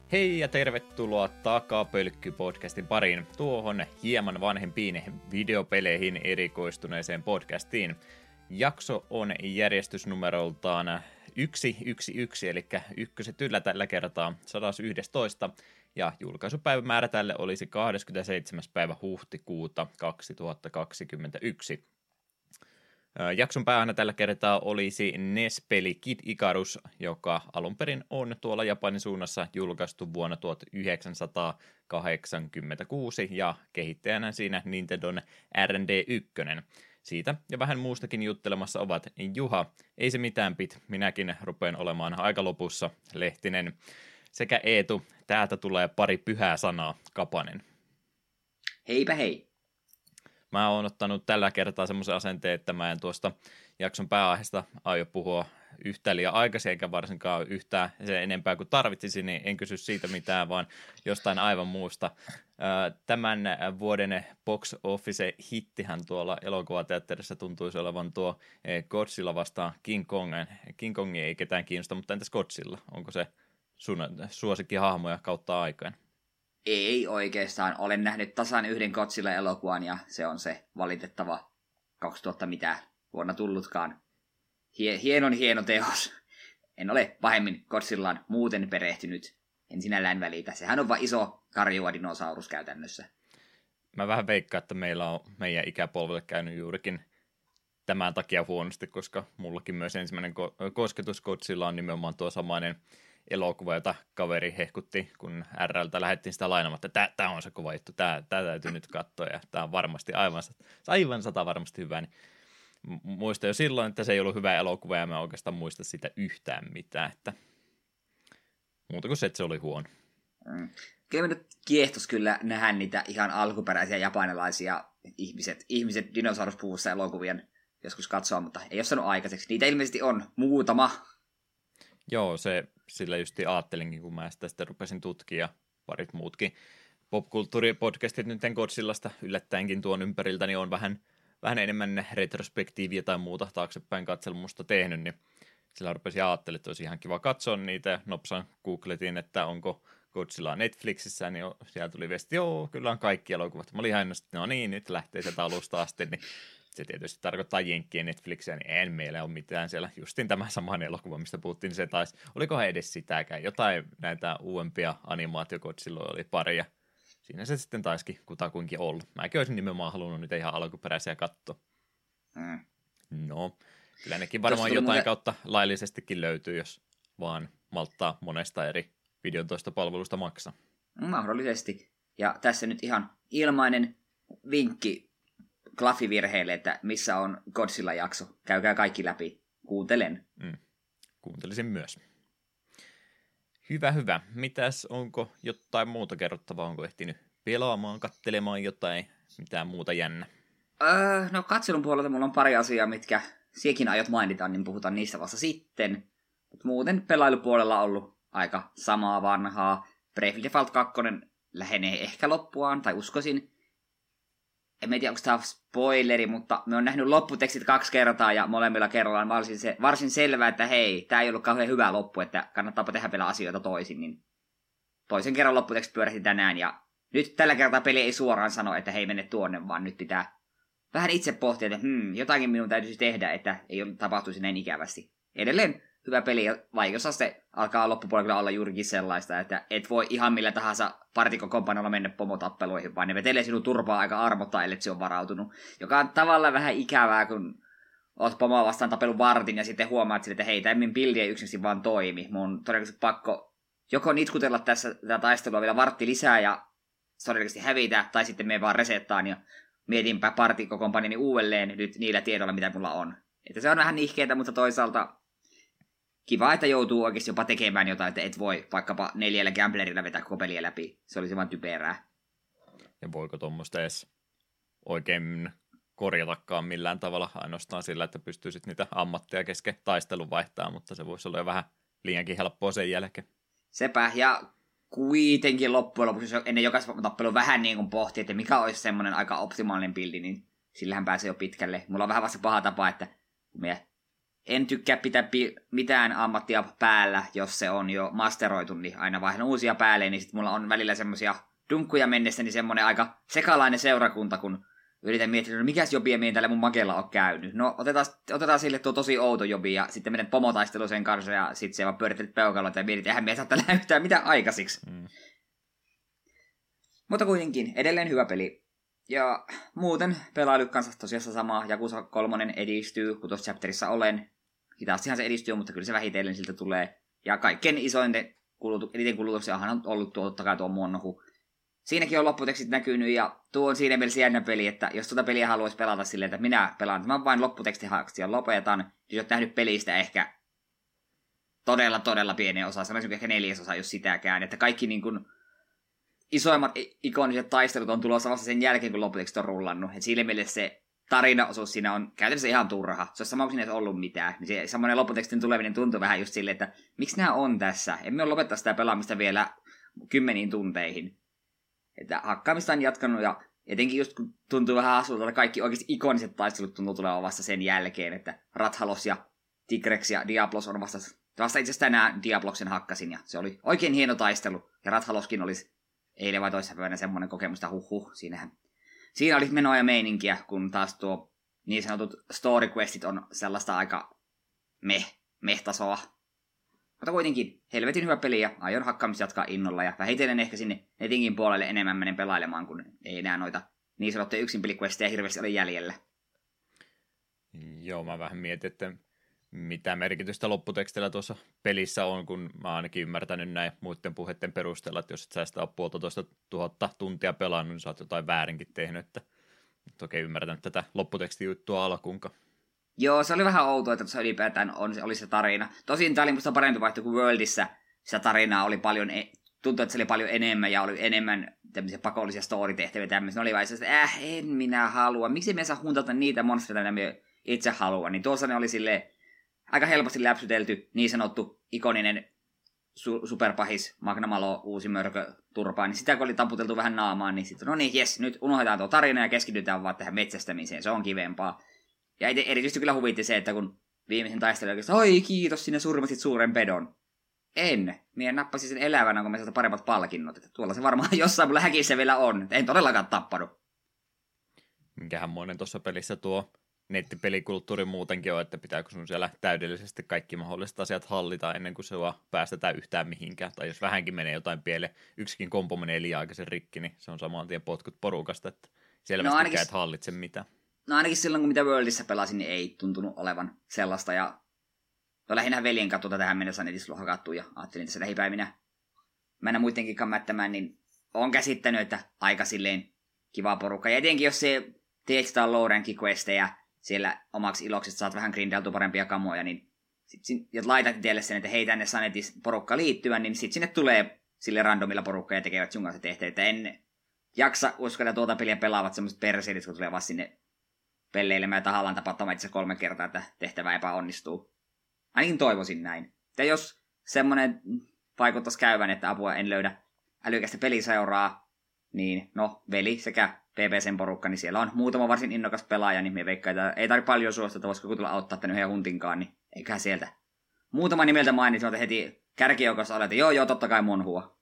Hei ja tervetuloa Takapölkky-podcastin pariin, tuohon hieman vanhempiin videopeleihin erikoistuneeseen podcastiin. Jakso on järjestysnumeroltaan 111, eli ykköset yllä tällä kertaa 111, ja julkaisupäivämäärä tälle olisi 27. päivä huhtikuuta 2021. Jakson pääaiheena tällä kertaa olisi NES-peli Kid Icarus, joka alun perin on tuolla Japanin suunnassa julkaistu vuonna 1986 ja kehittäjänä siinä Nintendon R&D1. Siitä ja vähän muustakin juttelemassa ovat Juha, ei se mitään pit, minäkin rupean olemaan aika lopussa, Lehtinen, sekä Eetu, täältä tulee pari pyhää sanaa, Kapanen. Heipä hei. Mä oon ottanut tällä kertaa semmoisen asenteen, että mä en tuosta jakson pääaiheesta aio puhua yhtään liian aikaisin, eikä varsinkaan yhtään sen enempää kuin tarvitsisi, niin en kysy siitä mitään, vaan jostain aivan muusta. Tämän vuoden box office hittihän tuolla elokuvateatterissa tuntuisi olevan tuo Godzilla vastaan King Kong. King Kong ei ketään kiinnosta, mutta entäs Godzilla? Onko se sun suosikkihahmoja kautta aikaan? Ei oikeastaan. Olen nähnyt tasan yhden Godzilla-elokuvan ja se on se valitettava 2000 mitä vuonna tullutkaan. Hieno teos. En ole pahemmin Godzillaan muuten perehtynyt. En sinällään välitä. Sehän on vaan iso karjuva dinosaurus käytännössä. Mä vähän veikkaan, että meillä on meidän ikäpolvelle käynyt juurikin tämän takia huonosti, koska mullakin myös ensimmäinen kosketus Godzilla on nimenomaan tuo samainen elokuva, jota kaveri hehkutti, kun RLtä lähdettiin sitä lainaamatta. Tämä on se kova juttu, tämä täytyy nyt katsoa, ja tämä on varmasti aivan sata varmasti hyvä. Niin muistan jo silloin, että se ei ollut hyvä elokuva, ja mä oikeastaan muista sitä yhtään mitään, että muuta kuin se, että se oli huono. Kyllä nyt kiehtos kyllä nähdä niitä ihan alkuperäisiä japanilaisia ihmiset dinosauruspuvussa elokuvien joskus katsoa, mutta ei ole saanut aikaiseksi. Niitä ilmeisesti on muutama. Joo, se sillä justi ajattelinkin, kun mä sitä sitten rupesin tutkia ja parit muutkin popkulttuuripodcastit nyt Godzillasta yllättäenkin tuon ympäriltä, niin on vähän enemmän retrospektiiviä tai muuta taaksepäin katselmusta tehnyt, niin sillä rupesin ajattelemaan, että olisi ihan kiva katsoa niitä, ja nopsan googletin, että onko Godzilla Netflixissä, niin siellä tuli viesti, joo, kyllä on kaikki elokuvat. Mä olin ihan no niin, nyt lähtee sieltä alusta asti, niin se tietysti tarkoittaa jenkkien Netflixiä, niin en meillä ole mitään siellä. Justin tämä saman elokuva, mistä puhuttiin, niin se taisi, olikohan edes sitäkään. Jotain näitä uudempia animaatiokotsiloja oli pari, ja siinä se sitten taisikin kutakuinkin ollut. Mäkin olisin nimenomaan halunnut niitä ihan alkuperäisiä katsoa. No, kyllä nekin varmaan jotain kautta laillisestikin löytyy, jos vaan malttaa monesta eri videontoistopalvelusta maksaa. Mahdollisesti. Ja tässä nyt ihan ilmainen vinkki Klaffi-virheille, että missä on Godzilla-jakso. Käykää kaikki läpi. Kuuntelen. Kuuntelisin myös. Hyvä. Mitäs, onko jotain muuta kerrottavaa? Onko ehtinyt pelaamaan, katselemaan jotain, mitään muuta jännä? No katselun puolelta mulla on pari asiaa, mitkä siekin aiot mainita, niin puhutaan niistä vasta sitten. Mut muuten pelailupuolella on ollut aika samaa vanhaa. Bravely Default 2 lähenee ehkä loppuaan, tai uskoisin. En tiedä, onko tämä spoileri, mutta me on nähnyt lopputekstit 2 kertaa, ja molemmilla kerralla on varsin selvää, että hei, tämä ei ollut kauhean hyvä loppu, että kannattaapa tehdä vielä asioita toisin. Niin toisen kerran lopputekstit pyörähti tänään, ja nyt tällä kertaa peli ei suoraan sano, että hei, mene tuonne, vaan nyt pitää vähän itse pohtia, että jotakin minun täytyisi tehdä, että ei tapahtuisi näin ikävästi. Edelleen hyvä peli, ja vaikeusaste alkaa loppupuolella olla juurikin sellaista, että et voi ihan millä tahansa partikokompanolla mennä pomotappeluihin, vaan ne vetelee sinun turpaa aika armotta, ellei se on varautunut. Joka on tavallaan vähän ikävää, kun oot pomoa vastaan tapelun vartin, ja sitten huomaat, että hei, tämä bildi ei yksinkertaisesti vaan toimi. Mun on todennäköisesti pakko joko nitkutella tätä taistelua vielä vartti lisää, ja todennäköisesti hävitä, tai sitten me vaan resettaan, ja mietinpä partikokompanini uudelleen nyt niillä tiedoilla, mitä mulla on. Että se on vähän nihkeetä, mutta toisaalta kiva, että joutuu oikeasti jopa tekemään jotain, että et voi vaikkapa 4 gamblerilla vetää koko peliä läpi. Se olisi vaan typerää. Ja voiko tuommoista edes oikein korjatakaan millään tavalla, ainoastaan sillä, että pystyisit niitä ammatteja kesken taistelun vaihtaa, mutta se voisi olla jo vähän liiankin helppoa sen jälkeen. Sepä, ja kuitenkin loppujen lopuksi, jos ennen jokaisen tappelun vähän niin kuin pohtii, että mikä olisi semmoinen aika optimaalinen bildi, niin sillähän pääsee jo pitkälle. Mulla on vähän vasta paha tapa, että kun me en tykkää pitää mitään ammattia päällä, jos se on jo masteroitu, niin aina vaihdan uusia päälle, niin sitten mulla on välillä semmoisia dunkkuja mennessä, niin semmoinen aika sekalainen seurakunta, kun yritän miettiä, no mikäs jobia meidän täällä mun makella on käynyt. No otetaan sille tuo tosi outo jobi, ja sitten menen pomotaistelu sen kanssa, ja sitten se vaan pyörittelet peukaloita ja mietit, eihän me saa tällä yhtään mitään aikaisiksi. Mutta kuitenkin, edelleen hyvä peli. Ja muuten pelailu kanssa tosiaan sama. Yakuza 3 edistyy, kun tuossa chapterissa olen. Hitaastihan se edistyy, mutta kyllä se vähitellen siltä tulee. Ja kaikkein eniten kulutuksia on ollut totta kai tuo Monhu. Siinäkin on lopputekstit näkynyt, ja tuo on siinä mielessä jännä peli, että jos tuota peliä haluaisi pelata silleen, että minä pelaan tämän vain lopputekstihaksi ja lopetan, niin olet nähnyt pelistä ehkä todella pienen osa, sanoisin ehkä 4/4, jos sitäkään, että kaikki niin kuin isoimmat ikoniset taistelut on tulossa vasta sen jälkeen, kun lopputekstit on rullannut. Et siinä mielessä se tarinaosuus siinä on käytännössä ihan turha. Se olisi sama, kun siinä ei ollut mitään. Niin se semmoinen lopputekstin tuleminen tuntuu vähän just silleen, että miksi nämä on tässä? Emme ole lopettaa sitä pelaamista vielä 10 tunteihin. Että hakkaamista on jatkanut, ja etenkin just kun tuntuu vähän hassulta, että kaikki oikeasti ikoniset taistelut tuntuu tulevan vasta sen jälkeen, että Rathalos ja Tigrex ja Diablos on vasta itse asiassa tänään Diabloksen hakkasin, ja se oli oikein hieno taistelu, ja Rathaloskin olisi eilen vai toissapäivänä semmoinen kokemusta, Siinä oli menoa ja meininkiä, kun taas tuo niin sanotut story questit on sellaista aika meh-tasoa. Mutta kuitenkin helvetin hyvä peli, ja aion hakkaamista jatkaa innolla, ja vähitellen ehkä sinne netinkin puolelle enemmän menen pelailemaan, kun ei enää noita niin sanottuja yksinpeliquesteja hirveästi ole jäljellä. Joo, mä vähän mietin, että mitä merkitystä lopputekstillä tuossa pelissä on, kun mä oon ainakin ymmärtänyt näin muiden puheiden perusteella, että jos et sä sitä ole 1,5 tuntia pelannut, niin sä oot jotain väärinkin tehnyt, että et oikein ymmärtänyt tätä lopputekstijuttua alkuunkaan. Joo, se oli vähän outoa, että se ylipäätään oli se tarina. Tosin tämä oli musta parempi vaihto kuin Worldissa. Sitä tarinaa oli paljon, tuntui, että se oli paljon enemmän ja oli enemmän tämmöisiä pakollisia story-tehtäviä tämmöisiä. Ne oli vain että en minä halua. Miksi me saa huntata niitä monstereita, mitä me itse haluan? Niin tuossa ne oli silleen aika helposti läpsytelty, niin sanottu ikoninen superpahis Magna Malo, uusi mörkö turpaan. Niin sitä kun oli taputeltu vähän naamaan, niin sitten no niin, jes, nyt unohdetaan tuo tarina ja keskitytään vaan tähän metsästämiseen. Se on kivempaa. Ja erityisesti kyllä huvitti se, että kun viimeisen taistelun oikeastaan, oi kiitos, sinä surmasit suuren pedon. Minä nappasin sen elävänä, kun me saat paremmat palkinnot. Että tuolla se varmaan jossain mulla häkissä vielä on. Että en todellakaan tappanut. Minkähänmoinen tuossa pelissä tuo nettipelikulttuuri muutenkin on, että pitääkö sun siellä täydellisesti kaikki mahdolliset asiat hallita ennen kuin se päästetään yhtään mihinkään. Tai jos vähänkin menee jotain pieleen, yksikin kompo menee liian aikaisen rikki, niin se on saman tien potkut porukasta, että selvästi et hallitse mitään. No ainakin silloin, kun mitä Worldissa pelasin, niin ei tuntunut olevan sellaista. Ja lähinnä veljen kautta tähän mennessä netissä ollut hakattu, ja ajattelin tässä lähipäivinä mennä muidenkin kammättämään, niin olen käsittänyt, että aika silleen kiva porukka. Ja etenkin, jos se teet sitä low-rank-questejä siellä omaksi iloksi, että saat vähän grindeltua parempia kamoja, niin ja laitat itselle sen, että hei, tänne saa netissä porukka liittyä, niin sitten sinne tulee sille randomilla porukka ja tekevät sun kanssa tehtäviä. En jaksa uskoa, että tuota peliä pelaavat semmoiset perseidit, kun tulee vaan sinne pelleilemään ja tahallaan tapattamaan itse 3 kertaa, että tehtävä epäonnistuu. Ainakin toivoisin näin. Ja jos semmoinen vaikuttaisi käyvän, että apua en löydä älykästä peliseuraa, niin no, veli sekä PPCn porukka, niin siellä on muutama varsin innokas pelaaja, niin me veikkaan, että ei tarvitse paljon suostua, että voisiko tulla auttaa tänne yhden huntinkaan, niin eiköhän sieltä muutama nimeltä mainitsi, mutta heti kärkijoukossa olet, että joo, totta kai Monhua.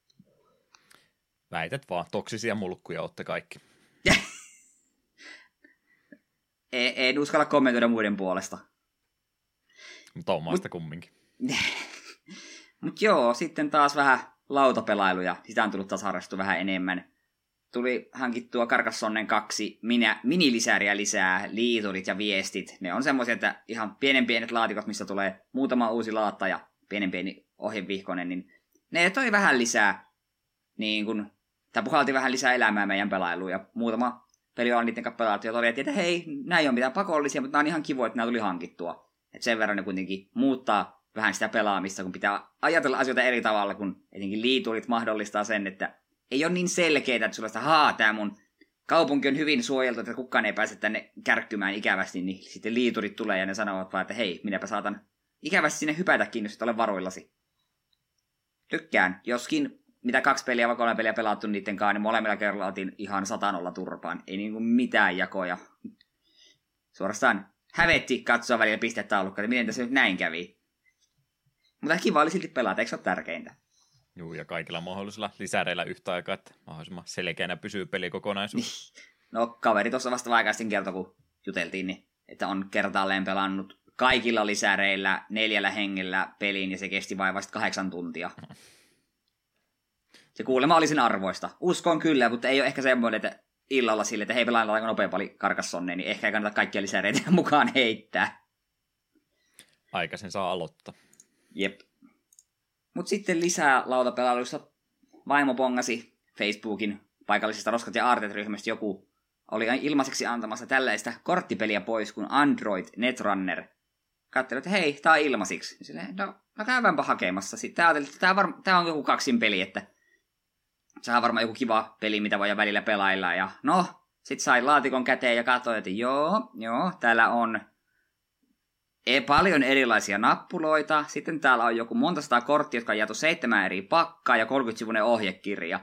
Väität vaan, toksisia mulkkuja ootte kaikki. En uskalla kommentoida muiden puolesta. Mutta omasta kumminkin. Mutta joo, sitten taas vähän lautapelailuja. Sitä on tullut taas harrastua vähän enemmän. Tuli hankittua Carcassonne 2 minilisääriä lisää, liiturit ja viestit. Ne on semmoisia, että ihan pienet laatikot, missä tulee muutama uusi laatta ja pieni ohjevihkonen, niin ne toi vähän lisää, niin kun, tai puhalti vähän lisää elämää meidän pelailuun, ja muutama peli on niiden kanssa pelattu, ja todettiin, että hei, nämä ei ole mitään pakollisia, mutta nämä on ihan kivoja, että nämä tuli hankittua. Että sen verran ne kuitenkin muuttaa vähän sitä pelaamista, kun pitää ajatella asioita eri tavalla, kun etenkin liiturit mahdollistaa sen, että ei ole niin selkeää, että sulla sitä, tämä mun kaupunki on hyvin suojeltu, että kukaan ei pääse tänne kärkkymään ikävästi, niin sitten liiturit tulee ja ne sanovat vaan, että hei, minäpä saatan ikävästi sinne hypätäkin, jos et ole varuillasi. Tykkään, joskin mitä 2 peliä vai 3 peliä pelattu niiden kanssa, niin molemmilla kerralla otin ihan 100 turpaan. Ei niinku mitään jakoja. Suorastaan hävetti katsoa välillä pistetaulukkoa, että miten tässä nyt näin kävi. Mutta kiva oli silti pelata, eikö se ole tärkeintä? Juu, ja kaikilla mahdollisilla lisäreillä yhtä aikaa, että mahdollisimman selkeänä pysyy pelikokonaisuus. No, kaveri tuossa vasta vaikeasti kertoi, kun juteltiin, niin, että on kertaalleen pelannut kaikilla lisäreillä 4 hengellä peliin, ja se kesti vain vasta 8 tuntia. Se kuulemma oli sen arvoista. Uskon kyllä, mutta ei ole ehkä semmoinen, että illalla sille, että hei, pelaan aika nopea pali karkassonneen, niin ehkä ei kannata kaikkia lisäreitä mukaan heittää. Aikaisen saa aloittaa. Jep. Mutta sitten lisää lautapelailuissa vaimo pongasi Facebookin paikallisista Roskat ja Aarteet-ryhmästä joku oli ilmaiseksi antamassa tällaista korttipeliä pois kuin Android Netrunner. Katselin, että hei, tää on ilmaisiksi. Silleen, no käydäänpä hakemassa. Sitten ajattelin, että tää on joku kaksin peli, että sehän on varmaan joku kiva peli, mitä voi välillä pelailla. Ja no, sit sain laatikon käteen ja katsoin, että joo, täällä on paljon erilaisia nappuloita. Sitten täällä on joku monta sataa korttia, jotka on jaettu 7 eri pakkaa ja 30-sivuinen ohjekirja.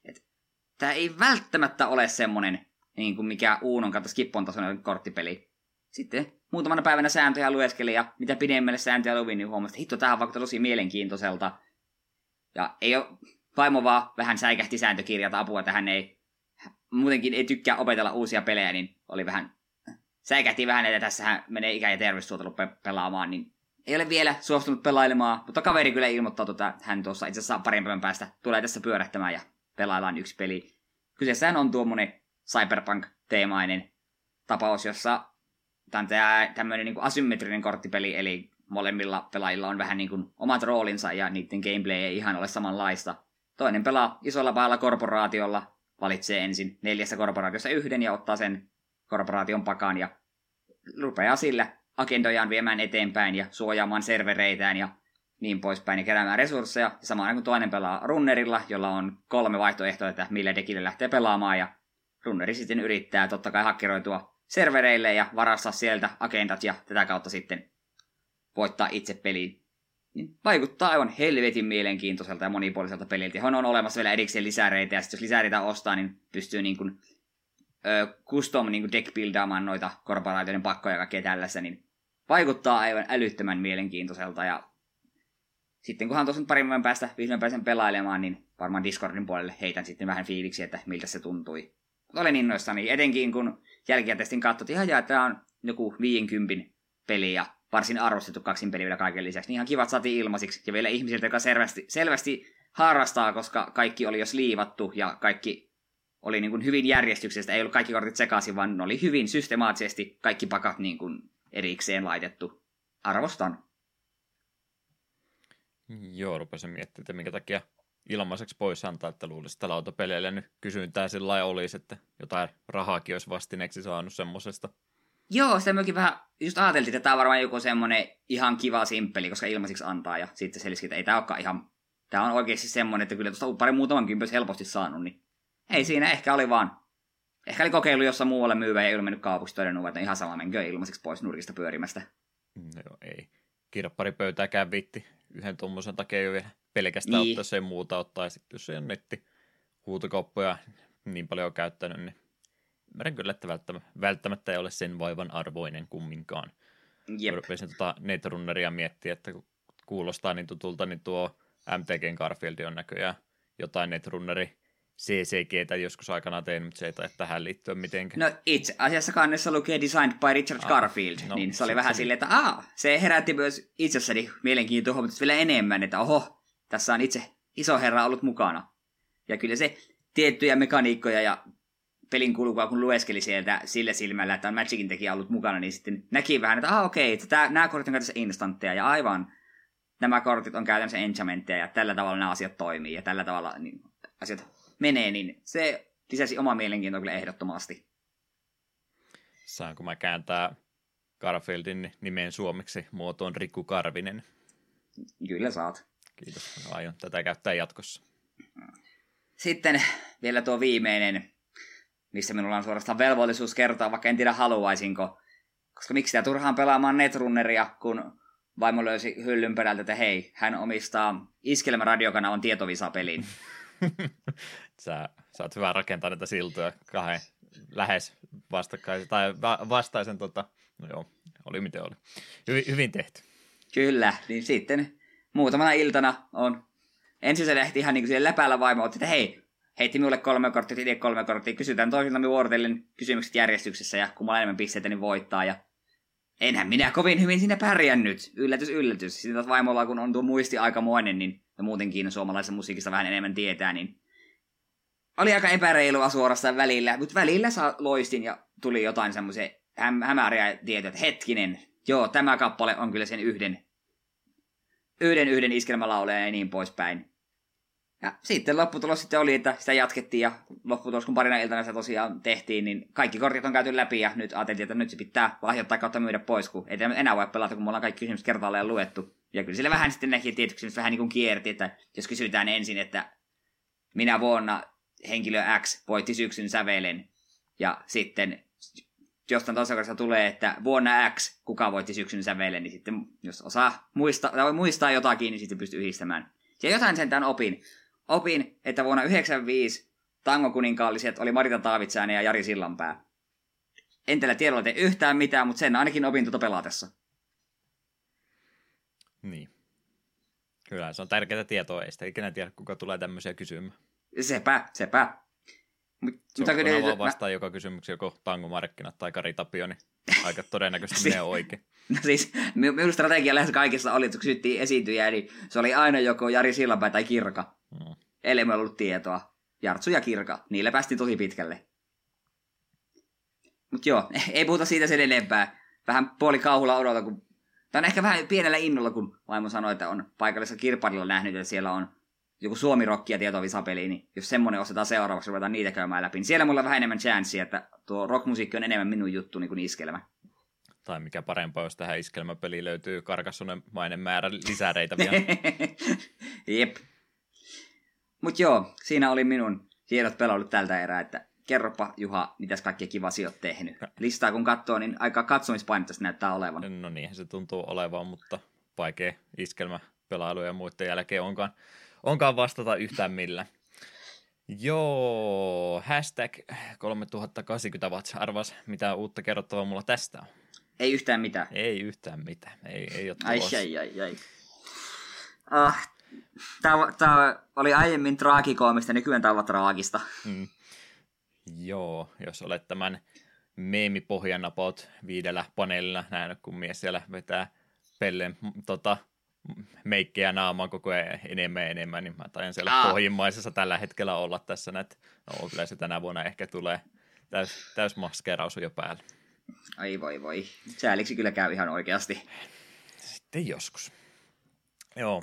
Tää ei välttämättä ole semmonen, niin kuin mikä Uunon kautta Skippon tasoinen korttipeli. Sitten muutamana päivänä sääntöjä lueskelin ja mitä pidemmälle sääntöjä luvin, niin huomasin, että hitto, tämähän vaikuttaa tosi mielenkiintoiselta. Ja ei ole, vaimo vaan vähän säikähti sääntökirjata apua, että hän ei muutenkin ei tykkää opetella uusia pelejä, niin oli vähän, säikähti vähän, että tässähän menee ikä- ja terveyssuotelu pelaamaan, niin ei ole vielä suostunut pelailemaan, mutta kaveri kyllä ilmoittautui, että hän tuossa itse asiassa parin päivän päästä tulee tässä pyörähtämään ja pelaillaan yksi peli. Kyseessähän on tuommoinen cyberpunk-teemainen tapaus, jossa tämä on tämmöinen niin kuin asymmetrinen korttipeli, eli molemmilla pelaajilla on vähän niin kuin omat roolinsa ja niiden gameplay ei ihan ole samanlaista. Toinen pelaa isolla pahalla korporaatiolla, valitsee ensin 4 korporaatiossa yhden ja ottaa sen korporaation pakan ja rupeaa sillä agendojaan viemään eteenpäin ja suojaamaan servereitään ja niin poispäin ja keräämään resursseja. Samaan kuin toinen pelaa runnerilla, jolla on 3 vaihtoehtoa, että millä dekille lähtee pelaamaan ja runneri sitten yrittää totta kai hakkeroitua servereille ja varastaa sieltä agendat ja tätä kautta sitten voittaa itse peliin. Niin vaikuttaa aivan helvetin mielenkiintoiselta ja monipuoliselta peliltä. On olemassa vielä erikseen lisäreitä ja sitten jos lisäreitä ostaa, niin pystyy niin kuin, custom niin kuin deck buildaamaan noita korporaatioiden pakkoja ja kaikkea tällaista, niin vaikuttaa aivan älyttömän mielenkiintoiselta ja sitten kunhan tuossa parin päivän päästä vihdoin pääsen pelailemaan, niin varmaan Discordin puolelle heitän sitten vähän fiiliksi, että miltä se tuntui. Olen innoissani, etenkin kun jälkikäteisesti katsottiin, että tämä on joku 50 peli ja varsin arvostettu kaksin peli vielä kaiken lisäksi. Niin ihan kivat saatiin ilmaisiksi ja vielä ihmisiltä, joka selvästi harrastaa, koska kaikki oli jo sliivattu ja kaikki oli niin kuin hyvin järjestyksestä. Ei ollut kaikki kortit sekaisin, vaan ne oli hyvin systemaattisesti kaikki pakat niin kuin erikseen laitettu. Arvostan. Joo, rupesin miettimään, että minkä takia ilmaiseksi pois antaa, että luulisi, että lautapeleille nyt kysyntää sillä lailla olisi, että jotain rahaakin olisi vastineeksi saanut semmosesta. Joo, sitä myöskin vähän just ajateltiin, että tämä on varmaan joku semmoinen ihan kiva simppeli, koska ilmaisiksi antaa, ja sitten selisikin, että ei tämä olekaan ihan, tämä on oikeasti semmoinen, että kyllä tuosta pari muutaman kympys helposti saanut, niin ei siinä, ehkä oli kokeilu jossain muualle myyvä ja ei ole mennyt kaupuksi todennut, että ihan sama menkö ilmaiseksi pois nurkista pyörimästä. No joo, ei. Kirpparipöytääkään vitti yhden tuommoisen takia jo vielä pelkästään ottaa sen muuta ottaa, ja sitten jos ei ole nettihuutokauppoja niin paljon käyttänyt, niin ymmärrän kyllä, että välttämättä ei ole sen vaivan arvoinen kumminkaan. Jep. Rupesin Netrunneria miettiä, että kun kuulostaa niin tutulta, niin tuo MTGn Garfield on näköjään jotain Netrunneri CCGtä joskus aikana tein, mutta se ei taida tähän liittyä mitenkään. No itse asiassa kannessa lukee Designed by Richard Garfield, no, niin se oli vähän silleen, että se herätti myös itsessäni mielenkiintoa huomattavasti vielä enemmän, että oho, tässä on itse iso herra ollut mukana. Ja kyllä se tiettyjä mekaniikkoja ja pelin kulkua, kun lueskeli sieltä sillä silmällä, että on Magicin tekijä ollut mukana, niin sitten näki vähän, että okei, että nämä kortit on käytössä instantteja, ja aivan nämä kortit on käytännössä enchantmentteja, ja tällä tavalla nämä asiat toimii, ja tällä tavalla niin asiat menee, niin se lisäsi oma mielenkiintoa kyllä ehdottomasti. Saanko mä kääntää Garfieldin nimen suomeksi muotoon Riku Karvinen? Kyllä saat. Kiitos, aion tätä käyttää jatkossa. Sitten vielä tuo viimeinen, missä minulla on suorastaan velvollisuus kertoa, vaikka en tiedä haluaisinko. Koska miksi sitä turhaan pelaamaan Netrunneria, kun vaimo löysi hyllyn perältä, että hei, hän omistaa Iskelmä-radiokanavan tietovisa-pelin. Sä oot hyvä rakentaa näitä siltoja kahden lähes vastakkaisen, tai vastaisen, no joo, oli miten oli. Hyvin tehty. Kyllä, niin sitten muutamana iltana on... Ensin se lähti ihan niin kuin läpällä vaimo, että hei, heitti minulle 3 korttia, itse 3 korttia, kysytään toisiltamme vuorotellen kysymykset järjestyksessä, ja kun mulla on enemmän pisteitä, niin voittaa, ja enhän minä kovin hyvin siinä pärjännyt. Yllätys, yllätys. Sitten taas vaimolla, kun on tuo muisti aikamoinen, niin, ja muutenkin suomalaisen musiikista vähän enemmän tietää, niin oli aika epäreilua suorastaan välillä, mutta välillä loistin, ja tuli jotain semmoisia hämäriä tietoja, että hetkinen, joo, tämä kappale on kyllä sen yhden iskelmälauleja ja niin poispäin. Ja sitten lopputulos sitten oli, että sitä jatkettiin ja lopputulos, kun parina iltana se tosiaan tehtiin, niin kaikki kortit on käyty läpi ja nyt ajateltiin, että nyt se pitää lahjoittaa kautta myydä pois, kun ei enää voi pelata, kun me ollaan kaikki kysymykset kertaalleen luettu. Ja kyllä sille vähän sitten näki tietysti kysymys vähän niin kuin kierti, että jos kysytään ensin, että minä vuonna henkilö X voitti syksyn sävelen ja sitten jostain toisessa tulee, että vuonna X kuka voitti syksyn sävelen, niin sitten jos osaa muistaa jotakin, niin sitten pystyy yhdistämään. Ja jotain sentään opin, että vuonna 1995 tangokuninkaaliset oli Marita Taavitsainen ja Jari Sillanpää. En tällä tiedolla tee yhtään mitään, mutta sen ainakin opin tuota pelatessa. Niin. Kyllä, se on tärkeää tietoa. Ei sitä ikinä tiedä, kuka tulee tämmöisiä kysymään. Sepä. Se on vaan vastaan joka kysymykseen joko tangomarkkinat tai Kari Tapio, niin aika todennäköisesti menee oikein. No siis, minun strategia lähes kaikissa oli, että kun kysyttiin esiintyjä, niin se oli aina joko Jari Sillanpää tai Kirka. Eli me ei ollut tietoa. Jartsu ja Kirka, niillä päästiin tosi pitkälle. Mut joo, ei puhuta siitä sen enempää. Vähän puoli kauhulla odota, kun... Tai on ehkä vähän pienellä innolla, kun vaimo sanoi, että on paikallisessa kirpparilla nähnyt, että siellä on joku Suomi-rokki ja tietovisapeli, niin jos semmoinen ostetaan seuraavaksi, ruvetaan niitä käymään läpi, niin siellä mulla on vähän enemmän chanssiä, että tuo rockmusiikki on enemmän minun juttu niin kuin iskelmä. Tai mikä parempaa, jos tähän iskelmäpeliin löytyy Carcassonne-mainen määrä lisäreitä vielä. Jep. Mut joo, siinä oli minun hienot pelailut tältä erää, että kerropa Juha, mitäs kaikkia kivasia oot tehnyt. Listaa kun katsoo, niin aika katsomispainotteista näyttää olevan. No niinhän se tuntuu olevan, mutta vaikea iskelmäpelailu ja muiden jälkeen onkaan vastata yhtään millään. Joo, hashtag 3080 watts. Arvas, mitä uutta kerrottavaa mulla tästä on. Ei yhtään mitään. Ei yhtään mitään. Ei ole tulossa. Ai. Tämä oli aiemmin traagikoomista, nykyään tämä on traagista. Joo, jos olet tämän meemipohjan about 5 paneelilla nähnyt, kun mies siellä vetää pellen meikkejä naamaan koko ajan enemmän, niin mä tajan siellä pohjimmaisessa tällä hetkellä olla tässä, että kyllä se tänä vuonna ehkä tulee täys maskeraus jo päällä. Ai voi. Sääliksi kyllä käy ihan oikeasti. Sitten joskus. Joo,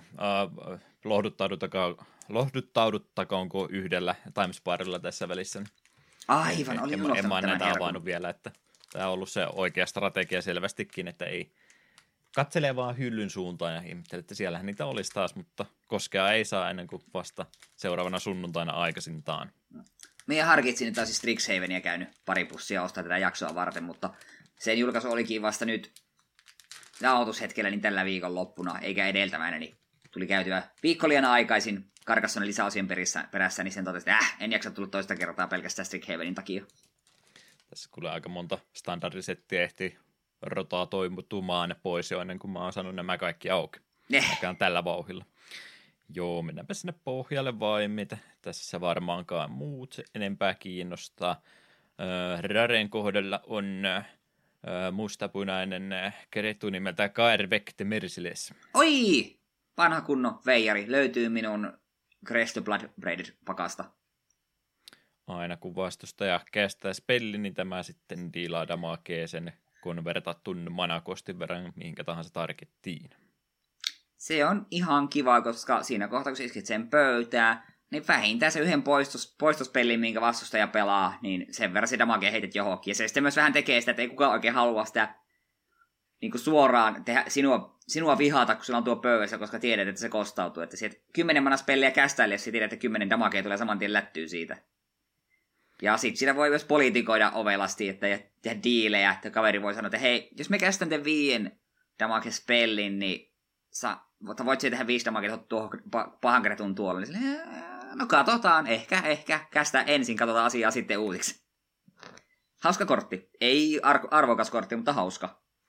lohduttauduttakoonko yhdellä Timesparilla tässä välissä. Aivan, olin unohtanut en mä tämän näitä avannut vielä, että tämä on ollut se oikea strategia selvästikin, että ei katselee vaan hyllyn suuntaan ja ihmettelee, että siellähän niitä olisi taas, mutta koskea ei saa ennen kuin vasta seuraavana sunnuntaina aikaisintaan. Minä harkitsin, että olisin Strixhavenia käynyt pari pussia ostaa tätä jaksoa varten, mutta sen julkaisu olikin vasta nyt nauhoitushetkellä niin tällä viikon loppuna, eikä edeltävänä, niin tuli käytyä viikko liian aikaisin Carcassonen lisäosien perässä, niin sen totesin, että en jaksa tulla toista kertaa pelkästään Strixhavenin takia. Tässä kuulee aika monta standardisettiä ehti rotatoitumaan pois jo ennen kuin mä oon saanut nämä kaikki auki. Mikä on tällä vauhilla. Joo, mennäänpä sinne pohjalle vai mitä. Tässä varmaankaan muut enempää kiinnostaa. Raren kohdalla on mustapunainen kerettu nimeltä Kaervekte Merciless. Oi! Vanha kunno veijari. Löytyy minun Crest Blood Braided pakasta. Aina kun vastustaja kestää spellin, niin tämä sitten diilaa damakee sen konvertattun manakostin verran mihinkä tahansa targettiin. Se on ihan kiva, koska siinä kohtaa, kun iskit sen pöytää, niin vähintään se yhden poistospellin, minkä vastustaja pelaa, niin sen verran se damage heitet johonkin. Ja se sitten myös vähän tekee sitä, että ei kukaan oikein halua sitä niin kuin suoraan tehdä sinua vihata, kun sulla on tuo pöydässä, koska tiedät, että se kostautuu. Että sieltä 10 manaspelliä kästäille, jos tiedät, että 10 damagea tulee saman tien lättyy siitä. Ja sitten sitä voi myös politikoida ovelasti, että tehdä diilejä, että kaveri voi sanoa, että hei, jos me kästän te 5 damage-spellin, niin voit siihen tehdä 5 damagea tuohon pahan keretun tuolle. Niin no katsotaan, ehkä, kästää ensin, katsotaan asiaa sitten uusiksi. Hauska kortti. Ei arvokas kortti, mutta hauska.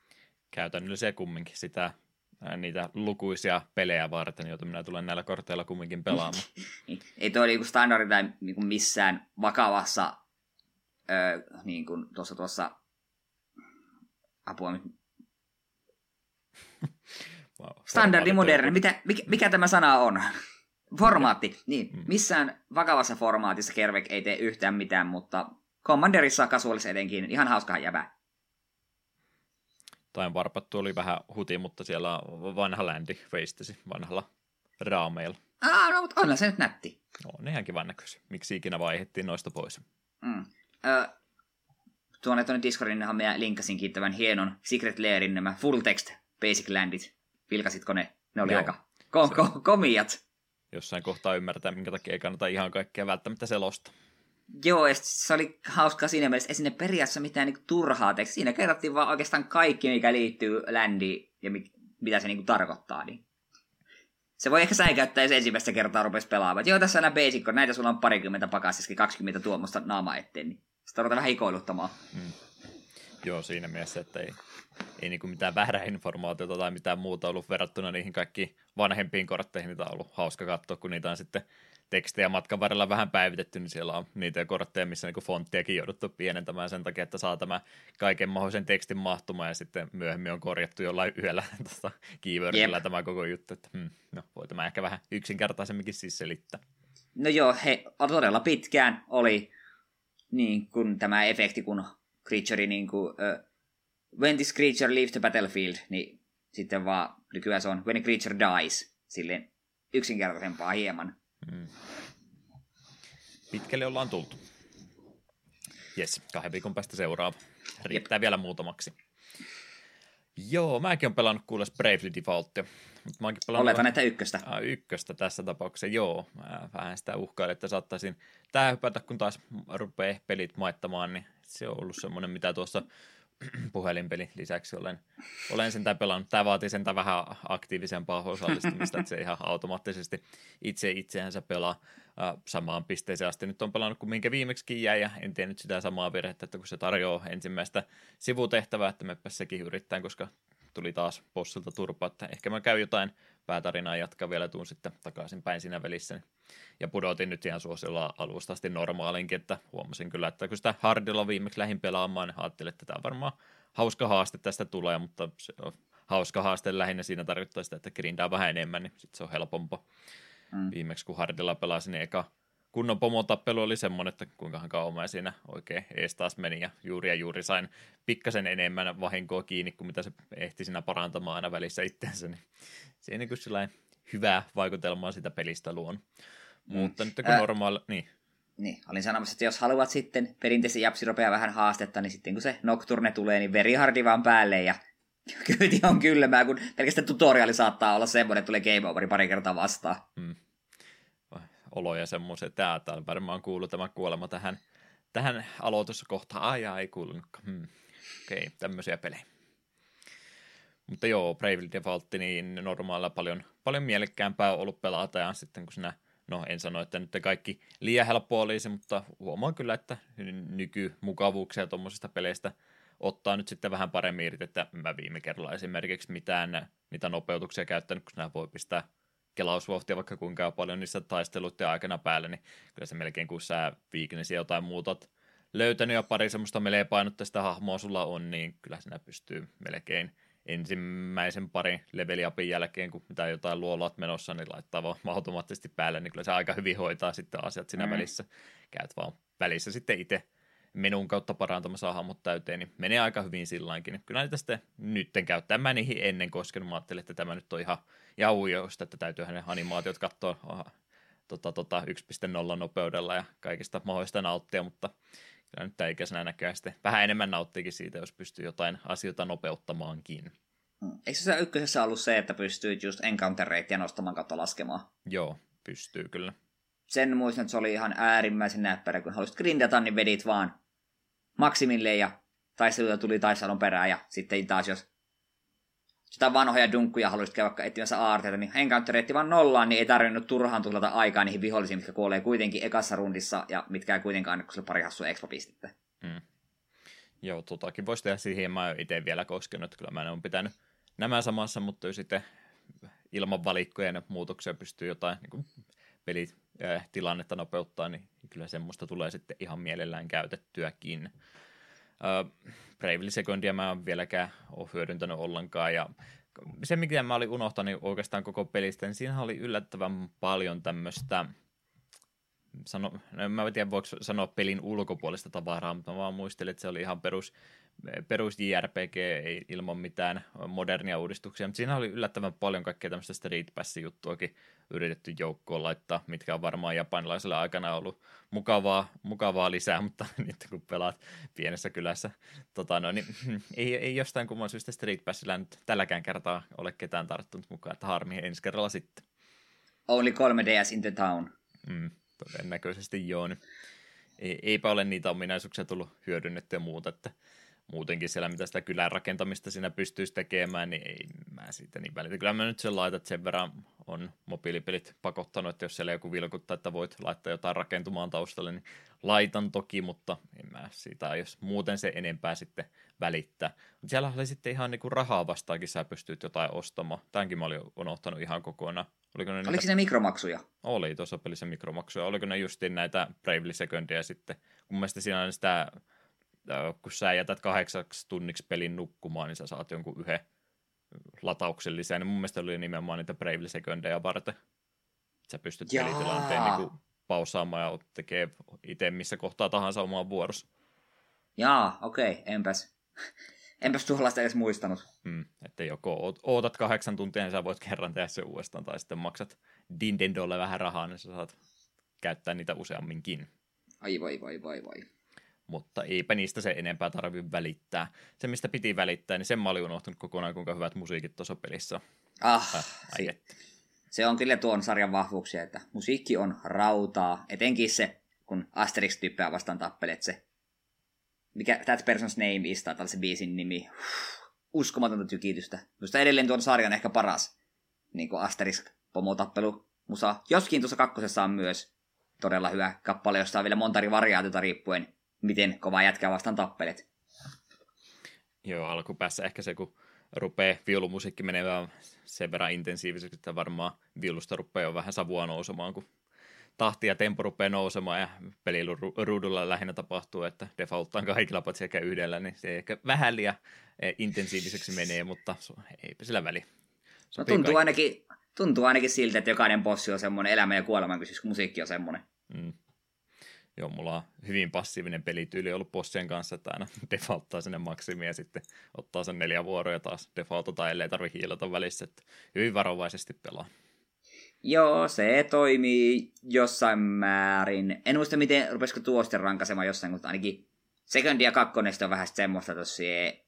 Käytännöllisiä kumminkin sitä, niitä lukuisia pelejä varten, joita minä tulen näillä korteilla kumminkin pelaamaan. Ei toi niinku standardi tai niinku missään vakavassa niinku tuossa apua. Wow, Standardi moderni. Mikä tämä sana on? Formaatti. Niin, missään vakavassa formaatissa Kervek ei tee yhtään mitään, mutta Commanderissa kasuaalissa etenkin ihan hauskaa jävää. Tai varpattu oli vähän huti, mutta siellä on vanha ländi veistesi vanhalla raameilla. No, mutta onhan se nyt nätti. No, ne ihan kivan näköisiä. Miksi ikinä vaihdettiin noista pois? Tuonne Discordinhan minä linkkasinkin tämän hienon Secret Lairin nämä full text basic landit. Vilkasitko ne? Ne oli aika komiat. Jossain kohtaa ymmärtää, minkä takia ei kannata ihan kaikkea välttämättä selosta. Joo, ja se oli hauskaa siinä mielessä, ei sinne periaatteessa mitään niinku turhaa tekstiä. Siinä kerrottiin vaan oikeastaan kaikki, mikä liittyy ländiin ja mitä se niinku tarkoittaa. Niin. Se voi ehkä säikäyttää, jos ensimmäistä kertaa rupesi pelaamaan. Joo, tässä on nämä basic, näitä sulla on parikymmentä pakasiskin, 20 tuommoista naama eteen. Niin sitä ruvetaan vähän hikoiluttamaan. Joo, siinä mielessä, että ei niinku mitään väärää informaatiota tai mitään muuta ollut verrattuna niihin kaikkiin vanhempiin kortteihin, mitä on ollut hauska katsoa, kun niitä on sitten tekstejä matkan varrella vähän päivitetty, niin siellä on niitä kortteja, missä niinku fonttiakin jouduttu pienentämään sen takia, että saa tämä kaiken mahdollisen tekstin mahtumaan, ja sitten myöhemmin on korjattu jollain yhdellä keywordilla tämä koko juttu, että no voi tämä ehkä vähän yksinkertaisemminkin siis selittää. No joo, todella pitkään oli niin kuin tämä efekti, kun creature niin kuin, when this creature leaves the battlefield, niin sitten vaan nykyään se on when a creature dies, silleen yksinkertaisempaa hieman. Pitkälle ollaan tultu. Jes, 2 viikon päästä seuraava. Riittää vielä muutamaksi. Joo, mäkin olen pelannut kuules Bravely Defaultia. Oletan, että ykköstä. Ykköstä tässä tapauksessa, joo. Mä vähän sitä uhkailin, että saattaisin tää hypätä, kun taas rupeaa pelit maittamaan, niin se on ollut semmoinen, mitä tuossa puhelinpeli lisäksi olen sentään pelannut. Tämä vaatii sentään vähän aktiivisempaa osallistumista, että se ihan automaattisesti itseänsä pelaa samaan pisteeseen asti. Nyt on pelannut, kun minkä viimeksikin jäi, ja en tiedä nyt sitä samaa virhettä, että kun se tarjoaa ensimmäistä sivutehtävää, että meppä sekin yrittää, koska tuli taas bossilta turpaa, että ehkä mä käyn jotain päätarinaa jatkaa vielä, tuun sitten takaisin päin siinä välissä. Ja pudotin nyt ihan suosiolla alusta asti normaalinkin, että huomasin kyllä, että kun sitä hardilla viimeksi lähdin pelaamaan, niin ajattelin, että tämä varmaan hauska haaste tästä tulee, mutta se on hauska haaste lähinnä siinä tarkoittaa sitä, että grindaa vähän enemmän, niin sitten se on helpompaa. Viimeksi kun hardilla pelasin, niin eka kunnon pomotappelu oli semmoinen, että kuinkahan kauan mä siinä oikein ees taas meni ja juuri sain pikkasen enemmän vahinkoa kiinni kuin mitä se ehti siinä parantamaan aina välissä itseänsä, niin siinä niin kuin hyvää vaikutelmaa sitä pelistä luon. Mutta nyt kun normaali, Niin, olin sanomassa, että jos haluat sitten perinteisen japsiropea vähän haastetta, niin sitten kun se Nocturne tulee, niin very hardi vaan päälle ja kyyti on kylmää, kun pelkästään tutoriaali saattaa olla semmoinen, että tulee game overi pari kertaa vastaan. Oloja semmoisia, että täällä varmaan kuuluu tämä kuolema tähän aloituskohtaan. Ei kuulunutkaan. Okei, tämmöisiä pelejä. Mutta joo, Bravely Default, niin normaalilla paljon mielekkäämpää on ollut pelata, ja sitten kun sinä, no en sano, että nyt kaikki liian helppoa olisi, mutta huomaan kyllä, että nykymukavuuksia tuommoisista peleistä ottaa nyt sitten vähän paremmin irti, että mä viime kerralla esimerkiksi niitä nopeutuksia käyttänyt, kun sinä voi pistää kelausvauhtia vaikka kuinka paljon niissä taisteluiden aikana päälle, niin kyllä se melkein kun sä viiknesi jotain muuta löytänyt ja pari semmoista meleepainotteista hahmoa sulla on, niin kyllä sinä pystyy melkein ensimmäisen parin level upin jälkeen, kun mitä jotain luolaat menossa, niin laittaa vaan automaattisesti päälle, niin kyllä se aika hyvin hoitaa sitten asiat siinä välissä. Käyt vaan välissä sitten itse menun kautta parantamassa hahmot täyteen, niin menee aika hyvin silläinkin. Niin kyllä niitä sitten nytten käyttää. Mä niihin ennen koskenut. Mä ajattelin, että tämä nyt on ihan ujoista, että täytyyhän ne animaatiot katsoa 1.0 nopeudella ja kaikista mahdollista nauttia, mutta kyllä nyt tämä ikäisenä näköjään sitten vähän enemmän nauttiikin siitä, jos pystyy jotain asioita nopeuttamaankin. Eikö se ykkösessä ollut se, että pystyy just encounter ratea nostamaan kautta laskemaan? Joo, pystyy kyllä. Sen muistan, että se oli ihan äärimmäisen näppärä, kun halusit grindata, niin vedit vaan maksimille ja taisteluja tuli taistelun perään ja sitten taas jos sitä vanhoja dunkkuja haluaisit käydä vaikka etsimässä aarteita, niin encounter rate vaan nollaan, niin ei tarvinnut turhaan tuhlata aikaa niihin vihollisiin, mitkä kuolee kuitenkin ekassa rundissa ja mitkä ei kuitenkaan anna, kun pari hassua expo-pistettä. Joo, totakin voisi tehdä siihen, mä oon itse vielä koskenut, kyllä mä en ole pitänyt nämä samassa, mutta jos sitten ilman valikkoja ja muutoksia pystyy jotain niin pelitilannetta nopeuttaa, niin kyllä semmoista tulee sitten ihan mielellään käytettyäkin. Bravely Secondia mä en vieläkään ole hyödyntänyt ollenkaan, ja se, mikä mä olin unohtanut oikeastaan koko pelistä, niin siinä oli yllättävän paljon tämmöistä, mä en tiedä voiko sanoa pelin ulkopuolista tavaraa, mutta mä vaan muistelin, että se oli ihan perus JRPG, ei ilman mitään modernia uudistuksia, mutta siinä oli yllättävän paljon kaikkea tämmöistä Street Pass-juttuakin yritetty joukkoon laittaa, mitkä on varmaan japanilaiselle aikana ollut mukavaa lisää, mutta nyt kun pelaat pienessä kylässä, niin ei jostain kumman syystä Street Passilla nyt tälläkään kertaa ole ketään tarttunut mukaan, että harmi ensi kerralla sitten. Only 3DS in the town. Todennäköisesti joo, niin eipä ole niitä ominaisuuksia tullut hyödynnettyä muuta, että muutenkin siellä, mitä sitä kylän rakentamista siinä pystyisi tekemään, niin ei mä siitä niin välitä. Kyllä mä nyt sen laitan, että sen verran on mobiilipelit pakottanut, että jos siellä joku vilkuttaa, että voit laittaa jotain rakentumaan taustalle, niin laitan toki, mutta en mä siitä, jos muuten se enempää sitten välittää. Mutta siellä oli sitten ihan niin kuin rahaa vastaakin, sä pystyt jotain ostamaan. Tämänkin mä olin unohtanut ihan kokonaan. Oliko siinä mikromaksuja? Oli tuossa pelissä mikromaksuja. Oliko ne justiin näitä Bravely Secondia sitten? Kun mielestäni siinä on sitä, kun sä jätät 8 tunniksi pelin nukkumaan, niin sä saat jonkun yhden latauksen lisää. Niin mun mielestä oli nimenomaan niitä Bravely Secondia varten. Sä pystyt pelitilanteen niin pausaamaan ja tekee itse missä kohtaa tahansa omaan vuorossa. Jaa, okei. Enpäs tuollaista edes muistanut. Että joko ootat 8 tuntia, niin sä voit kerran tehdä se uudestaan, tai sitten maksat Nintendolle vähän rahaa, niin sä saat käyttää niitä useamminkin. Ai vai. Mutta eipä niistä se enempää tarvitse välittää. Se, mistä piti välittää, niin sen mä olin unohtunut kokonaan, kuinka hyvät musiikit tuossa pelissä. Se on kyllä tuon sarjan vahvuuksia, että musiikki on rautaa. Etenkin se, kun Asterix-tyyppejä vastaan tappelet se. Mikä That Person's Name is, tai se biisin nimi. Uskomatonta tykitystä. Minusta edelleen tuon sarjan ehkä paras niin kuin Asterix-pomotappelu musa. Joskin tuossa kakkosessa on myös todella hyvä kappale, josta on vielä monta eri variaatiota riippuen, miten kovaa jätkää vastaan tappelet. Joo, alkupäässä ehkä se, kun rupeaa viulumusiikki menevään sen verran intensiivisesti, että varmaan viulusta rupeaa jo vähän savua nousemaan, kun tahti ja tempo rupeaa nousemaan ja peliruudulla lähinnä tapahtuu, että defaulttaan kaikilla paitsi ehkä yhdellä, niin se ehkä vähän liian intensiiviseksi menee, mutta eipä sillä väliä. No, tuntuu ainakin siltä, että jokainen bossi on semmoinen elämä ja kuoleman kysymys, kun musiikki on semmoinen. Joo, mulla on hyvin passiivinen pelityyli ollut bossien kanssa, että aina defaulttaa sinne maksimiin ja sitten ottaa sen 4 vuoroa ja taas defaultata, ellei tarvitse hiilata välissä, että hyvin varovaisesti pelaa. Joo, se toimii jossain määrin. En muista, miten rupesiko tuosta rankasemaan jossain, mutta ainakin Second ja 2 on vähän semmoista tossa.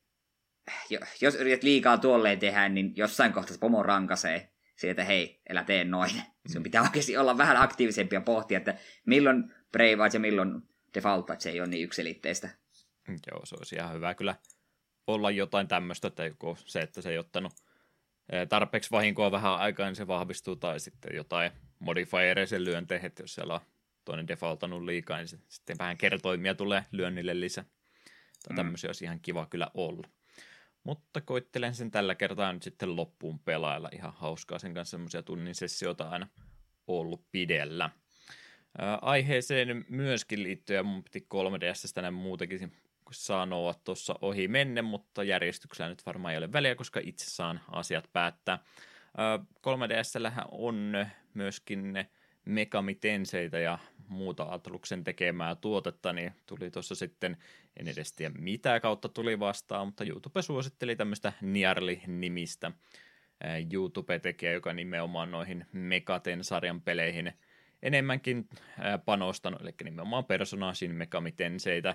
Jos yrität liikaa tuolleen tehdä, niin jossain kohtaa se pomo rankasee siitä, hei, älä tee noin. Sun pitää oikeasti olla vähän aktiivisempi ja pohtia, että milloin breivaat ja milloin defaultaat, se ei ole niin yksiselitteistä. Joo, se olisi ihan hyvä kyllä olla jotain tämmöistä, että joko se, että se ei ottanut tarpeeksi vahinkoa vähän aikaa, niin se vahvistuu, tai sitten jotain modifiereisen lyönteihin, että jos siellä on toinen defaultannut liikaa, niin sitten vähän kertoimia tulee lyönnille lisää. Tai tämmöisiä olisi ihan kiva kyllä olla. Mutta koittelen sen tällä kertaa nyt sitten loppuun pelailla. Ihan hauskaa sen kanssa, semmoisia tunnin sessioita aina ollut pidellä. Aiheeseen myöskin liittyen, ja mun piti 3DS:stä näin muutenkin sanoa tuossa ohi menne, mutta järjestyksellä nyt varmaan ei ole väliä, koska itse saan asiat päättää. 3DS:llähän on myöskin Megami Tenseitä ja muuta Atluksen tekemää tuotetta, niin tuli tuossa sitten, en edes tiedä mitä kautta tuli vastaan, mutta YouTube suositteli tämmöistä Niarli-nimistä YouTube-tekijä, joka nimenomaan noihin Megaten-sarjan peleihin enemmänkin panostanut, eli nimenomaan Persona Shin Megami Tenseitä,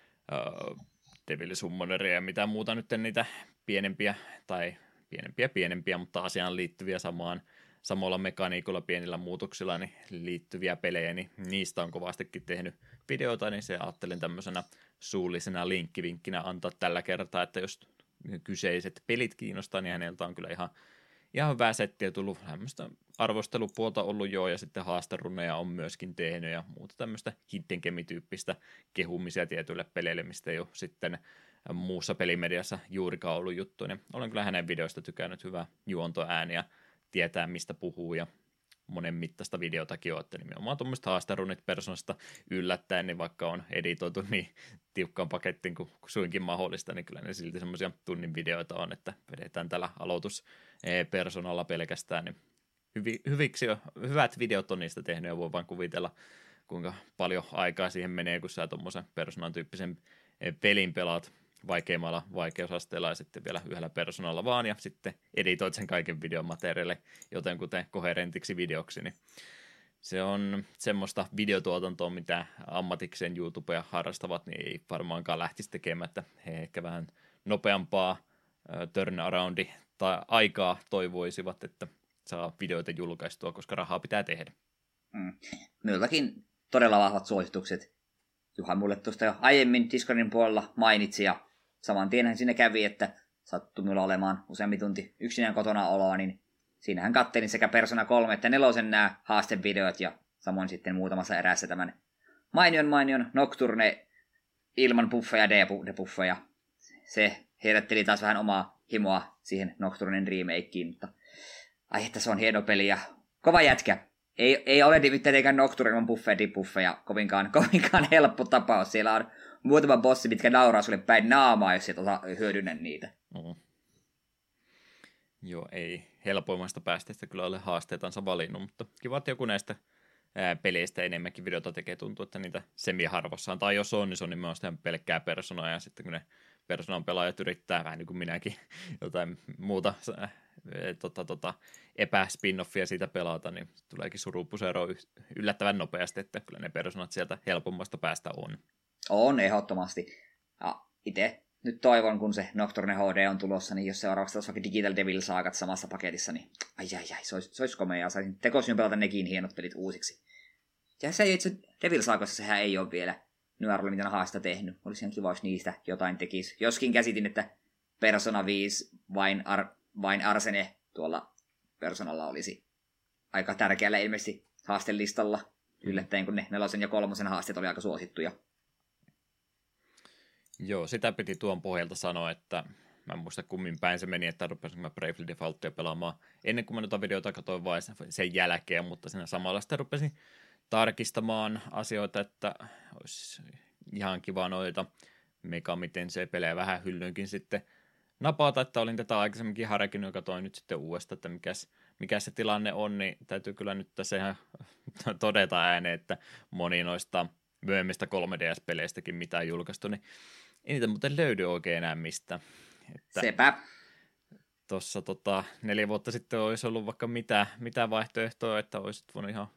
Devil Summoneria ja mitä muuta nyt niitä pienempiä, mutta asiaan liittyviä samalla mekaniikolla pienillä muutoksilla niin liittyviä pelejä, niin niistä on kovastikin tehnyt videoita, niin se ajattelin tämmöisenä suullisena linkkivinkkinä antaa tällä kertaa, että jos kyseiset pelit kiinnostaa, niin häneltä on kyllä ihan hyvää settiä tullut, tämmöistä arvostelupuolta ollut jo, ja sitten haasterunneja on myöskin tehnyt, ja muuta tämmöistä hidden gemi-tyyppistä kehumisia tietyille peleille, mistä ei ole sitten muussa pelimediassa juurikaan ollut juttu, niin olen kyllä hänen videoista tykännyt, hyvä juontoääni ja tietää mistä puhuu, ja monen mittaista videotakin on, että nimenomaan tuommoista haasterunnit Personasta yllättäen, niin vaikka on editoitu niin tiukkaan pakettiin kuin suinkin mahdollista, niin kyllä ne silti semmoisia tunnin videoita on, että vedetään tällä aloitus Personalla pelkästään, niin hyvät videot on niistä tehnyt, ja voi vaan kuvitella, kuinka paljon aikaa siihen menee, kun sä tuommoisen Personan tyyppisen pelin pelaat vaikeimmalla vaikeusasteella ja sitten vielä yhdellä Personalla vaan, ja sitten editoit sen kaiken videomateriaalille jotenkuten koherentiksi videoksi, niin se on semmoista videotuotantoa, mitä ammatikseen YouTubea harrastavat, niin ei varmaankaan lähtisi tekemään, että he ehkä vähän nopeampaa turnaroundi tai aikaa toivoisivat, että saa videoita julkaistua, koska rahaa pitää tehdä. Minultakin todella vahvat suositukset. Juha mulle tuosta jo aiemmin Discordin puolella mainitsi, ja saman tienhän siinä kävi, että sattui minulla olemaan useampi tunti yksinään kotona oloa, niin siinähän kattelin sekä Persona 3 että 4 nämä haastevideot, ja samoin sitten muutamassa erässä tämän mainion Nocturne ilman buffeja, debuffeja. Se herätteli taas vähän omaa himoa siihen Nocturnen remakeen, mutta ai että se on hieno peli ja kova jätkä. Ei ole tietenkään Nocturne ilman buffeja, debuffeja kovinkaan helppo tapaus. Siellä on muutama bossi, mitkä nauraa sulle päin naamaa, jos et hyödynnä niitä. Joo, ei helpoimmasta päästeistä kyllä ole haasteitansa valinnut, mutta kiva, että joku näistä peleistä enemmänkin videota tekee, tuntuu, että niitä semi-harvassaan, tai jos on, niin se on nimenomaan pelkkää Personaa, ja sitten kun ne Personan pelaajat yrittää, vähän niin kuin minäkin, jotain muuta epäspin-offia siitä pelata, niin tuleekin surupusero yllättävän nopeasti, että kyllä ne Personat sieltä helpommasta päästä on. On, ehdottomasti. Ja itse nyt toivon, kun se Nocturne HD on tulossa, niin jos seuraavaksi olisi vaikka Digital Devil Saagat samassa paketissa, niin se olisi komea. Saisin tekoisin pelata nekin hienot pelit uusiksi. Ja se itse Devil Saagassa sehän ei ole vielä Nyarille mitään haasta tehnyt. Olisi ihan kiva, jos niistä jotain tekisi. Joskin käsitin, että Persona 5 vain Arsene tuolla Personalla olisi aika tärkeällä ilmeisesti haastelistalla. Yllättäen, kun ne 4. ja 3. haasteet oli aika suosittuja. Joo, sitä piti tuon pohjalta sanoa, että mä en muista kummin päin se meni, että rupesin mä Bravely Defaultia pelaamaan ennen kuin mä noita videota katsoin vai sen jälkeen, mutta siinä samalla sitten rupesin tarkistamaan asioita, että olisi ihan kiva noita Megami Tensei-pelejä vähän hyllyynkin sitten napata, että olin tätä aikaisemminkin harkinnut ja katsoin nyt sitten uudestaan, että mikä se tilanne on, niin täytyy kyllä nyt tässä ihan todeta ääneen, että moni noista myöhemmistä 3DS-peleistäkin, mitä on julkaistu, niin ei niitä muuten löydy oikein enää mistään. Että sepä. Tuossa 4 vuotta sitten olisi ollut vaikka mitä vaihtoehtoa, että olisit voinut ihan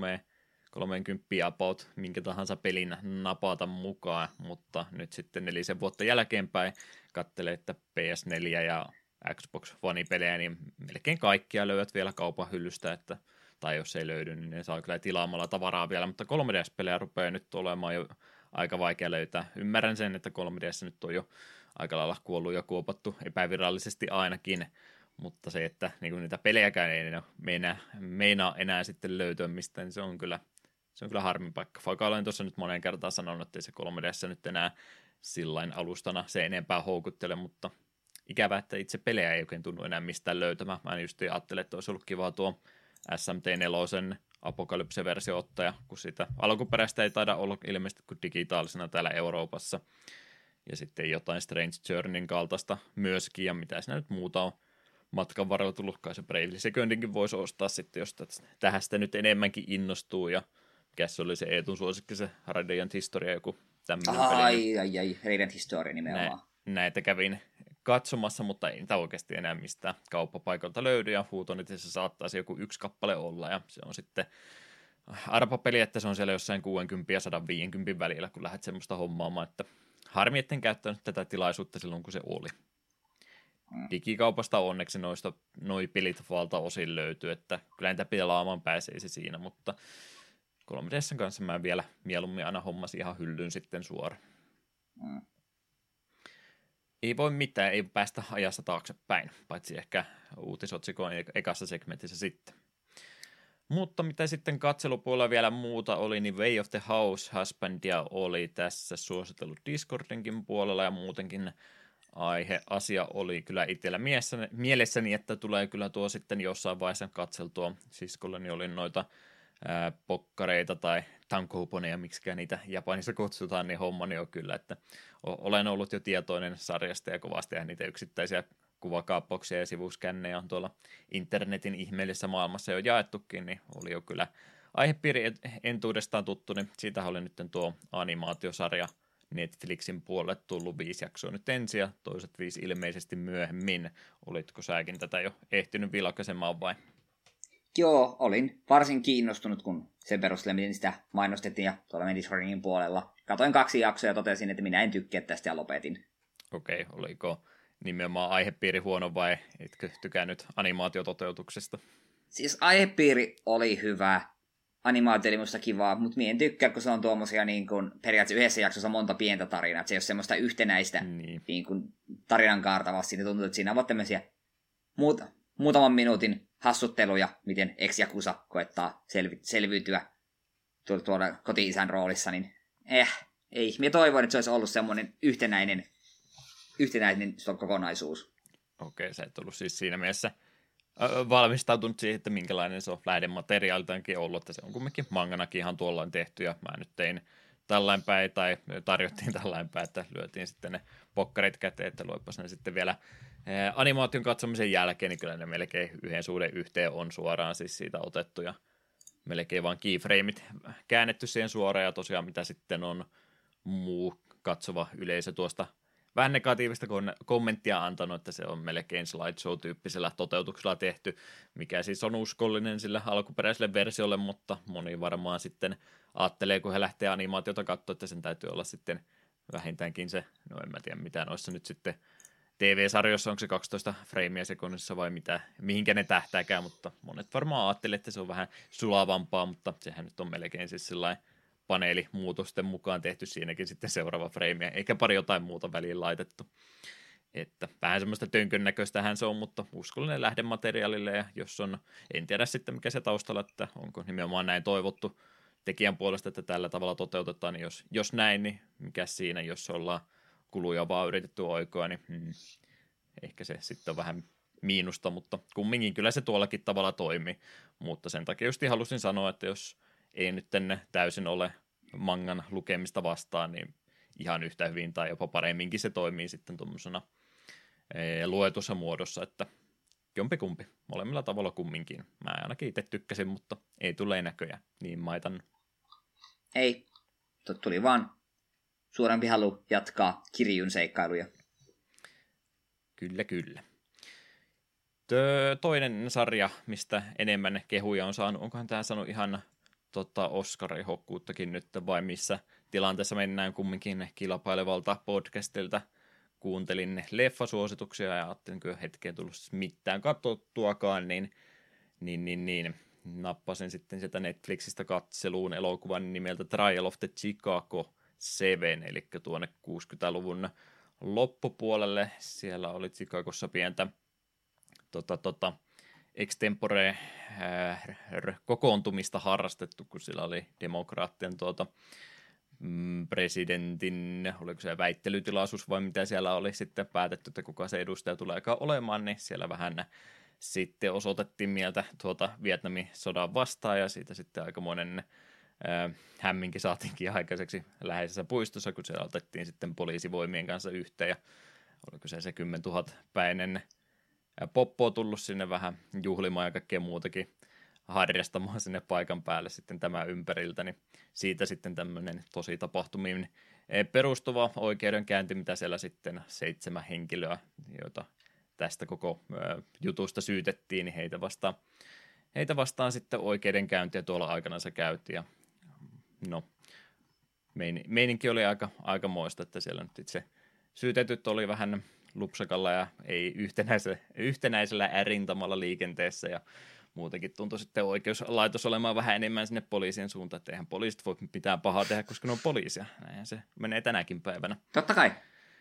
30 about minkä tahansa pelin napata mukaan, mutta nyt sitten 4 vuotta jälkeenpäin katselee, että PS4 ja Xbox One-pelejä, niin melkein kaikkia löydät vielä kaupan hyllystä, että tai jos ei löydy, niin ne saa kyllä tilaamalla tavaraa vielä, mutta 3DS-pelejä rupeaa nyt olemaan jo aika vaikea löytää. Ymmärrän sen, että 3DS nyt on jo aika lailla kuollut ja kuopattu epävirallisesti ainakin, mutta se, että niin niitä pelejäkään ei meinaa enää sitten löytyä mistään, niin se on kyllä harmin paikka. Vaikka olen tuossa nyt moneen kertaan sanonut, että ei se 3DS nyt enää sillain alustana se enempää houkuttele, mutta ikävä, että itse pelejä ei oikein tunnu enää mistään löytämään. Mä just ajattelin, että olisi ollut kiva tuo SMT4 Apocalypse-versio ottaja, kun sitä alkuperäistä ei taida olla ilmeisesti kuin digitaalisena täällä Euroopassa. Ja sitten jotain Strange Journeyn kaltaista myöskin, ja mitä siinä nyt muuta on matkan varrella tullut, kai se Bravely Secondinkin voisi ostaa sitten, jos tähän sitä nyt enemmänkin innostuu, ja mikä se oli se Eetun suosikki, se Radiant Historia, joku tämmöinen peli. Ai, Radiant Historia nimenomaan. Näitä kävin katsomassa, mutta ei niitä oikeasti enää mistään kauppapaikalta löydy, ja Huutonitissä saattaisi joku 1 kappale olla, ja se on sitten arpapeli, että se on siellä jossain 60 ja 150 välillä, kun lähdet semmoista hommaamaan, että harmi, etten käyttänyt tätä tilaisuutta silloin, kun se oli. Digikaupasta onneksi noi pelit valtaosin löytyy, että kyllä niitä pelaamaan pääseisi siinä, mutta 3DS:n kanssa mä vielä mieluummin aina hommasin ihan hyllyyn sitten suoraan. Ei voi mitään, ei päästä ajassa taaksepäin, paitsi ehkä uutisotsikon ekassa segmentissä sitten. Mutta mitä sitten katselupuolella vielä muuta oli, niin Way of the House Husbandia oli tässä suositellut Discordinkin puolella ja muutenkin asia oli kyllä itsellä mielessäni, että tulee kyllä tuo sitten jossain vaiheessa katseltua. Siskolleni oli noita pokkareita tai tankouponeja, miksikään niitä Japanissa kutsutaan, niin hommani on kyllä, että olen ollut jo tietoinen sarjasta ja kovasti ja niitä yksittäisiä kuvakaappauksia ja sivuskännejä on tuolla internetin ihmeellisessä maailmassa jo jaettukin, niin oli jo kyllä aihepiiri entuudestaan tuttu, niin siitä oli nyt tuo animaatiosarja Netflixin puolelle tullut 5 jaksoa nyt ensin ja toiset 5 ilmeisesti myöhemmin. Olitko säkin tätä jo ehtinyt vilkaisemaan vai? Joo, olin varsin kiinnostunut, kun sen perusteella, miten sitä mainostettiin ja tuolla Discordin puolella. Katoin 2 jaksoa ja totesin, että minä en tykkää tästä ja lopetin. Okei, oliko nimenomaan aihepiiri huono vai etkö tykännyt animaatiototeutuksesta? Siis aihepiiri oli hyvä. Animaatio oli musta kivaa, mutta minä en tykkää, kun se on tuommoisia niin kuin, periaatteessa yhdessä jaksossa monta pientä tarinaa. Että se ei ole semmoista yhtenäistä niin kuin, tarinan kaartavasti. Siinä tuntuu, että siinä on tämmöisiä muutaman minuutin hassutteluja, miten ex-jakusa koettaa selviytyä tuolla koti-isän roolissa. Niin ei. Minä toivon, että se olisi ollut semmoinen yhtenäinen kokonaisuus. Okei, sä et ollut siis siinä mielessä valmistautunut siihen, että minkälainen se on lähdemateriaalitaankin ollut, että se on kumminkin manganakin ihan tuollain tehty, ja mä nyt tein tällain päin, tai tarjottiin tällain päin, että lyötiin sitten ne pokkarit käteen, että luepas ne sitten vielä animaation katsomisen jälkeen, niin kyllä ne melkein yhden suhde yhteen on suoraan siis siitä otettu, ja melkein vaan keyframeit käännetty siihen suoraan, ja tosiaan mitä sitten on muu katsova yleisö tuosta vähän negatiivista kommenttia antanut, että se on melkein slideshow-tyyppisellä toteutuksella tehty, mikä siis on uskollinen sille alkuperäiselle versiolle, mutta moni varmaan sitten ajattelee, kun he lähtee animaatiota katsoa, että sen täytyy olla sitten vähintäänkin se, no en mä tiedä mitä noissa nyt sitten TV-sarjoissa, onko se 12 freimiä sekunnissa vai mitä, mihinkä ne tähtääkään, mutta monet varmaan ajattelee, että se on vähän sulavampaa, mutta sehän nyt on melkein siis sellainen paneelimuutosten mukaan tehty siinäkin sitten seuraava frame, eikä pari jotain muuta väliin laitettu. Että vähän semmoista tönkön näköistähän se on, mutta uskollinen lähdemateriaalille, ja jos on, en tiedä sitten mikä se taustalla, että onko nimenomaan näin toivottu tekijän puolesta, että tällä tavalla toteutetaan, niin jos näin, niin mikä siinä, jos ollaan kuluja vaan yritetty oikoa, niin ehkä se sitten on vähän miinusta, mutta kumminkin kyllä se tuollakin tavalla toimii, mutta sen takia just halusin sanoa, että jos ei nyt täysin ole mangan lukemista vastaan, niin ihan yhtä hyvin tai jopa paremminkin se toimii sitten tuommoisena luetussa muodossa, että jompikumpi, molemmilla tavalla kumminkin. Mä ainakin itse tykkäsin, mutta ei tule näköjään niin maitan. Ei, tuli vaan suurempi halu jatkaa Kiryun seikkailuja. Kyllä. Toinen sarja, mistä enemmän kehuja on saanut, onkohan tämä saanut ihan Oscar-ehokkuuttakin nyt, vai missä tilanteessa mennään kumminkin kilpailevalta podcastilta. Kuuntelin leffasuosituksia ja ajattelin, kyllä hetkeen tullut mitään katsottuakaan, niin nappasin sitten sieltä Netflixistä katseluun elokuvan nimeltä Trial of the Chicago 7, eli tuonne 60-luvun loppupuolelle. Siellä oli Chicagossa pientä extempore kokoontumista harrastettu, kun sillä oli demokraattien presidentin, oliko se väittelytilaisuus vai mitä siellä oli sitten päätetty, että kuka se edustaja tuleekaan olemaan, niin siellä vähän sitten osoitettiin mieltä Vietnamin sodan vastaan, ja siitä sitten aikamoinen hämminki saatiinkin aikaiseksi läheisessä puistossa, kun siellä otettiin sitten poliisivoimien kanssa yhteen, ja oliko se 10 000 päinen poppo tullut sinne vähän juhlimaan ja kaikkea muutakin harrastamaan sinne paikan päälle sitten tämän ympäriltä, niin siitä sitten tämmöinen tosi tapahtumiin perustuva oikeudenkäynti, mitä siellä sitten 7 henkilöä, joita tästä koko jutusta syytettiin, niin heitä vastaan sitten oikeudenkäyntiä tuolla aikana se käytiin, ja no, meininki oli aikamoista, että siellä nyt itse syytetyt oli vähän lupsakalla ja ei yhtenäisellä rintamalla liikenteessä, ja muutenkin tuntui sitten oikeuslaitos olemaan vähän enemmän sinne poliisien suuntaan, että eihän poliisit voi mitään pahaa tehdä, koska ne on poliisia. Näinhän se menee tänäkin päivänä. Totta kai.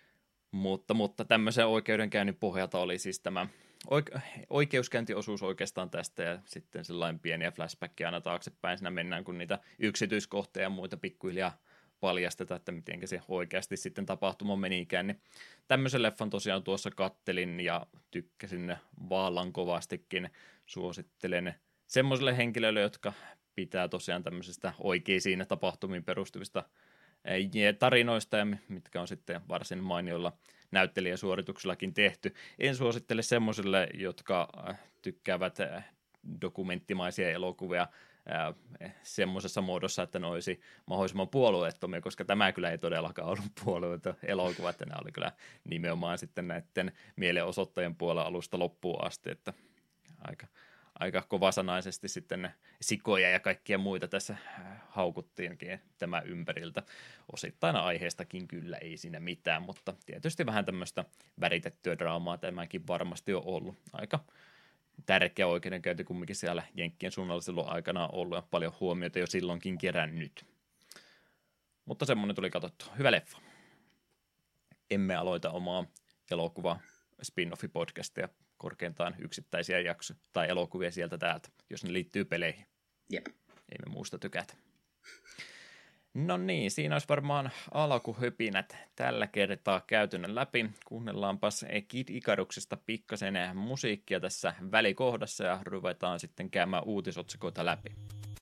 Mutta tämmöisen oikeudenkäynnin pohjalta oli siis tämä oikeuskäyntiosuus oikeastaan tästä, ja sitten sellainen pieniä flashbackia aina taaksepäin siinä mennään, kun niitä yksityiskohtia ja muita pikkuhiljaa paljastetaan, että miten se oikeasti sitten tapahtuma menikään. Niin tämmöisen leffan tosiaan tuossa kattelin ja tykkäsin vallan kovastikin. Suosittelen semmoiselle henkilöille, jotka pitää tosiaan tämmöisestä oikeisiin tapahtumiin perustuvista tarinoista, ja mitkä on sitten varsin mainiolla näyttelijäsuorituksellakin tehty. En suosittele semmoisille, jotka tykkäävät dokumenttimaisia elokuvia semmoisessa muodossa, että ne olisi mahdollisimman puolueettomia, koska tämä kyllä ei todellakaan ollut puolueeton elokuva, että nämä oli kyllä nimenomaan sitten näiden mielenosoittajien puolella alusta loppuun asti, että aika kovasanaisesti sitten sikoja ja kaikkia muita tässä haukuttiinkin tämä ympäriltä. Osittain aiheestakin kyllä ei siinä mitään, mutta tietysti vähän tämmöistä väritettyä draamaa tämäkin varmasti on ollut. Aika tärkeä oikeudenkäynti kumminkin siellä Jenkkien suunnalla silloin aikanaan ollut ja paljon huomiota jo silloinkin kerännyt. Mutta semmoinen tuli katsottu. Hyvä leffa. Emme aloita omaa elokuva spin-off-podcastia, korkeintaan yksittäisiä jaksoja tai elokuvia sieltä täältä, jos ne liittyy peleihin. Jep. Ei me muusta tykätä. No niin, siinä olisi varmaan alkuhypinät tällä kertaa käytynä läpi. Kuunnellaanpas Kid Icaruksesta pikkasen musiikkia tässä välikohdassa ja ruvetaan sitten käymään uutisotsikoita läpi.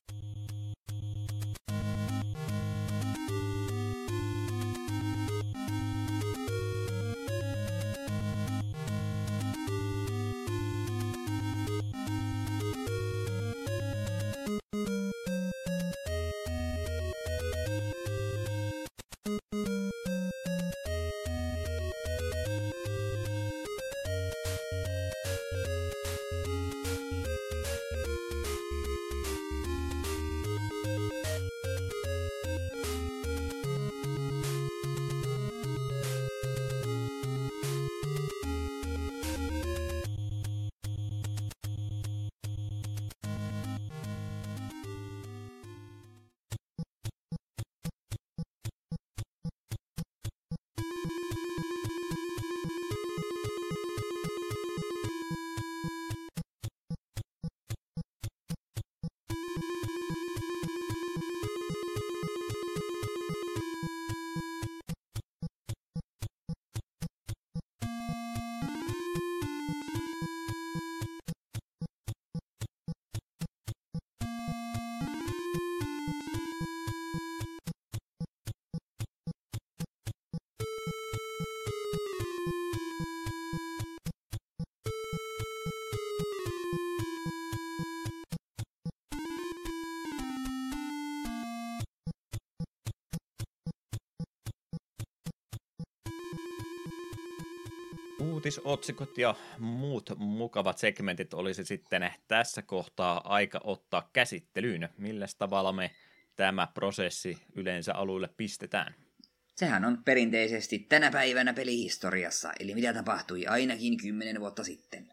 Uutisotsikot ja muut mukavat segmentit olisi sitten tässä kohtaa aika ottaa käsittelyyn. Millä tavalla me tämä prosessi yleensä aluille pistetään? Sehän on perinteisesti tänä päivänä pelihistoriassa, eli mitä tapahtui ainakin 10 vuotta sitten.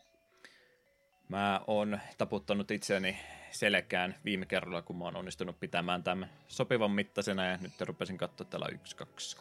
Mä oon taputtanut itseäni selkään viime kerralla, kun mä oon onnistunut pitämään tämän sopivan mittaisena, ja nyt rupesin katsoa täällä 1, 2,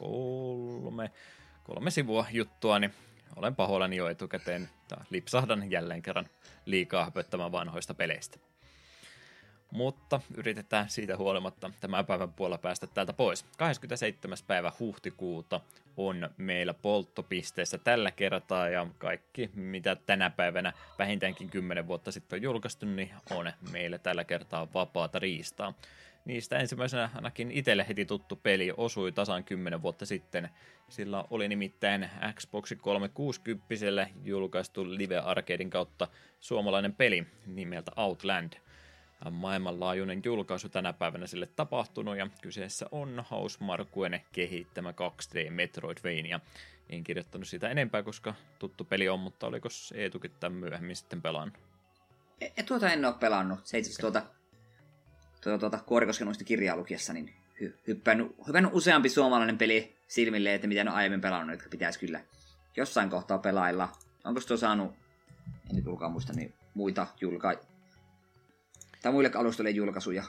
3 sivua juttua, niin olen pahoillani jo etukäteen. Lipsahdan jälleen kerran liikaa höpöttämään vanhoista peleistä. Mutta yritetään siitä huolimatta tämän päivän puolella päästä täältä pois. 27. päivä huhtikuuta on meillä polttopisteessä tällä kertaa, ja kaikki, mitä tänä päivänä vähintäänkin 10 vuotta sitten on julkaistu, niin on meillä tällä kertaa vapaata riistaa. Niistä ensimmäisenä ainakin itselle heti tuttu peli osui tasan 10 vuotta sitten. Sillä oli nimittäin Xbox 360 julkaistu Live Arcadein kautta suomalainen peli nimeltä Outland. Maailmanlaajuinen julkaisu tänä päivänä sille tapahtunut, ja kyseessä on Housemarquen kehittämä 2D Metroidvania. En kirjoittanut sitä enempää, koska tuttu peli on, mutta oliko Eetukin tämän myöhemmin sitten pelannut? Tuota en ole pelannut. Se itse asiassa Kuorikosken noista kirjaa lukiessa, niin hyppännyt useampi suomalainen peli silmille, että mitä en ole aiemmin pelannut, jotka pitäisi kyllä jossain kohtaa pelailla. Onko tuo saanut, en nyt ulkoa muista, niin muita tai muille alustoille julkaisuja?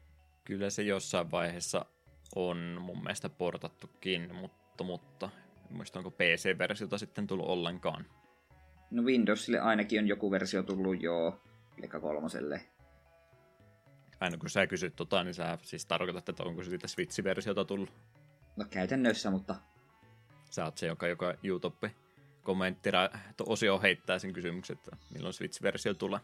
Kyllä se jossain vaiheessa on mun mielestä portattukin, mutta muista onko PC-versiota sitten tullut ollenkaan. No Windowsille ainakin on joku versio tullut jo, Pleikka 3:lle. Aina kun sä kysyt niin sä siis tarkoitat, että onko siitä Switch-versiota tullut? No käytännössä, mutta... Sä oot se, joka YouTube-kommenttira-osio heittää sen kysymyksen, että milloin Switch-versio tulee.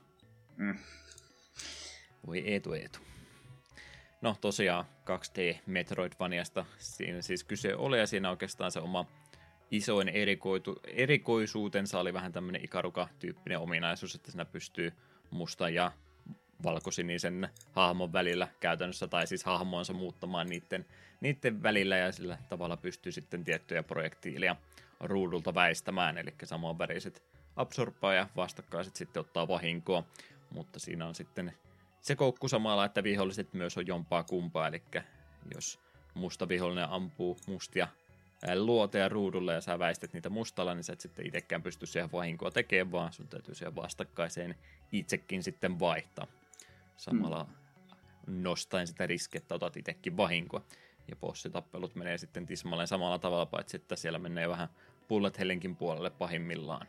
Voi Eetu. No tosiaan 2D Metroidvaniasta siinä siis kyse oli, ja siinä oikeastaan se oma isoin erikoisuutensa oli vähän tämmöinen Ikaruga-tyyppinen ominaisuus, että siinä pystyy mustan ja valkosinisen hahmon välillä käytännössä, tai siis hahmoansa muuttamaan niiden välillä, ja sillä tavalla pystyy sitten tiettyjä projektiilia ruudulta väistämään, eli samanväriset absorbbaa ja vastakkaiset sitten ottaa vahinkoa, mutta siinä on sitten se koukku samalla, että viholliset myös on jompaa kumpaa, eli jos musta vihollinen ampuu mustia luoteja ruudulle ja sä väistät niitä mustalla, niin sä et sitten itsekään pysty siihen vahinkoa tekemään, vaan sun täytyy siihen vastakkaiseen itsekin sitten vaihtaa. Samalla nostaen sitä riskiä, että otat itsekin vahinkoa. Ja bossitappelut menee sitten tismalleen samalla tavalla, paitsi että siellä menee vähän bullet hellinkin puolelle pahimmillaan.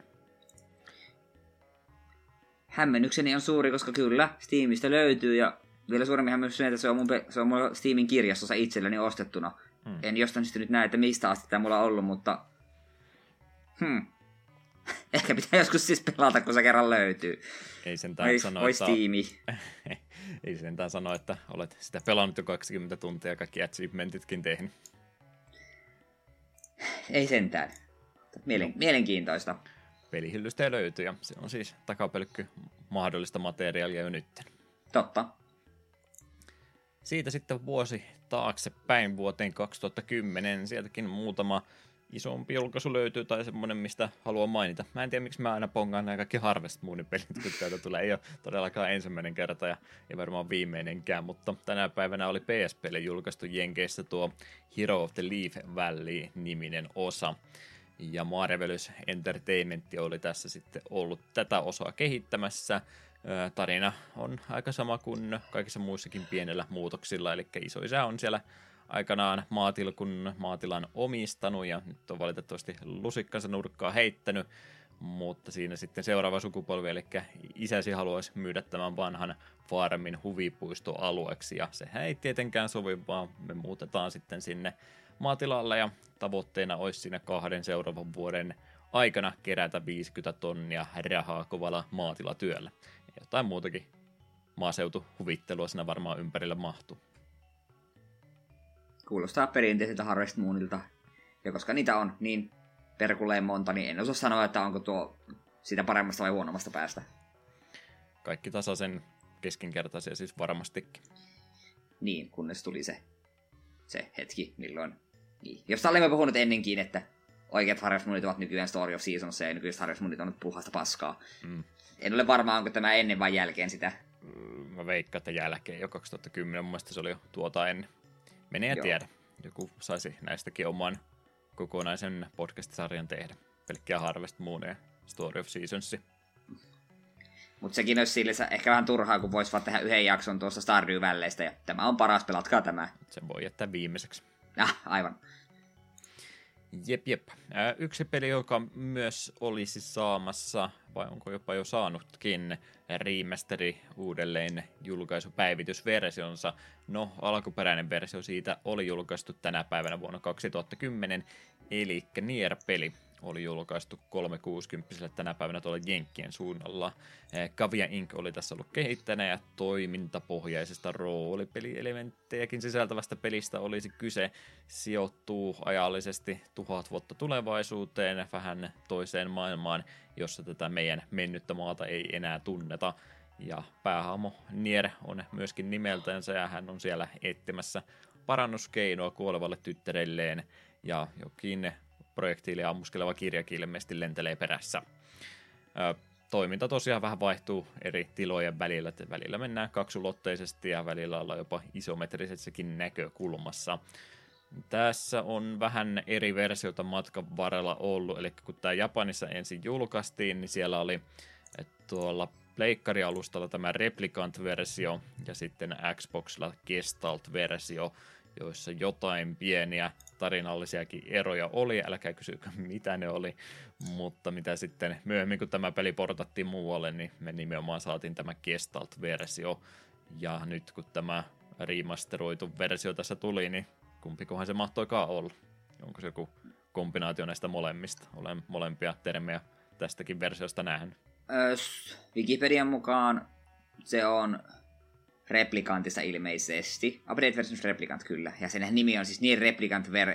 Hämmennykseni on suuri, koska kyllä Steamista löytyy, ja vielä suuremmin hämmennys on, että se on mulla Steamin kirjastossa itselläni ostettuna. En jostain nyt näe, että mistä asti tämä mulla on ollut, mutta... Ehkä pitää joskus siis pelata, kun se kerran löytyy. Ei sentään sano, että... Steami. Ei sentään sano, että olet sitä pelannut jo 20 tuntia ja kaikki achievementitkin tehnyt. Ei sentään. Mielenkiintoista. Pelihyllystä löytyy, ja se on siis takapelkky mahdollista materiaalia jo nyt. Totta. Siitä sitten vuosi taaksepäin vuoteen 2010. Sieltäkin muutama isompi julkaisu löytyy tai semmoinen, mistä haluan mainita. Mä en tiedä, miksi mä aina pongaan nämä kaikki Harvest Moonin pelit, kun täältä tulee. Ei ole todellakaan ensimmäinen kerta ja ei varmaan viimeinenkään, mutta tänä päivänä oli PSP:lle julkaistu Jenkeissä tuo Hero of the Leaf Valley-niminen osa. Ja Marvelous Entertainment oli tässä sitten ollut tätä osaa kehittämässä. Tarina on aika sama kuin kaikissa muissakin pienellä muutoksilla, eli isoisä on siellä aikanaan maatilan omistanut ja nyt on valitettavasti lusikkansa nurkkaa heittänyt, mutta siinä sitten seuraava sukupolvi, eli isäsi haluaisi myydä tämän vanhan farmin huvipuistoalueeksi, ja sehän ei tietenkään sovi, vaan me muutetaan sitten sinne maatilalle, ja tavoitteena olisi siinä 2 seuraavan vuoden aikana kerätä 50 tonnia rahaa kovalla maatilatyöllä. Ja jotain muutakin maaseutuhuvittelua siinä varmaan ympärillä mahtuu. Kuulostaa perinteiseltä Harvest Moonilta. Ja koska niitä on niin perkuleen monta, niin en osaa sanoa, että onko tuo siitä paremmasta vai huonommasta päästä. Kaikki tasaisen keskinkertaisia siis varmastikin. Niin, kunnes tuli se hetki, milloin... Niin. Josta olemme puhunut ennenkin, että oikeat Harvest Moonit ovat nykyään Story of Seasons ja nykyiset Harvest Moonit on nyt puhasta paskaa. En ole varma, onko tämä ennen vai jälkeen sitä. Mä veikkaan, että jälkeen jo 2010, mun mielestä se oli jo tuota ennen. Mene ja tiedä. Joku saisi näistäkin oman kokonaisen podcast-sarjan tehdä. Pelkkiä Harvest Moon ja Story of Seasons. Mutta sekin olisi sille ehkä vähän turhaa, kun voisi vaan tehdä yhden jakson tuossa Stardew Valleystä, ja tämä on paras, pelatkaa tämä. Sen voi jättää viimeiseksi. Aivan. Jep. Yksi peli, joka myös olisi saamassa, vai onko jopa jo saanutkin, remasteri uudelleen julkaisupäivitysversionsa. No, alkuperäinen versio siitä oli julkaistu tänä päivänä vuonna 2010, eli Nier-peli oli julkaistu 360 tänä päivänä tuolla Jenkkien suunnalla. Kavia Inc. oli tässä ollut kehittäjänä ja toimintapohjaisesta roolipelielementtejäkin sisältävästä pelistä olisi kyse. Sijoittuu ajallisesti 1000 vuotta tulevaisuuteen, vähän toiseen maailmaan, jossa tätä meidän mennyttä maata ei enää tunneta. Ja päähahmo Nier on myöskin nimeltänsä ja hän on siellä etsimässä parannuskeinoa kuolevalle tyttärelleen ja jokin projektiili ammuskeleva kirjakin ilmeisesti lentelee perässä. Toiminta tosiaan vähän vaihtuu eri tilojen välillä, että välillä mennään kaksulotteisesti ja välillä ollaan jopa isometrisessäkin näkökulmassa. Tässä on vähän eri versioita matkan varrella ollut, eli kun tämä Japanissa ensin julkaistiin, niin siellä oli tuolla Pleikkari-alustalla tämä Replicant-versio ja sitten Xboxilla Gestalt-versio, joissa jotain pieniä tarinallisiakin eroja oli, älkää kysykö mitä ne oli, mutta mitä sitten myöhemmin kun tämä peli portattiin muualle, niin me nimenomaan saatiin tämä Gestalt-versio, ja nyt kun tämä remasteroitu versio tässä tuli, niin kumpikohan se mahtoikaan olla? Onko se joku kombinaatio näistä molemmista? Olen molempia termejä tästäkin versiosta nähnyt. Wikipedian mukaan se on Replicantista ilmeisesti. Update versus Replicant kyllä. Ja sen nimi on siis niin Replicant ver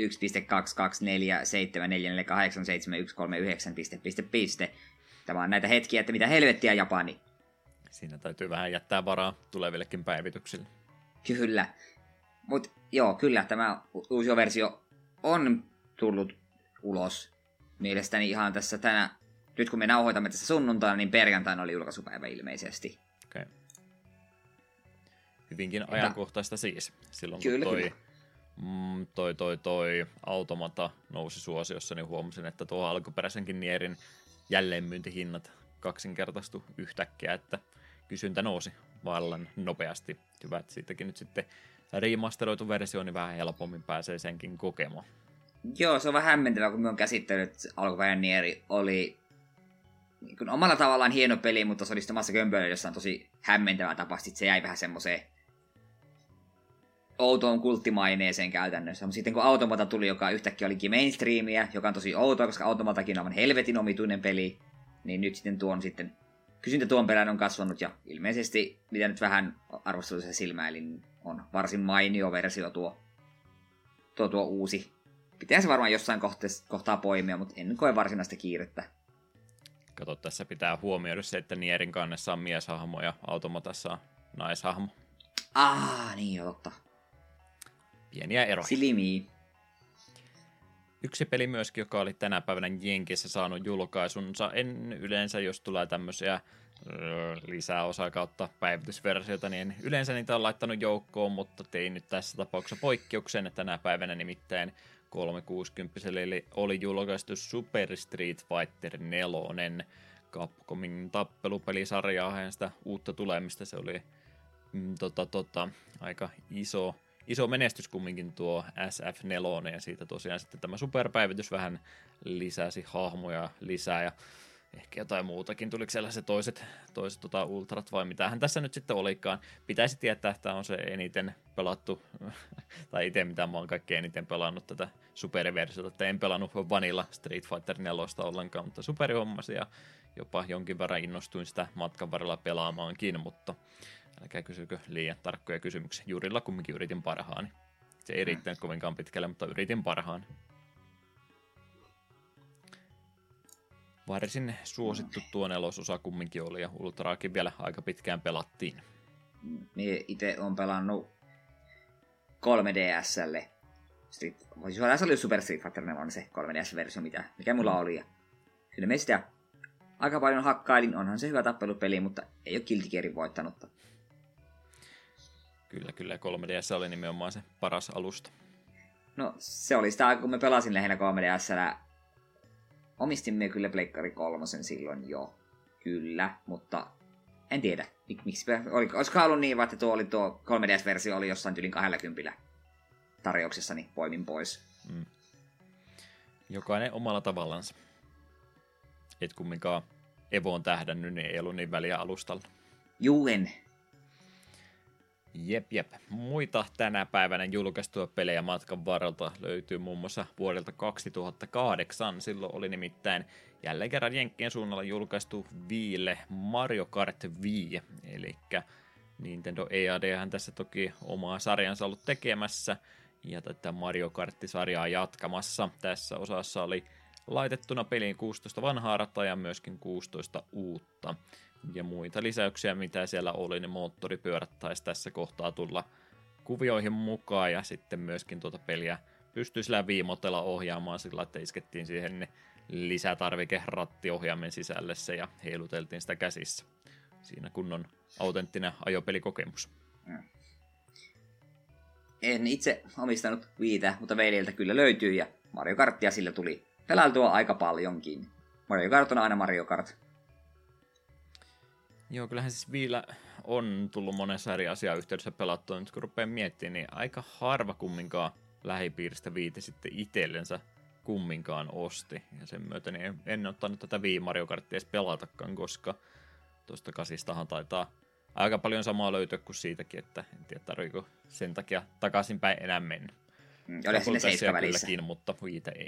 1.22474877139. Tämä on näitä hetkiä, että mitä helvettiä Japani. Siinä täytyy vähän jättää varaa tulevillekin päivityksille. Kyllä. Mutta joo, kyllä tämä uusi versio on tullut ulos. Mielestäni ihan tässä nyt kun me nauhoitamme tässä sunnuntaina, niin perjantaina oli julkaisupäivä ilmeisesti. Okay. Hyvinkin ajankohtaista siis. Silloin kyllä, kun toi Automata nousi suosiossa, niin huomasin, että tuo alkuperäisenkin Nierin jälleenmyyntihinnat kaksinkertaistu yhtäkkiä, että kysyntä nousi vallan nopeasti. Hyvä, että siitäkin nyt sitten remasteroitu versio, niin vähän helpommin pääsee senkin kokemaan. Joo, se on vähän hämmentävää, kun me on käsittänyt, että alkuperäinen Nieri oli niin omalla tavallaan hieno peli, mutta se oli samassa kömpelöydessä tosi hämmentävää tapa. Sitten se jäi vähän semmoiseen outoon kulttimaineeseen käytännössä. Mutta sitten kun Automata tuli, joka yhtäkkiä olikin mainstreamia, joka on tosi outoa, koska Automatakin on helvetin omituinen peli, niin nyt sitten kysyntä tuon perään on kasvanut, ja ilmeisesti, mitä nyt vähän arvostelussa silmäilin, on varsin mainio versio tuo uusi. Pitää se varmaan jossain kohtaa poimia, mutta en koe varsinaista kiirettä. Kato, tässä pitää huomioida se, että Nierin kannessa on mieshahmo ja Automatassa on naishahmo. Niin jo, totta. Pieniä eroja. Silmiä. Yksi peli myöskin, joka oli tänä päivänä Jenkeissä saanut julkaisunsa. En yleensä, jos tulee tämmöisiä lisäosa kautta päivitysversioita, niin yleensä niitä on laittanut joukkoon, mutta tein nyt tässä tapauksessa poikkeuksen, että tänä päivänä nimittäin 360 oli julkaistu Super Street Fighter 4, Capcomin tappelupelisarjaa ja sitä uutta tulemista. Se oli aika iso menestys kumminkin tuo SF4, ja siitä tosiaan sitten tämä superpäivitys vähän lisäsi hahmoja lisää, ja ehkä jotain muutakin. Tuliko siellä se toiset ultrat, vai mitähän tässä nyt sitten olikaan. Pitäisi tietää, että tämä on se eniten pelattu, tai itse mitä mä oon kaikkein eniten pelannut tätä superiversiota, että en pelannut Vanilla Street Fighter 4 ollenkaan, mutta superihommasin, ja jopa jonkin verran innostuin sitä matkan varrella pelaamaankin, mutta älkää kysykö liian tarkkoja kysymyksiä. Jurilla kumminkin yritin parhaani. Se ei riittänyt kovinkaan pitkälle, mutta yritin parhaani. Varsin suosittu tuo nelososa kumminkin oli, ja Ultraakin vielä aika pitkään pelattiin. Mie itse olen pelannut 3DS:lle. Se oli Super Street Fighter 4 se 3DS-versio, mikä mulla oli. Ja kyllä me sitä aika paljon hakkailin. Onhan se hyvä tappelupeli, mutta ei ole Guilty Gearin voittanutta. Kyllä 3DS oli nimenomaan se paras alusta. No se oli sitä aikaa, kun me pelasin lähinnä 3DS:llä. Omistimme kyllä Pleikkari 3 silloin jo. Kyllä, mutta en tiedä. Miksi olisiko ollut niin, että tuo 3DS-versio oli jossain tyylin 20 tarjouksessa, niin poimin pois. Jokainen omalla tavallansa. Et kumminkaan Evoon tähdännyt, niin ei ollut niin väliä alustalla. Juen. Jep. Muita tänä päivänä julkaistua pelejä matkan varrelta löytyy muun muassa vuodelta 2008. Silloin oli nimittäin jälleen kerran Jenkkien suunnalla julkaistu Wiille Mario Kart Wii. Eli Nintendo EADhän tässä toki omaa sarjansa ollut tekemässä ja tätä Mario Kart-sarjaa jatkamassa. Tässä osassa oli laitettuna peliin 16 vanhaa rataa ja myöskin 16 uutta. Ja muita lisäyksiä, mitä siellä oli, niin moottoripyörät taisi tässä kohtaa tulla kuvioihin mukaan, ja sitten myöskin tuota peliä pystyi sillä viimotella ohjaamaan sillä, että iskettiin siihen lisätarvike-rattiohjaimen sisälle se ja heiluteltiin sitä käsissä. Siinä kunnon autenttinen ajopelikokemus. En itse omistanut Wiitä, mutta veljeltä kyllä löytyy, ja Mario Karttia sillä tuli pelailtua aika paljonkin. Mario Kart on aina Mario Kart. Joo, kyllähän siis Wiillä on tullut monessa eri asiayhteydessä pelattua, nyt kun rupeaa miettimään, niin aika harva kumminkaan lähipiiristä viiti sitten itsellensä kumminkaan osti. Ja sen myötä niin en ottanut tätä Wii Mario Kartia edes pelatakaan, koska tuosta kasistahan taitaa aika paljon samaa löytyä kuin siitäkin, että en tiedä tarviiko sen takia takaisinpäin enää mennä. Oli sinne 7 välissä. Kylläkin, mutta Viitä ei.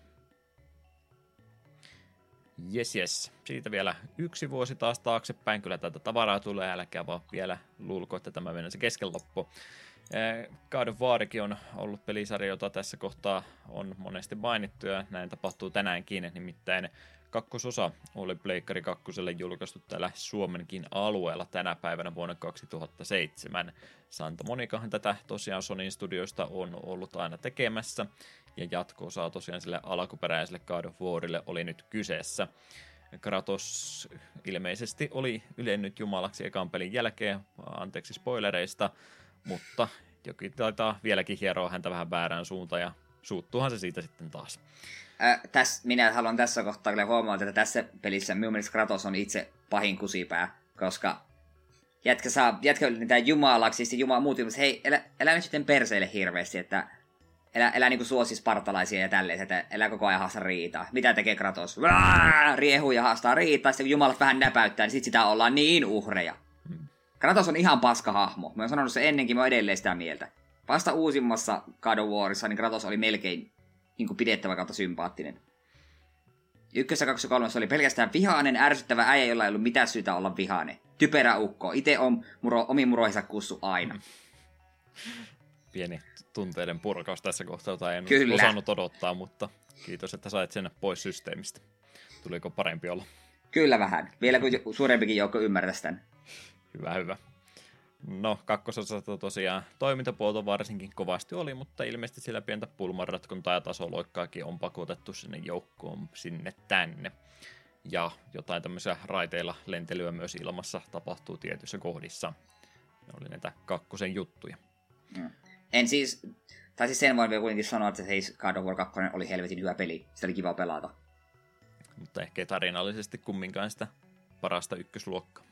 Jes. Siitä vielä 1 vuosi taas taaksepäin. Kyllä tätä tavaraa tulee, älkää vaan vielä luulko, että tämä menee se kesken loppu. God of Warkin on ollut pelisarja, jota tässä kohtaa on monesti mainittu, ja näin tapahtuu tänäänkin, nimittäin 2. osa oli Pleikkari 2 julkaistu täällä Suomenkin alueella tänä päivänä vuonna 2007. Santa Monikahan tätä tosiaan Sonyn studioista on ollut aina tekemässä, ja jatko-osaa tosiaan sille alkuperäiselle God of Warille oli nyt kyseessä. Kratos ilmeisesti oli ylennyt jumalaksi ekan pelin jälkeen, anteeksi spoilereista, mutta jokin taitaa vieläkin hieroa häntä vähän väärään suuntaan, ja suuttuuhan se siitä sitten taas. Minä haluan tässä kohtaa kyllä huomata, että tässä pelissä minun mielestä Kratos on itse pahin kusipää, koska jätkä ylennetään jumalaksi, siis muut ilmeisesti, hei, elä nyt sitten perseille hirveästi, että elä niinku suosi spartalaisia ja tälleen, että elä koko ajan haasta riitaa. Mitä tekee Kratos? Riehuu ja haastaa riitaa, sitten kun jumalat vähän näpäyttää, niin sit sitä ollaan niin uhreja. Kratos on ihan paska hahmo. Mä oon sanonut se ennenkin, mä oon edelleen sitä mieltä. Vasta uusimmassa God of Warissa, niin Kratos oli melkein niin pidettävä kautta sympaattinen. 1, 2, 3 oli pelkästään vihainen, ärsyttävä äijä, jolla ei ollut mitään syytä olla vihainen. Typerä ukko. Itse on omiin muroihinsa kussu aina. Pieni tunteiden purkaus tässä kohtaa, jota en Kyllä. osannut odottaa, mutta kiitos, että sait sen pois systeemistä. Tuliko parempi olla? Kyllä vähän. Vielä kun suurempikin joukko ymmärtäisi tämän. Hyvä. No, 2. osassa tosiaan toimintapuolta varsinkin kovasti oli, mutta ilmeisesti sillä pientä pulmanratkontaa ja tasoloikkaakin on pakotettu sinne joukkoon sinne tänne. Ja jotain tämmöisiä raiteilla lentelyä myös ilmassa tapahtuu tietyissä kohdissa. Ne oli näitä 2. juttuja. Sen voin vielä kuitenkin sanoa, että God of War 2 oli helvetin hyvä peli. Sitä oli kiva pelata. Mutta ehkä tarinallisesti kumminkaan sitä parasta ykkösluokkaa.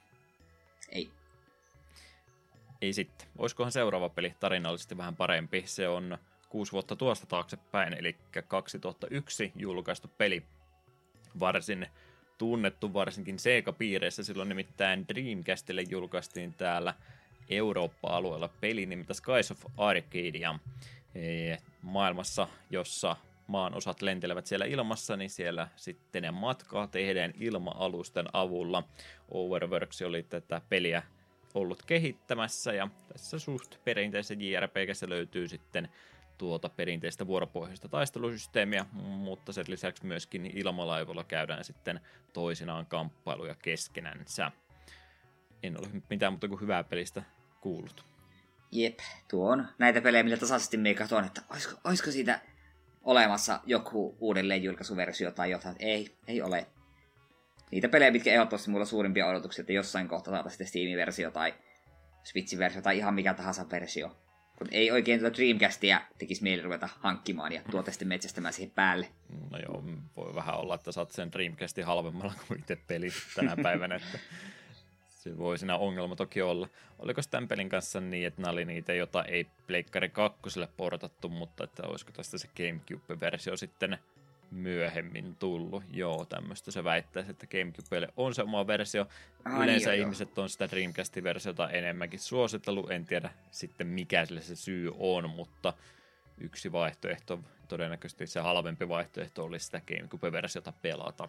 Ei sitten. Olisikohan seuraava peli tarinallisesti vähän parempi? Se on 6 vuotta tuosta taaksepäin, eli 2001 julkaistu peli. Varsin tunnettu varsinkin Sega-piireissä. Silloin nimittäin Dreamcastille julkaistiin täällä Eurooppa-alueella peli nimeltä Skies of Arcadia. Maailmassa, jossa maan osat lentelevät siellä ilmassa, niin siellä sitten ne matkaa tehdään ilma-alusten avulla. Overworks oli tätä peliä ollut kehittämässä, ja tässä suht perinteisessä JRPG:ssä löytyy sitten tuota perinteistä vuoropohjaista taistelusysteemiä, mutta sen lisäksi myöskin ilmalaivoilla käydään sitten toisinaan kamppailuja keskenänsä. En ole mitään muuta kuin hyvää pelistä kuullut. Jep, tuo on näitä pelejä, millä tasaisesti me katson, että olisiko siitä olemassa joku uudelleen julkaisuversio tai jotain. Ei ole. Niitä pelejä, mitkä ehdottomasti mulla suurimpia odotuksia, että jossain kohtaa saada sitten Steam-versio tai Switch-versio tai ihan mikä tahansa versio. Kun ei oikein tuota Dreamcastia tekisi mieli ruveta hankkimaan ja tuota sitten metsästämään siihen päälle. No joo, voi vähän olla, että saat sen Dreamcastin halvemmalla kuin itse peli tänä päivänä, että se voi siinä ongelma toki olla. Oliko tämän pelin kanssa niin, että nämä oli niitä, jota ei Pleikkari 2 portattu, mutta että olisiko tästä se GameCube-versio sitten myöhemmin tullut? Joo, tämmöistä se väittäisi, että GameCubelle on se oma versio. Yleensä ihmiset on sitä Dreamcast-versiota enemmänkin suositellut. En tiedä sitten mikä sille se syy on, mutta yksi vaihtoehto, todennäköisesti se halvempi vaihtoehto, olisi sitä GameCube-versiota pelata.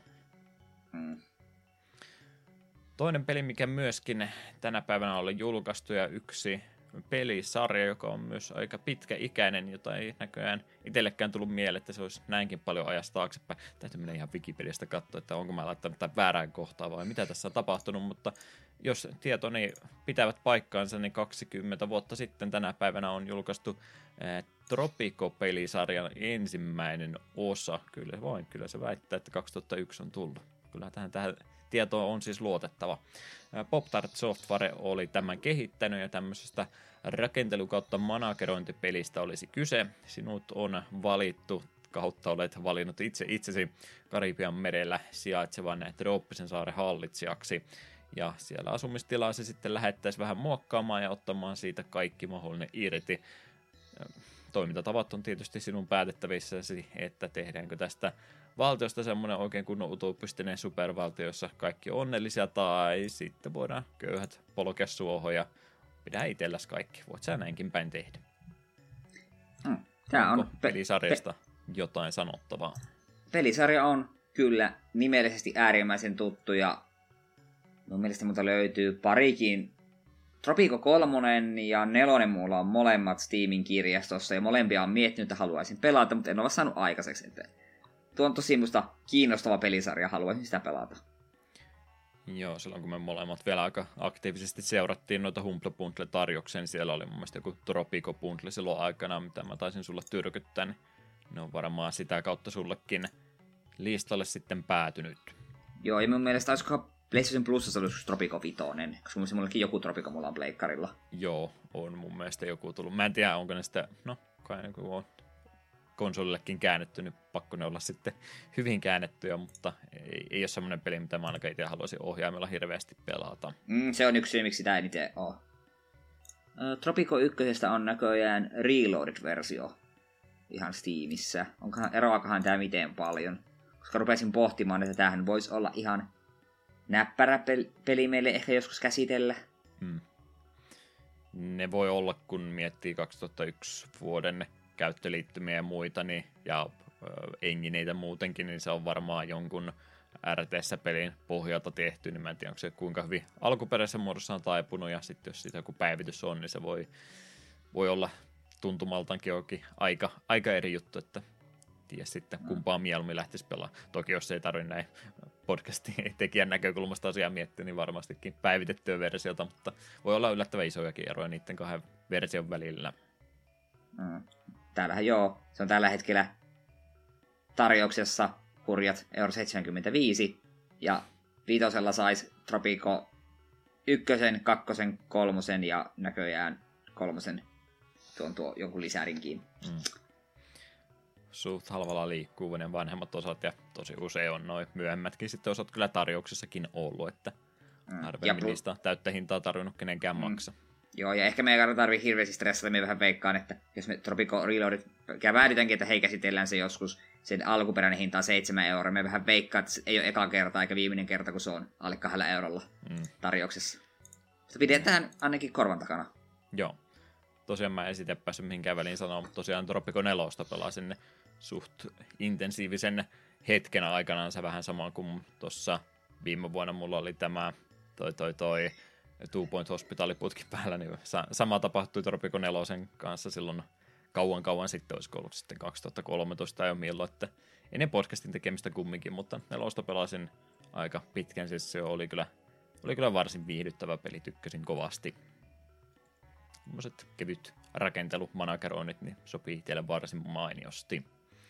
Toinen peli, mikä myöskin tänä päivänä on julkaistu, ja yksi pelisarja, joka on myös aika pitkäikäinen, jota ei näköjään itsellekään tullut mieleen, että se olisi näinkin paljon ajasta taaksepäin. Täytyy mennä ihan Wikipediasta katsoa, että onko mä laittanut tämän väärään kohtaan vai mitä tässä on tapahtunut, mutta jos tietoni pitävät paikkaansa, niin 20 vuotta sitten tänä päivänä on julkaistu Tropico-pelisarjan ensimmäinen osa. Kyllä se väittää, että 2001 on tullut. Kyllä tähän tieto on siis luotettava. Pop-Tart Software oli tämän kehittänyt, ja tämmöisestä rakentelu- kautta managerointipelistä olisi kyse. Sinut on valittu, kautta olet valinnut itsesi Karibian merellä sijaitsevan trooppisen saaren hallitsijaksi. Ja siellä asumistilaa se sitten lähettäisiin vähän muokkaamaan ja ottamaan siitä kaikki mahdollinen irti. Toimintatavat on tietysti sinun päätettävissäsi, että tehdäänkö tästä valtiosta semmoinen oikein kunnon utopistinen supervaltio, jossa kaikki on onnellisia, tai sitten voidaan köyhät polkea suohon ja pidä itselläsi kaikki. Voit sä näinkin päin tehdä. Tää on pelisarjasta jotain sanottavaa? Pelisarja on kyllä nimellisesti äärimmäisen tuttu, ja mun mielestä multa löytyy parikin. Tropico 3 ja 4 mulla on molemmat Steamin kirjastossa, ja molempia on miettinyt, että haluaisin pelata, mutta en ole saanut aikaiseksi. Että tuo on tosi musta kiinnostava pelisarja, haluaisin sitä pelata. Joo, silloin kun me molemmat vielä aika aktiivisesti seurattiin noita Humble Bundle-tarjouksia, niin siellä oli mun mielestä joku Tropico Bundle silloin aikana, mitä mä taisin sulle tyrkyttää, niin ne on varmaan sitä kautta sullekin listalle sitten päätynyt. Joo, ja mun mielestä olisiko PlayStation Plusassa ollut Tropico 5, koska mullekin joku Tropico mulla on pleikkarilla. Joo, on mun mielestä joku tullut. Mä en tiedä, onko ne sitä, no kai joku on konsolillekin käännetty, niin pakko ne olla sitten hyvin käännettyjä, mutta ei ole semmoinen peli, mitä mä ainakaan itse haluaisin ohjaimella hirveästi pelata. Se on yksi syy, miksi sitä en itse ole. Tropico 1 on näköjään Reloaded-versio ihan Steamissä. Eroakohan tää miten paljon? Koska rupesin pohtimaan, että tämähän voisi olla ihan näppärä peli meille ehkä joskus käsitellä. Ne voi olla, kun miettii 2001 vuoden käyttöliittymiä ja muita, niin, ja engineitä muutenkin, niin se on varmaan jonkun RTS-pelin pohjalta tehty, niin mä en tiedä, onko se kuinka hyvin alkuperäisessä muodossa on taipunut, ja sitten jos siitä joku päivitys on, niin se voi olla tuntumaltaankin oikein aika eri juttu, että tiedä sitten kumpaa mieluummin lähtisi pelaamaan. Toki jos ei tarvitse näin podcastin tekijän näkökulmasta asiaa miettiä, niin varmastikin päivitettyä versiota, mutta voi olla yllättävän isojakin eroja niiden 2 version välillä. Täällähän joo, se on tällä hetkellä tarjouksessa hurjat €75, ja 5 sais Tropico 1, 2, 3 ja näköjään 3 tuo jonkun lisärinkin. Suht halvalla liikkuu ne vanhemmat osat, ja tosi usein on noin myöhemmätkin sitten osat kyllä tarjouksessakin ollut, että harvemmin niistä täyttä hintaa tarvinnut kenenkään maksaa. Joo, ja ehkä me ei tarvitse hirveästi stressata, me vähän veikkaan, että jos me Tropico Reloaded päädytäänkin, että hei, käsitellään se joskus, sen alkuperäinen hinta on €7, me vähän veikkaan, että ei ole eka kerta eikä viimeinen kerta, kun se on alle €2 tarjouksessa. Sitä pidetään ainakin korvan takana. Joo. Tosiaan mä en sitten päässyt mihinkään väliin sanoa, mutta tosiaan Tropico 4 pelasin ne suht intensiivisen hetken aikanaan, vähän sama kuin tuossa viime vuonna mulla oli tämä toi Two Point Hospital-putki päällä, niin sama tapahtui Tropico 4 kanssa silloin kauan sitten, olisiko ollut sitten 2013 jo milloin, että ennen podcastin tekemistä kumminkin, mutta 4 pelasin aika pitkän, siis se oli kyllä varsin viihdyttävä peli, tykkäsin kovasti. Sellaiset kevyt rakentelumanageroinnit niin sopii itselle varsin mainiosti.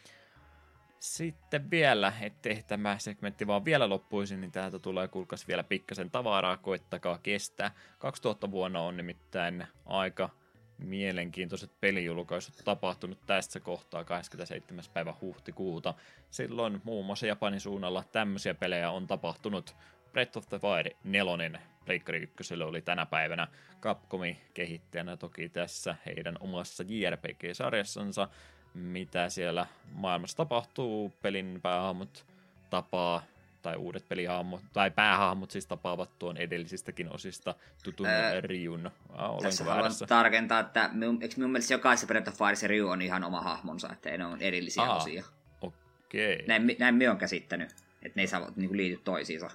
Sitten vielä, ettei tämä segmentti vaan vielä loppuisi, niin täältä tulee kuulkaas vielä pikkasen tavaraa, koettakaa kestää. 2000 vuonna on nimittäin aika mielenkiintoiset pelijulkaisut tapahtunut tästä kohtaa 27. päivä huhtikuuta. Silloin muun muassa Japanin suunnalla tämmöisiä pelejä on tapahtunut. Breath of the Wild 4 Pleikkari 1 oli tänä päivänä Capcomin kehittäjänä toki tässä heidän omassa JRPG-sarjassansa, mitä siellä maailmassa tapahtuu. Pelin päähahmot tapaa, tai uudet pelihahmot, tai päähahmot siis tapaavat tuon edellisistäkin osista tutun Ryun. Tässä haluan tarkentaa, että eikö minun mielestä jokaisessa Breath of the Wild se Ryu on ihan oma hahmonsa, että ne on erillisiä osia. Okei. Näin minä olen käsittänyt, että ne ei saa niin liity toisiinsa.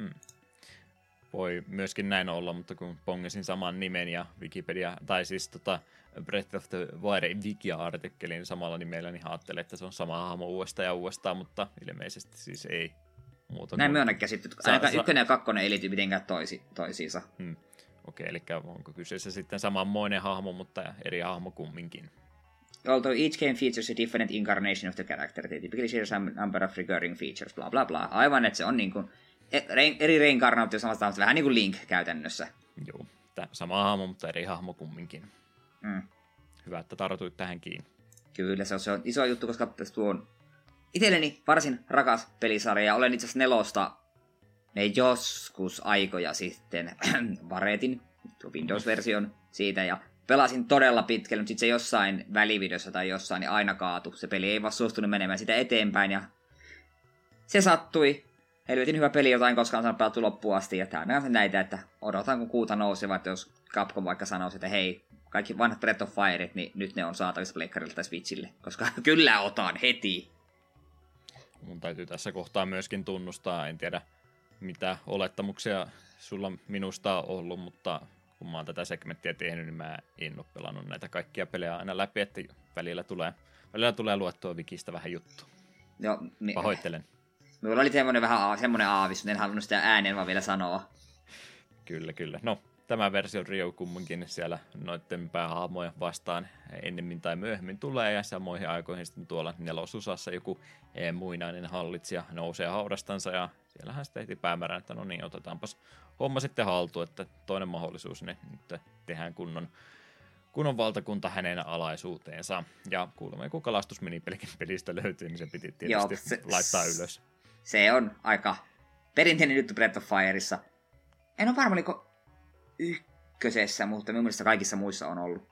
Voi myöskin näin olla, mutta kun pongasin saman nimen ja Wikipedia, tai siis Breath of the Wild Wiki-artikkelin samalla nimellä, niin ajattelin, että se on sama hahmo uudestaan, mutta ilmeisesti siis ei muuta. Näin me on käsitetty. Ainakaan 1 ja 2 ei liity mitenkään toisiinsa. Okei, eli onko kyseessä sitten samanmoinen hahmo, mutta eri hahmo kumminkin. Although each game features a different incarnation of the character, they typically share some number of recurring features, bla bla bla. Aivan, että se on niin kuin eri reinkarnaatio samasta, vähän niin kuin Link käytännössä. Joo, sama hahmo, mutta eri hahmo kumminkin. Hyvä, että tartuit tähän kiinni. Kyllä, se on iso juttu, koska tuo on itselleni varsin rakas pelisarja. Olen itse asiassa 4 ne joskus aikoja sitten varetin Windows-version siitä ja pelasin todella pitkälle, mutta sitten se jossain välivideossa tai jossain niin aina kaatu. Se peli ei vaan suostunut menemään sitä eteenpäin ja se sattui. Helvetin hyvä peli, jota en koskaan saanut pelattu loppuun asti. Ja tämä on näitä, että odotan kun kuuta nousee, että jos Capcom vaikka sanoisi, että hei, kaikki vanhat Breath of Fireit, niin nyt ne on saatavissa Pleikkarille tai Switchille. Koska kyllä otan heti. Mun täytyy tässä kohtaa myöskin tunnustaa, en tiedä mitä olettamuksia sulla minusta on ollut, mutta kun mä oon tätä segmenttiä tehnyt, niin mä en ole pelannut näitä kaikkia pelejä aina läpi, että välillä tulee luettua wikistä vähän juttua. Joo, pahoittelen. Minulla oli semmoinen aavis, mutta en halunnut sitä ääneen vaan vielä sanoa. Kyllä. No, tämä versio Rio kumminkin siellä noitten päähahmoja vastaan ennemmin tai myöhemmin tulee, ja samoihin aikoihin sitten tuolla nelososassa joku muinainen hallitsija nousee haudastansa, ja siellähän sitten ehti päämärään, että no niin, otetaanpas homma sitten haltuun, että toinen mahdollisuus, niin nyt tehdään kunnon valtakunta hänen alaisuuteensa. Ja kuulemma joku kalastusminipelikin pelistä löytyy, niin se piti tietysti laittaa ylös. Se on aika perinteinen juttu Breath of Fireissa. En ole varma, oliko ykkösessä, mutta minun mielestä kaikissa muissa on ollut.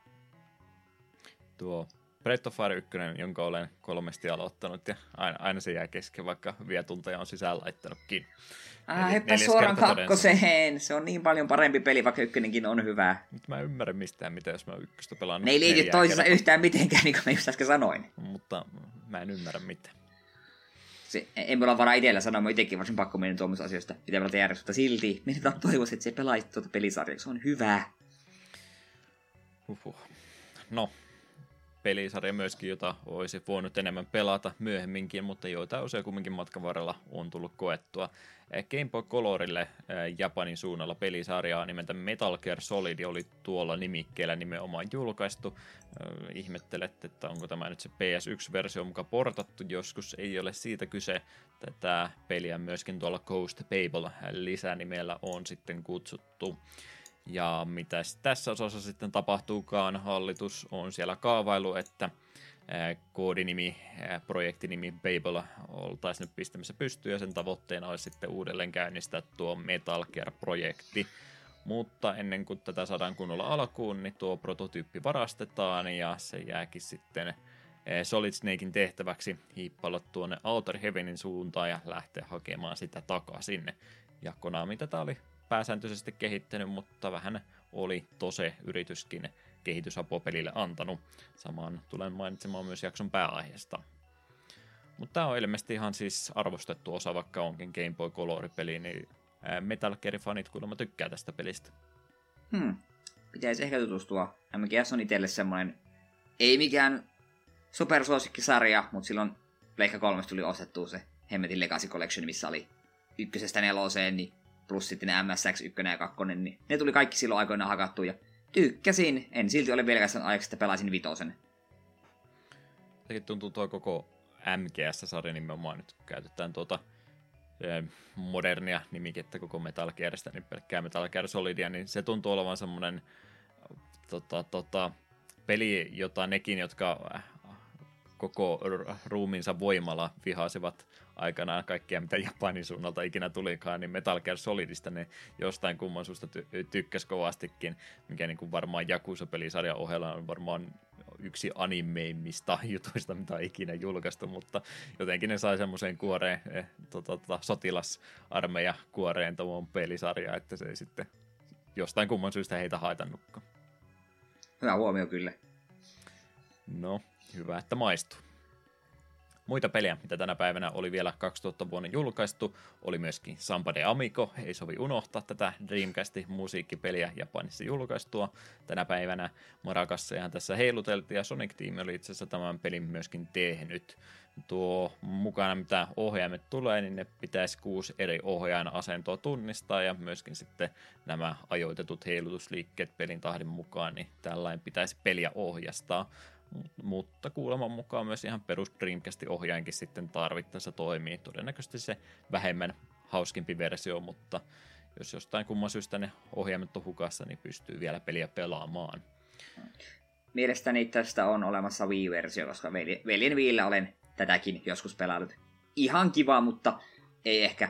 Tuo Breath of Fire 1, jonka olen 3 aloittanut, ja aina se jää kesken, vaikka vielä tunteja on sisään laittanutkin. Heppä suoraan 2. Se on niin paljon parempi peli, vaikka 1 on hyvä. Nyt mä en ymmärrä mistään, mitä jos mä 1 pelaan. Ne ei liity toisensa yhtään mitenkään, niin kuin mä just äsken sanoin. Mutta mä en ymmärrä mitään. En mulla varaa itsellä sanoa, mä itsekin varsin pakko mennä tuommoista asioista. Pitää pelata järjestelmää silti. Minä toivoisin, että se pelaisi tuota pelisarjaa, se on hyvä. No, pelisarja myöskin, jota olisi voinut enemmän pelata myöhemminkin, mutta joita osia kumminkin matkan varrella on tullut koettua. Game Boy Colorille Japanin suunnalla pelisarjaa nimeltä Metal Gear Solid oli tuolla nimikkeellä nimenomaan julkaistu. Ihmettelette, että onko tämä nyt se PS1-versio mukaan portattu joskus, ei ole siitä kyse. Tätä peliä myöskin tuolla Ghost Babel lisänimellä on sitten kutsuttu. Ja mitä tässä osassa sitten tapahtuukaan, hallitus on siellä kaavailu, että koodinimi, projektinimi Babel oltaisiin nyt pistämässä pystyyn, ja sen tavoitteena olisi sitten uudelleen käynnistää tuo Metal Gear-projekti. Mutta ennen kuin tätä saadaan kunnolla alkuun, niin tuo prototyyppi varastetaan, ja se jääkin sitten Solid Snakein tehtäväksi hiippailla tuonne Outer Heavenin suuntaan ja lähteä hakemaan sitä takaisin. Ja Konami tätä oli pääsääntöisesti kehittänyt, mutta vähän oli Tose-yrityskin kehitysapua pelille antanut. Samaan tulen mainitsemaan myös jakson pääaiheesta. Mutta tämä on ilmeisesti ihan siis arvostettu osa, vaikka onkin Game Boy Color-peli, niin Metal Gear-fanit kuulemma tykkää tästä pelistä. Pitäisi ehkä tutustua. MGS on itselle semmoinen, ei mikään supersuosikkisarja, mutta silloin Pleikka 3 tuli ostettua se Hemmetin Legacy Collection, missä oli 1-4, niin plus sitten ne MSX 1 ja 2, niin ne tuli kaikki silloin aikoinaan hakattu ja tykkäsin. En silti ole pelkästään ajaksi, että pelasin 5. Sekin tuntuu tuo koko MGS-sarja nimenomaan nyt käytetään modernia nimikettä koko Metal Gearista, niin pelkkää Metal Gear Solidia, niin se tuntuu olevan semmoinen peli, jota nekin, jotka koko ruumiinsa voimalla vihasivat aikanaan kaikkia, mitä Japanin suunnalta ikinä tulikaan, niin Metal Gear Solidista ne jostain kumman suusta tykkäs kovastikin, mikä niin kuin varmaan Yakuza-pelisarjan ohella on varmaan yksi animeimmista jutuista, mitä on ikinä julkaistu, mutta jotenkin ne sai semmoiseen kuoreen, sotilasarmeija kuoreen tuon pelisarjaa, että se ei sitten jostain kumman syystä heitä haitannutkaan. Hyvä huomio kyllä. No, hyvä, että maistuu. Muita pelejä, mitä tänä päivänä oli vielä 2000 vuonna julkaistu, oli myöskin Samba de Amigo. Ei sovi unohtaa tätä Dreamcastin musiikkipeliä Japanissa julkaistua tänä päivänä. Maracassejahan tässä heiluteltiin ja Sonic Team oli itse asiassa tämän pelin myöskin tehnyt. Tuo mukana, mitä ohjaimet tulee, niin ne pitäisi 6 eri ohjaajan asentoa tunnistaa ja myöskin sitten nämä ajoitetut heilutusliikkeet pelin tahdin mukaan, niin tällainen pitäisi peliä ohjastaa. Mutta kuuleman mukaan myös ihan perus Dreamcastin ohjainkin sitten tarvittaessa toimii. Todennäköisesti se vähemmän hauskimpi versio, mutta jos jostain kumman syystä ne ohjaimet on hukassa, niin pystyy vielä peliä pelaamaan. Mielestäni tästä on olemassa Wii-versio, koska veljen Wiillä olen tätäkin joskus pelannut. Ihan kiva, mutta ei ehkä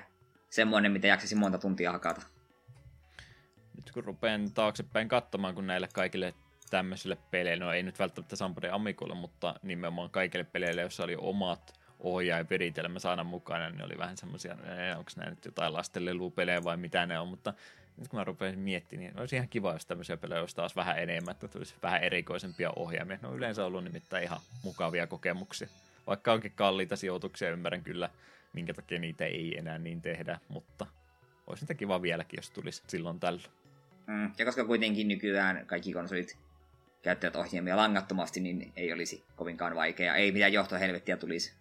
semmoinen, mitä jaksasi monta tuntia hakata. Nyt kun rupean taaksepäin katsomaan, kun näille kaikille tämmöisille peleille, no ei nyt välttämättä Sampodin Amicolle, mutta nimenomaan kaikille peleille, joissa oli omat ohjaajviritelmä saada mukana, niin oli vähän semmoisia, onko nämä nyt jotain lastenlelupelejä vai mitä ne on, mutta nyt kun mä rupean miettimään, niin olisi ihan kiva, jos tämmöisiä pelejä olisi taas vähän enemmän, että tulisi vähän erikoisempia ohjaamia. Ne on yleensä ollut nimittäin ihan mukavia kokemuksia. Vaikka onkin kalliita sijoituksia, ymmärrän kyllä, minkä takia niitä ei enää niin tehdä, mutta olisi niitä kiva vieläkin, jos tulisi silloin tällä. Ja koska kuitenkin nykyään kaikki konsolit käyttävät ohjaamia langattomasti, niin ei olisi kovinkaan vaikeaa. Ei mitään johtohelvettiä tulisi.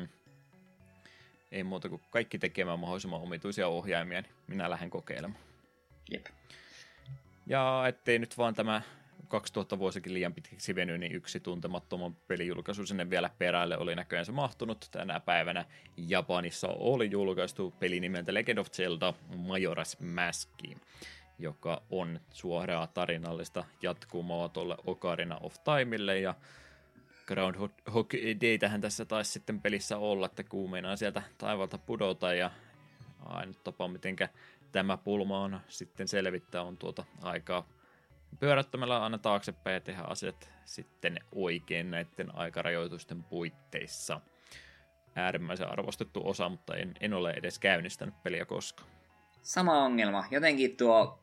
Ei muuta kuin kaikki tekemään mahdollisimman omituisia ohjaimia, niin minä lähden kokeilemaan. Jep. Ja ettei nyt vaan tämä 2000 vuosikin liian pitkäksi veny, niin yksi tuntemattoman pelijulkaisu sinne vielä perälle oli näköjään se mahtunut. Tänä päivänä Japanissa oli julkaistu peli nimeltä Legend of Zelda Majora's Mask, joka on suoraa tarinallista jatkumoa tuolle Ocarina of Timelle, ja Groundhog Daytähän tässä taisi sitten pelissä olla, että kuu meinaa sieltä taivalta pudota, ja ainut tapa, mitenkä tämä pulma on sitten selvittää, on aikaa pyörättämällä aina taaksepäin ja tehdä asiat sitten oikein näiden aikarajoitusten puitteissa. Äärimmäisen arvostettu osa, mutta en ole edes käynnistänyt peliä koskaan. Sama ongelma. Jotenkin tuo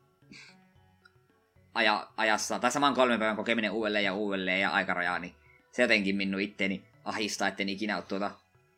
ajassa, tai saman 3 päivän kokeminen uudelleen ja aikarajaa, niin se jotenkin minun itteeni ahdistaa, etten ikinä ole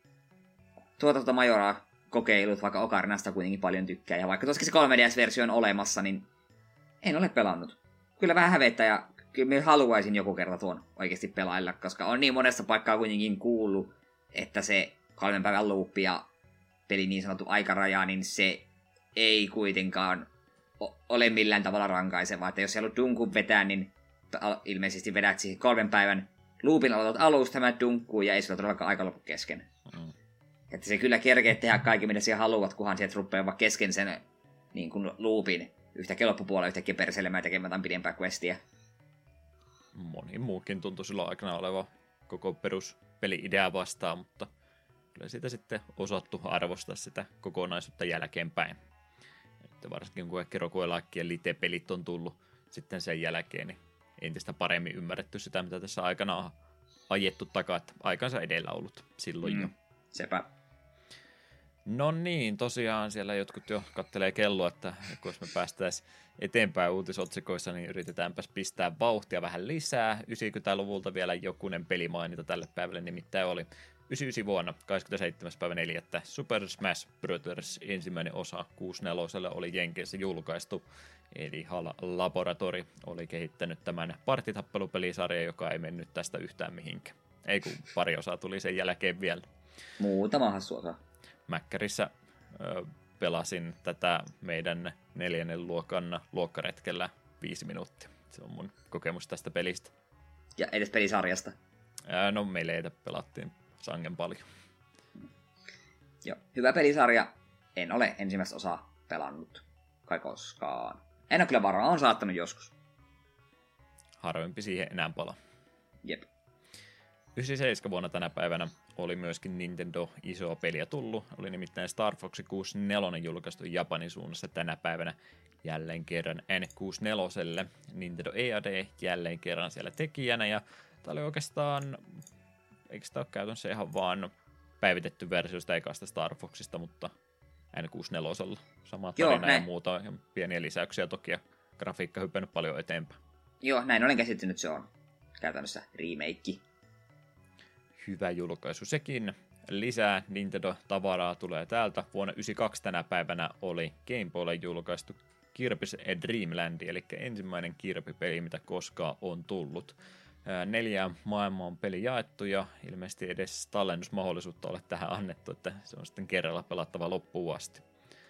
tuota Majoraa kokeilut, vaikka Ocarinasta kuitenkin paljon tykkää. Ja vaikka tosiaan se 3DS-versio on olemassa, niin en ole pelannut. Kyllä vähän hävettää, ja kyllä haluaisin joku kerta tuon oikeasti pelailla, koska on niin monesta paikkaa kuitenkin kuullut, että se 3 päivän loopi ja peli niin sanottu aikaraja, niin se ei kuitenkaan ole millään tavalla rankaisevaa. Että jos siellä on dunkun vetää, niin ilmeisesti vedät siihen 3 päivän loopin, aloitat alusta, tämä dunkkuu, ja ei sillä todellakaan aika loppu kesken. Että se kyllä kerkee tehdä kaikki, mitä siellä haluat, kunhan sieltä rupeaa vaan kesken sen niin kuin loopin yhtäkkiä loppupuolella yhtäkkiä perselemään tekemään tämän pidempää questia. Moni muukin tuntui silloin aikana oleva koko peruspeli-idea vastaan, mutta kyllä siitä sitten osattu arvostaa sitä kokonaisuutta jälkeenpäin. Että varsinkin kun Roguelikeien lite-pelit on tullut sitten sen jälkeen, niin entistä paremmin ymmärretty sitä, mitä tässä aikana on ajettu takaa, että aikansa edellä ollut silloin jo. Sepä. No niin, tosiaan siellä jotkut jo kattelee kelloa, että kun me päästäisiin eteenpäin uutisotsikoissa, niin yritetäänpäs pistää vauhtia vähän lisää. 90-luvulta vielä jokunen pelimaininta tälle päivälle nimittäin oli 99 vuonna 27.4. Super Smash Bros. Ensimmäinen osa 64 oli Jenkeissä julkaistu. Eli HAL Laboratory oli kehittänyt tämän partitappelupelisarjan, joka ei mennyt tästä yhtään mihinkään. Ei kun pari osaa tuli sen jälkeen vielä. Muutama hassu osa. Mäkkärissä pelasin tätä meidän 4. luokan luokkaretkellä 5 minuuttia. Se on mun kokemus tästä pelistä. Ja edes pelisarjasta? No meille pelattiin sangen paljon. Joo, hyvä pelisarja. En ole ensimmäistä osaa pelannut kai koskaan. En ole kyllä varmaan, on saattanut joskus. Harvempi siihen enää pala. Jep. 97 vuonna tänä päivänä oli myöskin Nintendo isoa peliä tullut. Oli nimittäin Star Fox 64 julkaistu Japanin suunnassa tänä päivänä jälleen kerran N64. Nintendo EAD jälleen kerran siellä tekijänä. Ja tämä oli oikeastaan, eikö tämä ole käytännössä ihan vaan päivitetty versio sitä ekasta Star Foxista, mutta N64. Sama tarina ja muuta. Ja pieniä lisäyksiä toki ja grafiikka hypännyt paljon eteenpäin. Joo, näin olen käsittänyt, se on käytännössä remake. Hyvä julkaisu sekin. Lisää Nintendo-tavaraa tulee täältä. Vuonna 1992 tänä päivänä oli Game Boylle julkaistu Kirby's Dream Land, eli ensimmäinen Kirby-peli, mitä koskaan on tullut. 4 maailmaa on peli jaettu ja ilmeisesti edes tallennusmahdollisuutta ole tähän annettu, että se on sitten kerralla pelattava loppuun asti.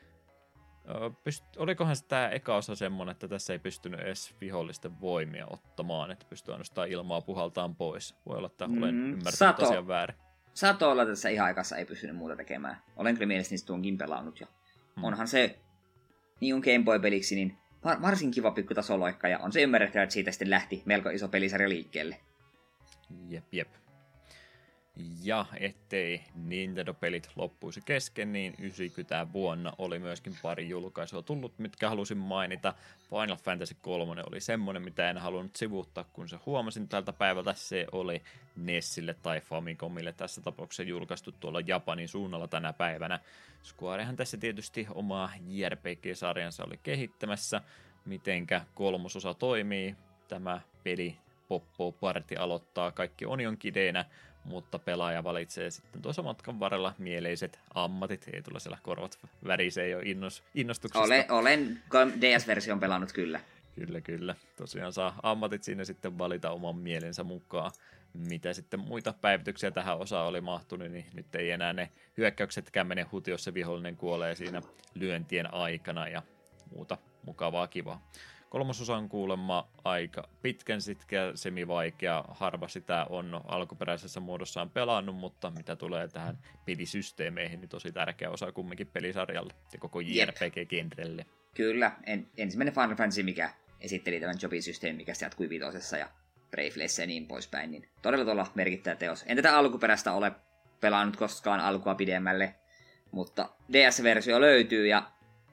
Olikohan se tämä eka osa semmoinen, että tässä ei pystynyt edes vihollisten voimia ottamaan, että pystyy ainoastaan ilmaa puhaltaan pois. Voi olla, että olen ymmärtänyt asian väärin. Saattaa olla, että tässä ihan aikassa ei pystynyt muuta tekemään. Olen kyllä mielestäni tuonkin pelannut. Ja onhan se niin kuin Game Boy-peliksi, niin varsin kiva pikku tasoloikka, ja on se ymmärrettävä, että siitä sitten lähti melko iso pelisarja liikkeelle. Jep. Ja ettei Nintendo-pelit loppuisi kesken, niin 90 vuonna oli myöskin pari julkaisua tullut, mitkä halusin mainita. Final Fantasy 3 oli semmonen, mitä en halunnut sivuuttaa, kun se huomasin tältä päivältä. Se oli NESille tai Famicomille tässä tapauksessa julkaistu tuolla Japanin suunnalla tänä päivänä. Squarehan tässä tietysti omaa JRPG-sarjansa oli kehittämässä. Mitenkä kolmososa toimii? Tämä peli Poppo Party aloittaa kaikki Onion-kideinä, mutta pelaaja valitsee sitten tuossa matkan varrella mieleiset ammatit. Ei tule siellä korvat värisee jo innostuksesta. Olen DS-version pelannut kyllä. Kyllä. Tosiaan saa ammatit siinä sitten valita oman mielensä mukaan. Mitä sitten muita päivityksiä tähän osaan oli mahtunut, niin nyt ei enää ne hyökkäyksetkään mene huti, jos se vihollinen kuolee siinä lyöntien aikana ja muuta mukavaa kivaa. Kolmasosa on kuulemma aika pitkän sitkeä, semivaikea, harva sitä on alkuperäisessä muodossaan pelannut, mutta mitä tulee tähän pelisysteemeihin, niin tosi tärkeä osa kumminkin pelisarjalle ja koko JRPG-genrelle. Kyllä, ensimmäinen Final Fantasy, mikä esitteli tämän Jobi-systeemin, mikä se jatkui vitosessa ja Bravelyssä ja niin poispäin, niin todella merkittävä teos. En tätä alkuperäistä ole pelannut koskaan alkua pidemmälle, mutta DS-versio löytyy ja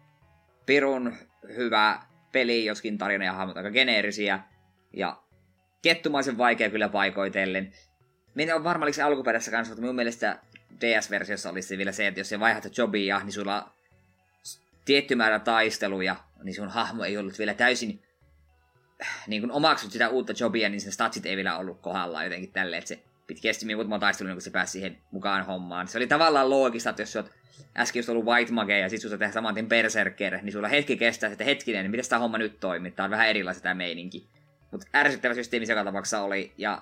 pirun hyvä peli, joskin tarina ja hahmot aika geneerisiä, ja kettumaisen vaikea kyllä paikoitellen. Minä on varmaan se alkuperäisessä kanssa, mutta minun mielestä DS-versiossa olisi vielä se, että jos se vaihdat jobia, niin sulla on tietty määrä taisteluja, niin sun hahmo ei ollut vielä täysin niin kun omaksut sitä uutta jobia, niin sen statsit ei vielä ollut kohdallaan jotenkin tälleen, että se kesti muutama taistelu, kun se pääsi siihen mukaan hommaan. Se oli tavallaan loogista, että jos sä oot äsken just ollut White Mage ja sit sun tehdä saman tien Berserker, niin sulla hetki kestää, että hetkinen, niin miten tämä homma nyt toimii? Tää on vähän erilaista tää meininki. Mutta ärsyttävä systeemi joka tapauksessa oli, ja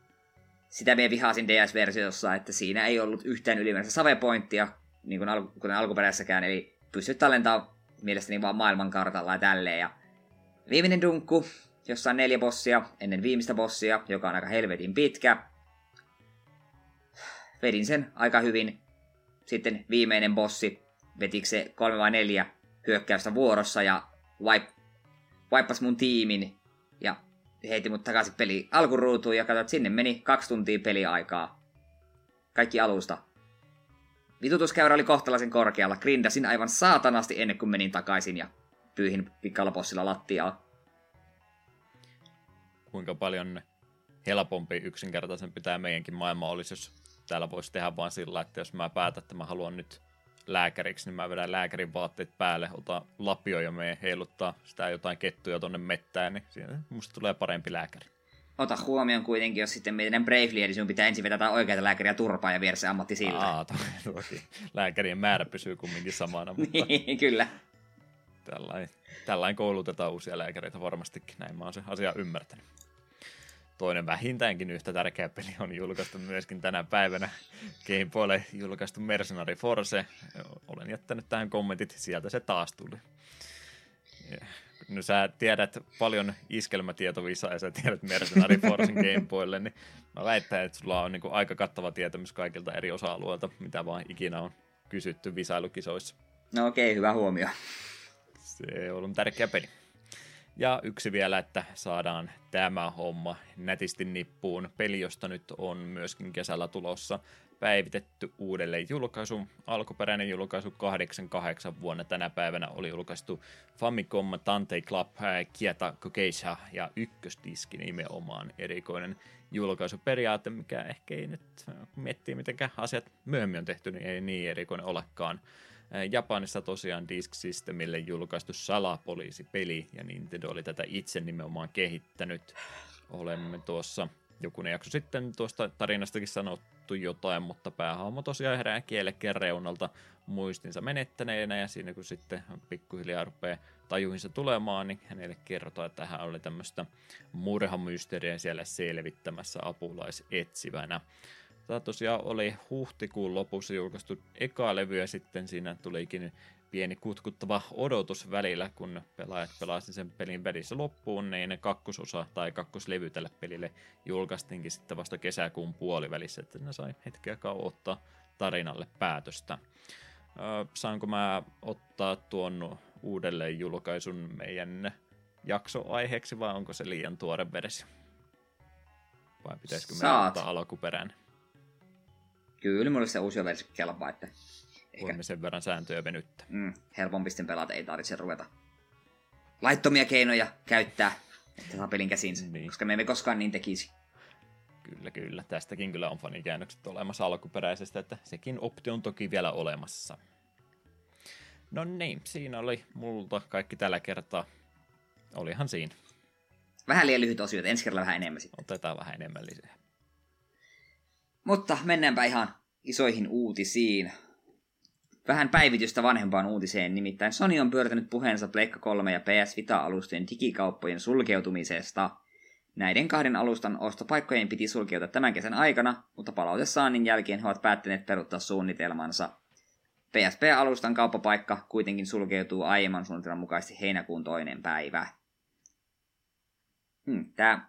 sitä me vihasin DS-versiossa, että siinä ei ollut yhtään ylimääräistä savepointtia, niin kuin kuten alkuperäisessäkään, eli pystyt tallentamaan mielestäni vaan maailmankartalla ja tälleen. Ja viimeinen dunkku, jossa on 4 bossia ennen viimeistä bossia, joka on aika helvetin pitkä. Vedin sen aika hyvin. Sitten viimeinen bossi vetikö se 3 vai 4 hyökkäystä vuorossa ja wippas mun tiimin ja heiti mut takaisin peli alkuruutuun ja katsot, sinne meni 2 tuntia peliaikaa. Kaikki alusta. Vitutuskäyrä oli kohtalaisen korkealla. Grindasin aivan saatanasti ennen kuin menin takaisin ja pyyhin pikkalla bossilla lattiaa. Kuinka paljon helpompi, yksinkertaisempi tämä meidänkin maailma olisi, jos täällä voisi tehdä vaan sillä, että jos mä päätän, että mä haluan nyt lääkäriksi, niin mä vedän lääkärin vaatteet päälle, otan lapio ja menen heiluttaa sitä jotain kettuja tonne mettään, niin siinä musta tulee parempi lääkäri. Ota huomioon kuitenkin, jos sitten mietitään Bravelyä, niin sinun pitää ensin vetää oikeita lääkäriä turpaan ja viedä se ammatti siltä. Toki. Lääkärien määrä pysyy kumminkin samana, mutta niin, kyllä. Tällainen koulutetaan uusia lääkäreitä varmastikin, näin mä oon se asia ymmärtänyt. Toinen vähintäänkin yhtä tärkeä peli on julkaistu myöskin tänä päivänä. Game Boylle julkaistu Mercenary Force. Olen jättänyt tähän kommentit, sieltä se taas tuli. No sä tiedät paljon iskelmätietovisaa ja sä tiedät Mercenary Forcen Game Boylle, niin mä väittäin, että sulla on niin kuin aika kattava tietämys kaikilta eri osa-alueilta, mitä vaan ikinä on kysytty visailukisoissa. No okei, hyvä huomio. Se on tärkeä peli. Ja yksi vielä, että saadaan tämä homma nätisti nippuun. Peli, josta nyt on myöskin kesällä tulossa päivitetty uudelleen julkaisu. Alkuperäinen julkaisu 88 vuonna tänä päivänä oli julkaistu Famicom Tantei Club Kieta Kokeisha ja ykkösdiski nimenomaan erikoinen julkaisuperiaate, mikä ehkä ei nyt miettii mitenkään asiat myöhemmin on tehty, niin ei niin erikoinen olekaan. Japanissa tosiaan Disk Systemille julkaistu salapoliisipeli, ja Nintendo oli tätä itse nimenomaan kehittänyt. Olemme tuossa jokunen jakso sitten tuosta tarinastakin sanottu jotain, mutta päähahmo tosiaan herää kielekkeen reunalta muistinsa menettäneenä, ja siinä kun sitten pikkuhiljaa rupeaa tajuihinsa tulemaan, niin hänelle kerrotaan, että hän oli tämmöistä murhamysteriä siellä selvittämässä apulaisetsivänä. Tämä tosiaan oli huhtikuun lopussa julkaistu eka levy, ja sitten siinä tulikin pieni kutkuttava odotus välillä, kun pelaajat pelasivat sen pelin välissä loppuun, niin kakkososa tai kakkoslevy tälle pelille julkaistiinkin sitten vasta kesäkuun puolivälissä, että ne sai hetkeäkaan ottaa tarinalle päätöstä. Saanko mä ottaa tuon uudelleen julkaisun meidän jaksoaiheeksi, vai onko se liian tuore versio? Vai pitäisikö me ottaa alkuperäinen? Kyllä, mulle se uusi versio kelpaa, että voimme sen verran sääntöjä venyttää. Helpompi sitten pelata, ei tarvitse ruveta laittomia keinoja käyttää, että saa pelin käsiinsä, koska me emme koskaan niin tekisi. Kyllä. Tästäkin kyllä on fanikäännökset olemassa alkuperäisestä, että sekin optio on toki vielä olemassa. No niin, siinä oli multa kaikki tällä kertaa. Olihan siinä. Vähän liian lyhyt osio, ensi kerralla vähän enemmän sitten. Otetaan vähän enemmän lisää. Mutta mennäänpä ihan isoihin uutisiin. Vähän päivitystä vanhempaan uutiseen, nimittäin Sony on pyörtänyt puheensa Pleikka 3 ja PS Vita-alustojen digikauppojen sulkeutumisesta. Näiden kahden alustan ostopaikkojen piti sulkeutua tämän kesän aikana, mutta palautesaannin jälkeen he ovat päättäneet peruuttaa suunnitelmansa. PSP-alustan kauppapaikka kuitenkin sulkeutuu aiemman suunnitelman mukaisesti heinäkuun 2. päivä. Tämä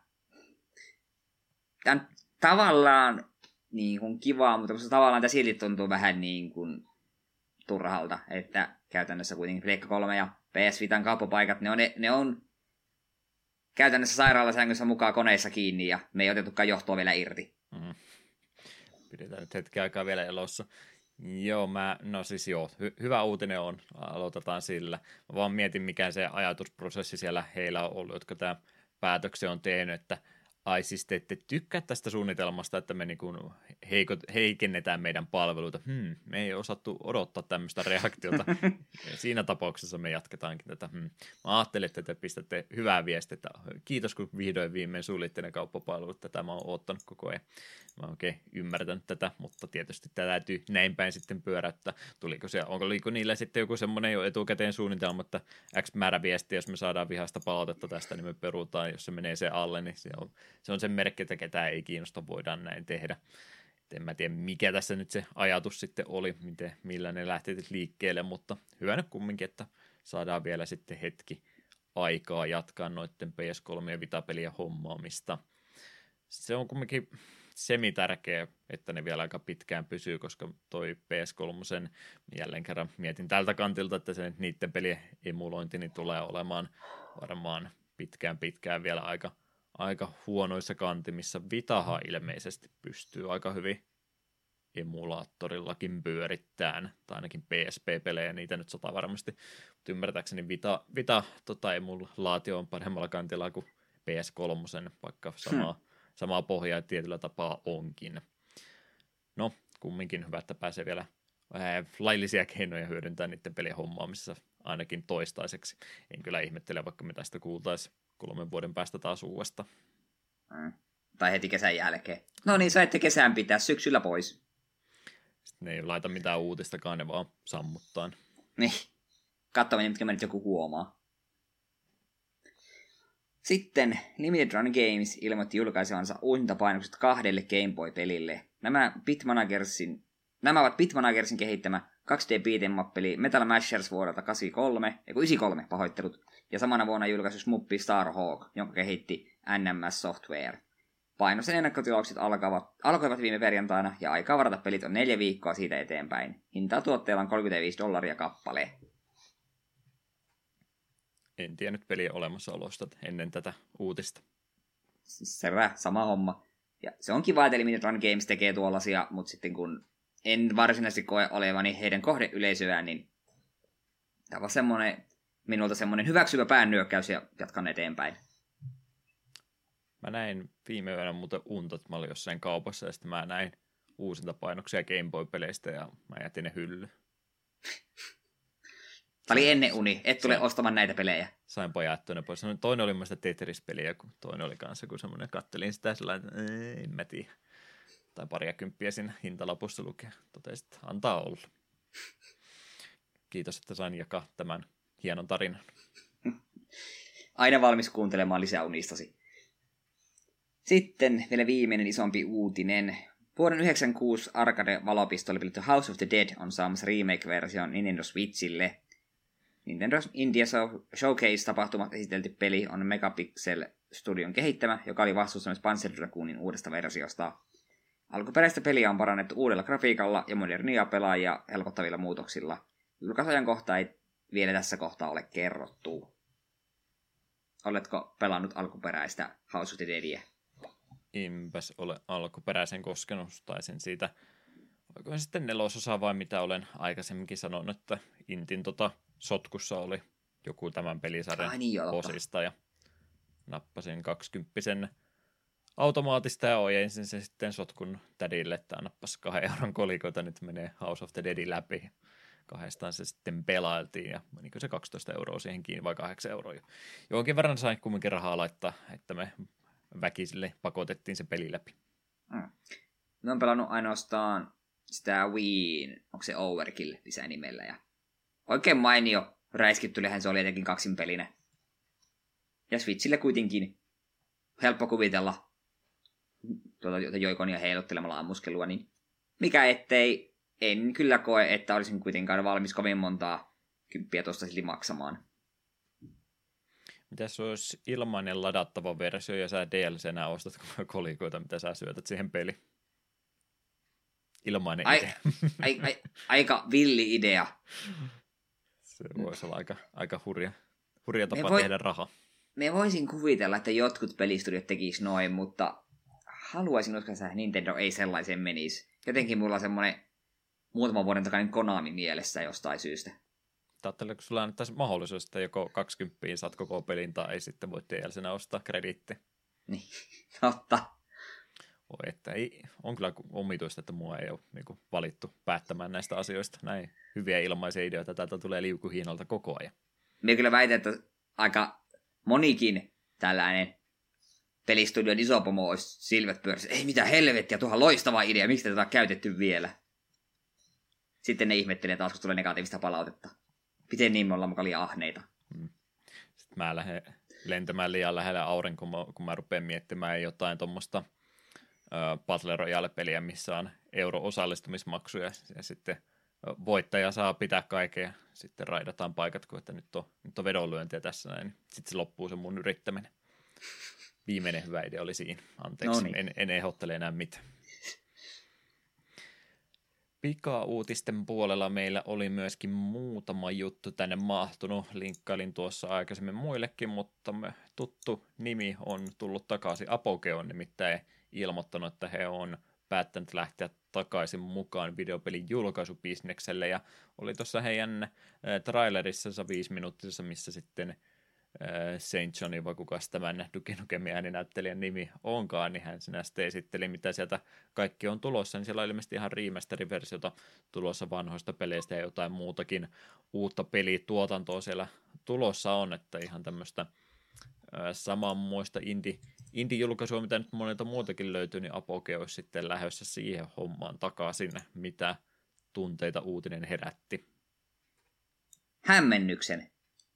on tavallaan niin kuin kivaa, mutta se tavallaan tämä silti tuntuu vähän niin kuin turhalta, että käytännössä kuitenkin Pleikka 3 ja PS Vitan kauppapaikat, ne on käytännössä sairaalasängyssä mukaan koneissa kiinni ja me ei otettukaan johtoa vielä irti. Pidetään nyt hetken aikaa vielä elossa. Joo, hyvä uutinen on, aloitetaan sillä. Mä vaan mietin, mikä se ajatusprosessi siellä heillä on ollut, jotka tämä päätöksen on tehnyt, että ai siis te ette tykkää tästä suunnitelmasta, että me niinku heikennetään meidän palveluita. Me ei osattu odottaa tämmöistä reaktiota. Siinä tapauksessa me jatketaankin tätä. Mä ajattelin, että te pistätte hyvää viestiä, että kiitos kun vihdoin viimein suljitte ne kauppapalvelut. Tätä mä oon odottanut koko ajan. Mä oon oikein ymmärtänyt tätä, mutta tietysti tämä täytyy näin päin sitten pyöräyttää. Oliko niillä sitten joku semmoinen jo etukäteen suunnitelma, että X määrä viestiä, jos me saadaan vihasta palautetta tästä, niin me perutaan. Jos se menee se alle, niin se on sen merkki, että ketään ei kiinnosta, voidaan näin tehdä. En mä tiedä, mikä tässä nyt se ajatus sitten oli, millä ne lähti liikkeelle, mutta hyvä nyt kumminkin, että saadaan vielä sitten hetki aikaa jatkaa noiden PS3 ja Vita-pelien hommaamista. Se on kumminkin semi-tärkeä, että ne vielä aika pitkään pysyy, koska toi PS3, jälleen kerran mietin tältä kantilta, että se niiden pelien emulointi niin tulee olemaan varmaan pitkään vielä aika huonoissa kantimissa. Vitahan ilmeisesti pystyy aika hyvin emulaattorillakin pyörittämään, tai ainakin PSP-pelejä, niitä nyt sata varmasti, mutta ymmärtääkseni Vita emulaatio on paremmalla kantilla kuin PS3, vaikka samaa pohjaa tietyllä tapaa onkin. No, kumminkin hyvä, että pääsee vielä laillisia keinoja hyödyntää niiden pelien hommaamisessa ainakin toistaiseksi. En kyllä ihmettele, vaikka me tästä kuultaisiin 3 vuoden päästä taas uudesta. Tai heti kesän jälkeen. No niin, saitte kesän pitää syksyllä pois. Sitten ne ei laita mitään uutistakaan, ne vaan sammuttaa. Niin, katsomaan, mitkä menet joku huomaa. Sitten Limited Run Games ilmoitti julkaisevansa uusintapainokset 2 Game Boy-pelille. Nämä ovat Bitmanagersin kehittämä 2D beat'em up-peli Metal Mashers vuodelta 93 pahoittelut, ja samana vuonna julkaisu Smuppi Starhawk, jonka kehitti NMS Software. Painosten ennakkotilaukset alkoivat viime perjantaina, ja aikaa varata pelit on 4 viikkoa siitä eteenpäin. Hintaa tuotteella on $35 kappale. En tiennyt pelien olemassaolosta ennen tätä uutista. Selvä, sama homma. Ja se on kiva, että Limited Run Games tekee tuollaisia, mutta sitten kun en varsinaisesti koe olevani heidän kohdeyleisöään, niin tämä on minulta semmoinen hyväksyvä päännyökkäys ja jatkan eteenpäin. Mä näin viime yönä muuten unta, että mä olin jossain kaupassa ja sitten mä näin uusintapainoksia Game Boy-peleistä ja mä jätin ne hyllyyn. Tämä oli ennen uni, et tule ostamaan näitä pelejä. Sain pojattua ne pois. Toinen oli mun Tetris-peliä, kun toinen oli kanssa, kun semmoinen kattelin sitä sellainen, että en mä tiedä. Tai 20 siinä hintalapussa lukee. Totesin, että antaa olla. Kiitos, että sain jakaa tämän hienon tarinan. Aina valmis kuuntelemaan lisää unistasi. Sitten vielä viimeinen isompi uutinen. Vuoden 1996 arcade-valopistolipeli House of the Dead on saamassa remake-version Nintendo Switchille. Nintendo India Showcase-tapahtumassa esitelty peli on Megapixel Studion kehittämä, joka oli vastuussa myös Panzer Dragoonin uudesta versiosta. Alkuperäistä peliä on parannettu uudella grafiikalla ja modernia pelaajia helpottavilla muutoksilla. Julkaisuajankohta ei vielä tässä kohtaa ole kerrottu. Oletko pelannut alkuperäistä House of the Deadia? Enpäs ole alkuperäisen koskenut, taisin siitä Oliko sitten nelososa vai mitä olen aikaisemminkin sanonut, että Intin sotkussa oli joku tämän pelisarjan osista ja nappasin 20 automaattista ja ojensin sen sitten sotkun tädille, että nappas 2 euron kolikoita, nyt menee House of the Dead läpi. Kahdestaan se sitten pelailtiin ja menikö se 12 euroa siihen kiinni vai 8 euroa. Jonkin verran sain kumminkin rahaa laittaa, että me väkisille pakotettiin se peli läpi. Mä oon pelannut ainoastaan sitä Wiiin, onko se Overkill lisänimellä. Ja oikein mainio räiskittylihän se oli etenkin kaksinpelinä. Ja Switchille kuitenkin helppo kuvitella joikonia heiluttelemalla ammuskelua, niin mikä ettei, en kyllä koe, että olisin kuitenkaan valmis kovin montaa kymppiä tuosta silti maksamaan. Mitäs olisi ilmainen ladattava versio ja sä DLCnä ostat kolikoita, mitä sä syötät siihen peliin? Ilmainen idea. Aika villi idea. Se voisi olla aika hurja tapa tehdä rahaa. Me voisin kuvitella, että jotkut pelistudiot tekis noin, mutta haluaisin uskoa, että Nintendo ei sellaisen menisi. Jotenkin mulla on semmoinen muutaman vuoden takainen Konami mielessä jostain syystä. Ajatteliko sulla annettaisiin mahdollisuus, että joko 20 saat koko pelin tai sitten voit DLCnä ostaa krediitti? Niin, totta. Että on kyllä omituista, että mua ei ole niin valittu päättämään näistä asioista. Näin hyviä ilmaisia ideoita täältä tulee liukuhiinolta koko ajan. Minä kyllä väitän, että aika monikin tällainen pelistudion iso pomo olisi silmät pyörissä. Ei mitään helvettiä, tuohan loistava idea, miksi tätä on käytetty vielä? Sitten ne ihmettelee taas, kun tulee negatiivista palautetta. Miten niin me ollaan mukaan liian ahneita? Sitten mä lähden lentämään liian lähellä aurinkoa, kun mä rupean miettimään jotain tuommoista Battle Royale-peliä, missä on euro-osallistumismaksuja ja sitten voittaja saa pitää kaiken ja sitten raidataan paikat, kun että nyt on vedonlyöntiä tässä näin. Sitten se loppuu se mun yrittäminen. Viimeinen hyvä idea oli siinä. Anteeksi, no niin. En ehdottele enää mitään. Pika-uutisten puolella meillä oli myöskin muutama juttu tänne mahtunut. Linkkailin tuossa aikaisemmin muillekin, mutta tuttu nimi on tullut takaisin. Apogee on nimittäin ilmoittanut, että he on päättänyt lähteä takaisin mukaan videopelin julkaisubisnekselle. Ja oli tuossa heidän trailerissansa 5-minuuttisessa, missä sitten Saint John, vai kukas tämän Duke Nukemi ääninäyttelijän nimi onkaan, niin hän sinä sitten esitteli, mitä sieltä kaikki on tulossa, niin siellä on ilmeisesti ihan remaster-versiota tulossa vanhoista peleistä ja jotain muutakin uutta pelituotantoa siellä tulossa on, että ihan tämmöistä samanmoista indie-julkaisua, mitä nyt monelta muutakin löytyy, niin Apogee olisi sitten lähdössä siihen hommaan takaisin, mitä tunteita uutinen herätti. Hämmennyksen.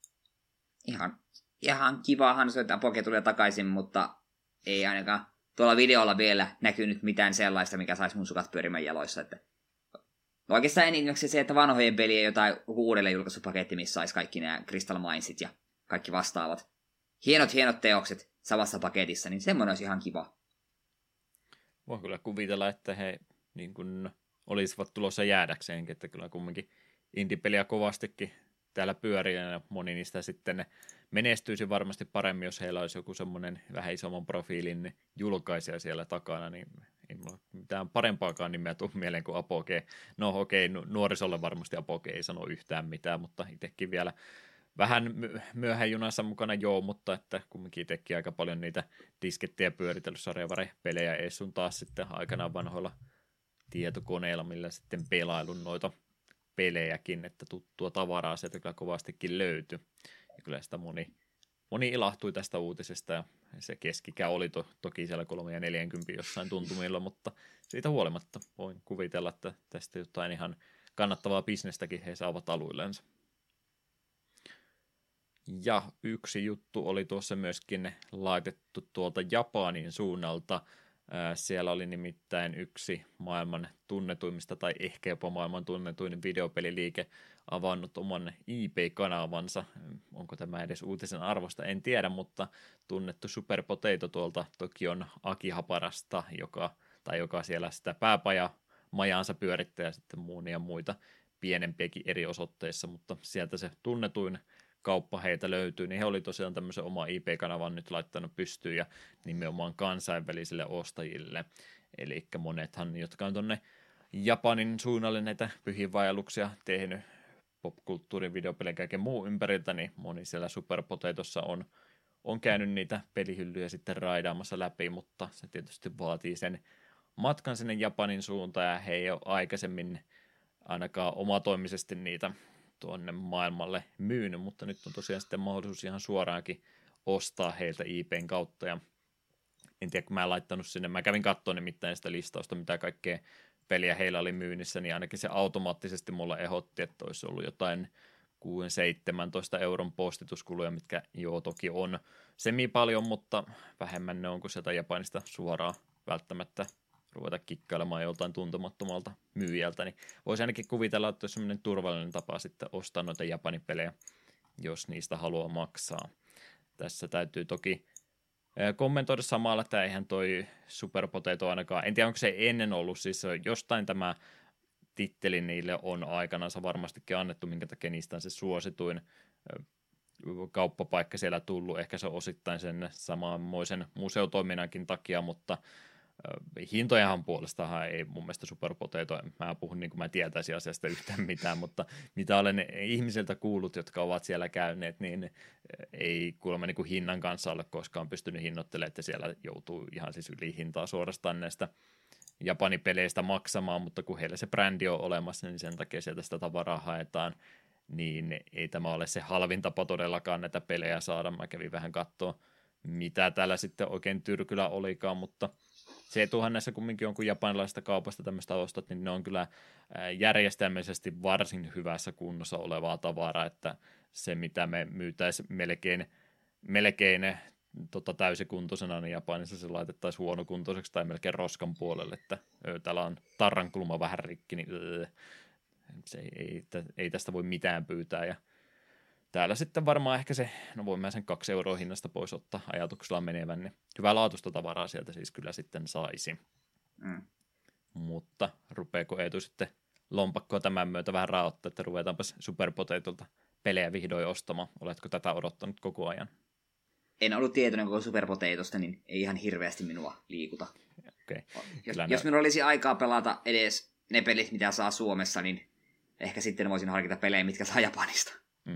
Ihan kivahan se, että Apogee tulee takaisin, mutta ei ainakaan tuolla videolla vielä näkynyt mitään sellaista, mikä saisi mun sukat pyörimään jaloissa. Että oikeastaan enimmäkseen se, että vanhojen pelien jotain uudelleen julkaisupaketti, missä saisi kaikki nämä Crystal Minesit ja kaikki vastaavat hienot teokset samassa paketissa, niin semmoinen olisi ihan kiva. Voin kyllä kuvitella, että he niin kuin olisivat tulossa jäädäkseenkin, että kyllä kumminkin indie-peliä kovastikin täällä pyörii, ja moni niistä sitten menestyisi varmasti paremmin, jos heillä olisi joku semmoinen vähän isomman profiilin julkaisija siellä takana, niin ei mulla mitään parempaakaan nimeä tule mieleen kuin Apogee. No okei, nuorisolle varmasti Apogee ei sano yhtään mitään, mutta itsekin vielä vähän myöhään junassa mukana mutta että kumminkin itsekin aika paljon niitä diskettiä pyöritellyt sarjavare-pelejä ees sun taas sitten aikanaan vanhoilla tietokoneilla, millä sitten pelailun noita pelejäkin, että tuttua tavaraa sieltä kyllä kovastikin löytyi. Ja kyllä sitä moni ilahtui tästä uutisesta, ja se keskikä oli toki siellä 340 jossain tuntumilla, mutta siitä huolimatta voin kuvitella, että tästä jotain ihan kannattavaa bisnestäkin he saavat aluillensa. Ja yksi juttu oli tuossa myöskin laitettu tuolta Japanin suunnalta. Siellä oli nimittäin yksi maailman tunnetuimmista tai ehkä jopa maailman tunnetuin videopeliliike avannut oman eBay-kanavansa. Onko tämä edes uutisen arvosta, en tiedä, mutta tunnettu Super Potato tuolta Tokion Akihabarasta, joka siellä sitä pääpajamajaansa pyörittää ja sitten muunia muita pienempiäkin eri osoitteissa, mutta sieltä se tunnetuin kauppa heitä löytyy, niin he oli tosiaan tämmöisen oma IP-kanavan nyt laittanut pystyyn ja nimenomaan kansainvälisille ostajille. Eli monethan, jotka on tonne Japanin suunnalle näitä pyhiinvaelluksia tehnyt popkulttuurin, videopelien kaiken muu ympäriltä, niin moni siellä Super Potatossa on käynyt niitä pelihyllyjä sitten raidaamassa läpi, mutta se tietysti vaatii sen matkan sinne Japanin suuntaan, ja he ei ole aikaisemmin ainakaan omatoimisesti niitä tuonne maailmalle myynyt, mutta nyt on tosiaan sitten mahdollisuus ihan suoraankin ostaa heiltä IPn kautta, ja en tiedä, kun mä en laittanut sinne, mä kävin katsomaan nimittäin sitä listausta, mitä kaikkea peliä heillä oli myynnissä, niin ainakin se automaattisesti mulla ehdotti, että olisi ollut jotain 6-17 euron postituskuluja, mitkä joo toki on semi paljon, mutta vähemmän ne on kuin sieltä Japanista suoraan välttämättä ruveta kikkailemaan joltain tuntemattomalta myyjältä, niin voisi ainakin kuvitella, että olisi sellainen turvallinen tapa sitten ostaa noita Japanin pelejä, jos niistä haluaa maksaa. Tässä täytyy toki kommentoida samalla, että eihän toi Super Potato ainakaan, en tiedä onko se ennen ollut, siis jostain tämä titteli niille on aikanaan varmastikin annettu, minkä takia niistä on se suosituin kauppapaikka siellä tullut, ehkä se on osittain sen samanmoisen museotoiminnankin takia, mutta hintojahan puolestahan ei mun mielestä Super Potato, mä puhun niin kuin mä tietäisin asiasta yhtään mitään, mutta mitä olen ihmisiltä kuullut, jotka ovat siellä käyneet, niin ei kuulemma niin kuin hinnan kanssa ole koskaan pystynyt hinnoittelemaan, että siellä joutuu ihan siis yli hintaa suorastaan näistä Japani-peleistä maksamaan, mutta kun heillä se brändi on olemassa, niin sen takia sieltä sitä tavaraa haetaan, niin ei tämä ole se halvin tapa todellakaan näitä pelejä saada. Mä kävin vähän katsoa, mitä täällä sitten oikein tyrkyllä olikaan, mutta se etuhan näissä kumminkin on, kun japanilaisesta kaupasta tämmöistä ostat, niin ne on kyllä järjestelmällisesti varsin hyvässä kunnossa olevaa tavaraa, että se mitä me myytäisiin melkein täysikuntoisena, niin Japanissa se laitettaisiin huonokuntoiseksi tai melkein roskan puolelle, että täällä on tarrankulma vähän rikki, niin se ei tästä voi mitään pyytää, ja täällä sitten varmaan ehkä se, no voin mä sen 2 euroa hinnasta pois ottaa ajatuksella menevän, niin hyvää laatuista tavaraa sieltä siis kyllä sitten saisi. Mutta rupeeko Eetu sitten lompakkoa tämän myötä vähän raottaa, että ruvetaanpas Super Potatolta pelejä vihdoin ostamaan. Oletko tätä odottanut koko ajan? En ollut tietoinen koko Super Potatosta, niin ei ihan hirveästi minua liikuta. Okay. Jos minulla olisi aikaa pelata edes ne pelit, mitä saa Suomessa, niin ehkä sitten voisin harkita pelejä, mitkä saa Japanista.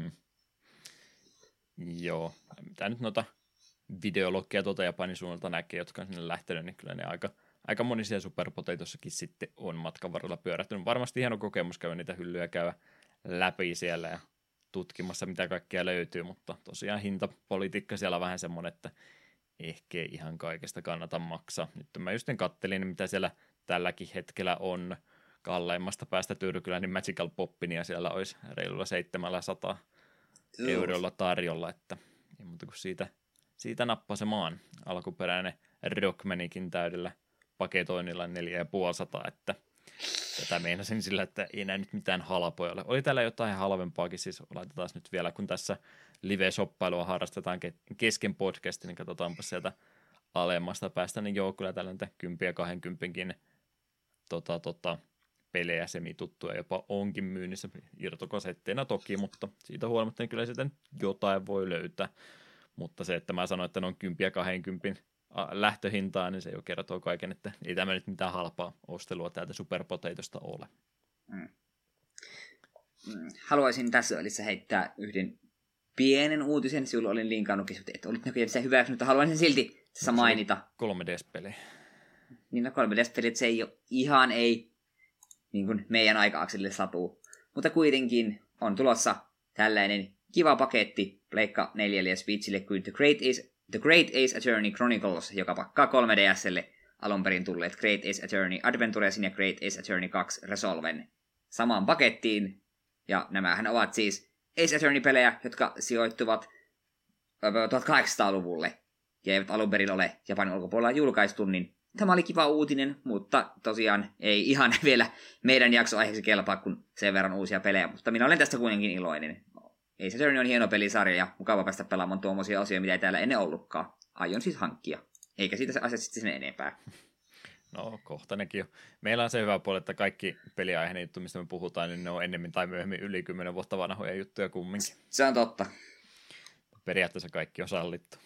Joo, mitä nyt noita videologkeja tuolta Japanin suunnalta näkee, jotka on sinne lähtenyt, niin kyllä ne aika moni siellä Super Potatossakin sitten on matkan varrella pyörähtynyt. Varmasti hieno kokemus käydä niitä hyllyjä käydä läpi siellä ja tutkimassa, mitä kaikkea löytyy, mutta tosiaan hintapolitiikka siellä on vähän semmoinen, että ehkä ei ihan kaikesta kannata maksaa. Nyt mä just kattelin, mitä siellä tälläkin hetkellä on kalleimmasta päästä tyrkyllä, niin Magical Poppinia siellä olisi reilulla 700 eurolla tarjolla, että ei muuta kuin siitä nappasemaan. Alkuperäinen Rockmanikin täydellä paketoinnilla 450, että tätä meinasin sillä, että ei näy nyt mitään halpoja ole. Oli täällä jotain halvempaakin, siis laitetaan nyt vielä, kun tässä live-shoppailua harrastetaan kesken podcastin, niin katsotaanpa sieltä alemmasta päästä, niin joo, kyllä täällä näitä 10 ja 20 pelejä semituttuja jopa onkin myynnissä irtokasetteina toki, mutta siitä huolimatta niin kyllä sitten jotain voi löytää. Mutta se, että mä sanoin, että ne on 10 ja 20 lähtöhintaa, niin se jo kertoo kaiken, että ei tämä nyt mitään halpaa ostelua täältä Super Potatosta ole. Haluaisin tässä välissä heittää yhden pienen uutisen. Sinulla olin linkannutkin, että olit näköjään sitä hyväksi, mutta haluaisin silti tässä mainita. 3DS-peli. Niin no 3DS-pelit, se ei ole ihan niin kuin meidän aika-akselille satuu. Mutta kuitenkin on tulossa tällainen kiva paketti Pleikka 4 ja Switchille kuin The Great Ace Attorney Chronicles, joka pakkaa 3DS:lle alun perin tulleet Great Ace Attorney Adventuresin ja Great Ace Attorney 2 Resolven samaan pakettiin. Ja nämähän ovat siis Ace Attorney-pelejä, jotka sijoittuvat 1800-luvulle ja eivät alun perin ole Japanin ulkopuolella julkaistu, niin tämä oli kiva uutinen, mutta tosiaan ei ihan vielä meidän jaksoaiheeksi kelpaa, kun sen verran uusia pelejä, mutta minä olen tästä kuitenkin iloinen. Ace Attorney on hieno pelisarja ja mukava päästä pelaamaan tuommoisia osioita, mitä ei täällä ennen ollutkaan. Aion siis hankkia, eikä siitä asiasta sitten sen enempää. No, kohta nekin jo. Meillä on se hyvä puoli, että kaikki peliaiheinen juttu, mistä me puhutaan, niin ne on ennemmin tai myöhemmin yli 10 vuotta vanhoja juttuja kumminkin. Se on totta. Periaatteessa kaikki on sallittu.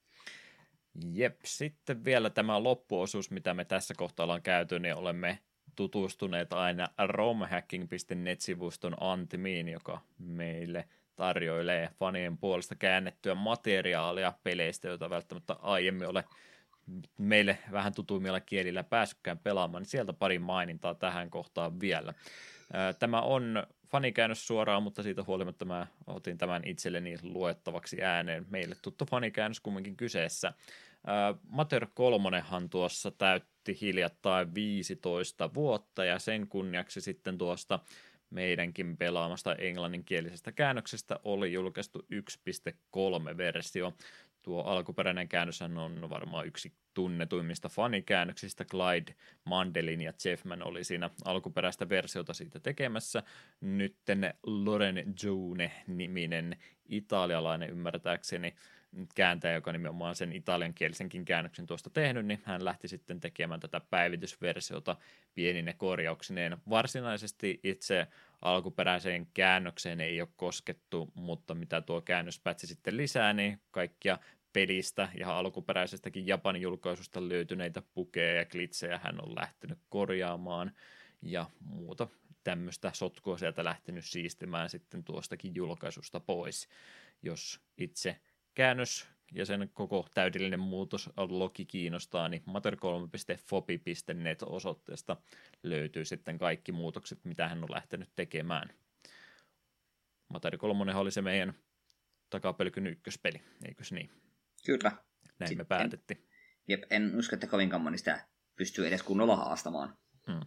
Jep, sitten vielä tämä loppuosuus, mitä me tässä kohtaa ollaan käyty, niin olemme tutustuneet aina romhacking.net-sivuston Antimiin, joka meille tarjoilee fanien puolesta käännettyä materiaalia peleistä, joita välttämättä aiemmin ole meille vähän tutuimmilla kielillä päässytkään pelaamaan, niin sieltä pari mainintaa tähän kohtaan vielä. Tämä on fanikäännös suoraan, mutta siitä huolimatta mä otin tämän itselleni luettavaksi ääneen. Meille tuttu fanikäännös kumminkin kyseessä. Mater 3han tuossa täytti hiljattain 15 vuotta, ja sen kunniaksi sitten tuosta meidänkin pelaamasta englanninkielisestä käännöksestä oli julkaistu 1.3-versio. Tuo alkuperäinen käännöshän on varmaan yksi tunnetuimmista fanikäännöksistä. Clyde Mandelin ja Jeffman oli siinä alkuperäistä versiota siitä tekemässä. Nytten Loren June-niminen italialainen ymmärtääkseni kääntäjä, joka nimenomaan sen italiankielisenkin käännöksen tuosta tehnyt, niin hän lähti sitten tekemään tätä päivitysversiota pienine korjauksineen. Varsinaisesti itse alkuperäiseen käännökseen ei ole koskettu, mutta mitä tuo käännöspätsi sitten lisää, niin kaikkia pelistä ja alkuperäisestäkin Japanin julkaisusta löytyneitä pukeja ja klitsejä hän on lähtenyt korjaamaan ja muuta tämmöistä sotkua sieltä lähtenyt siistimään sitten tuostakin julkaisusta pois. Jos itse käännös ja sen koko täydellinen muutoslogi kiinnostaa, niin mater3.fopi.net osoitteesta löytyy sitten kaikki muutokset, mitä hän on lähtenyt tekemään. Mater 3 oli se meidän takapölkyn ykköspeli, eikös niin? Kyllä. Näin Sitten me päätettiin. En usko, että kovinkaan moni sitä pystyy edes kunnolla haastamaan.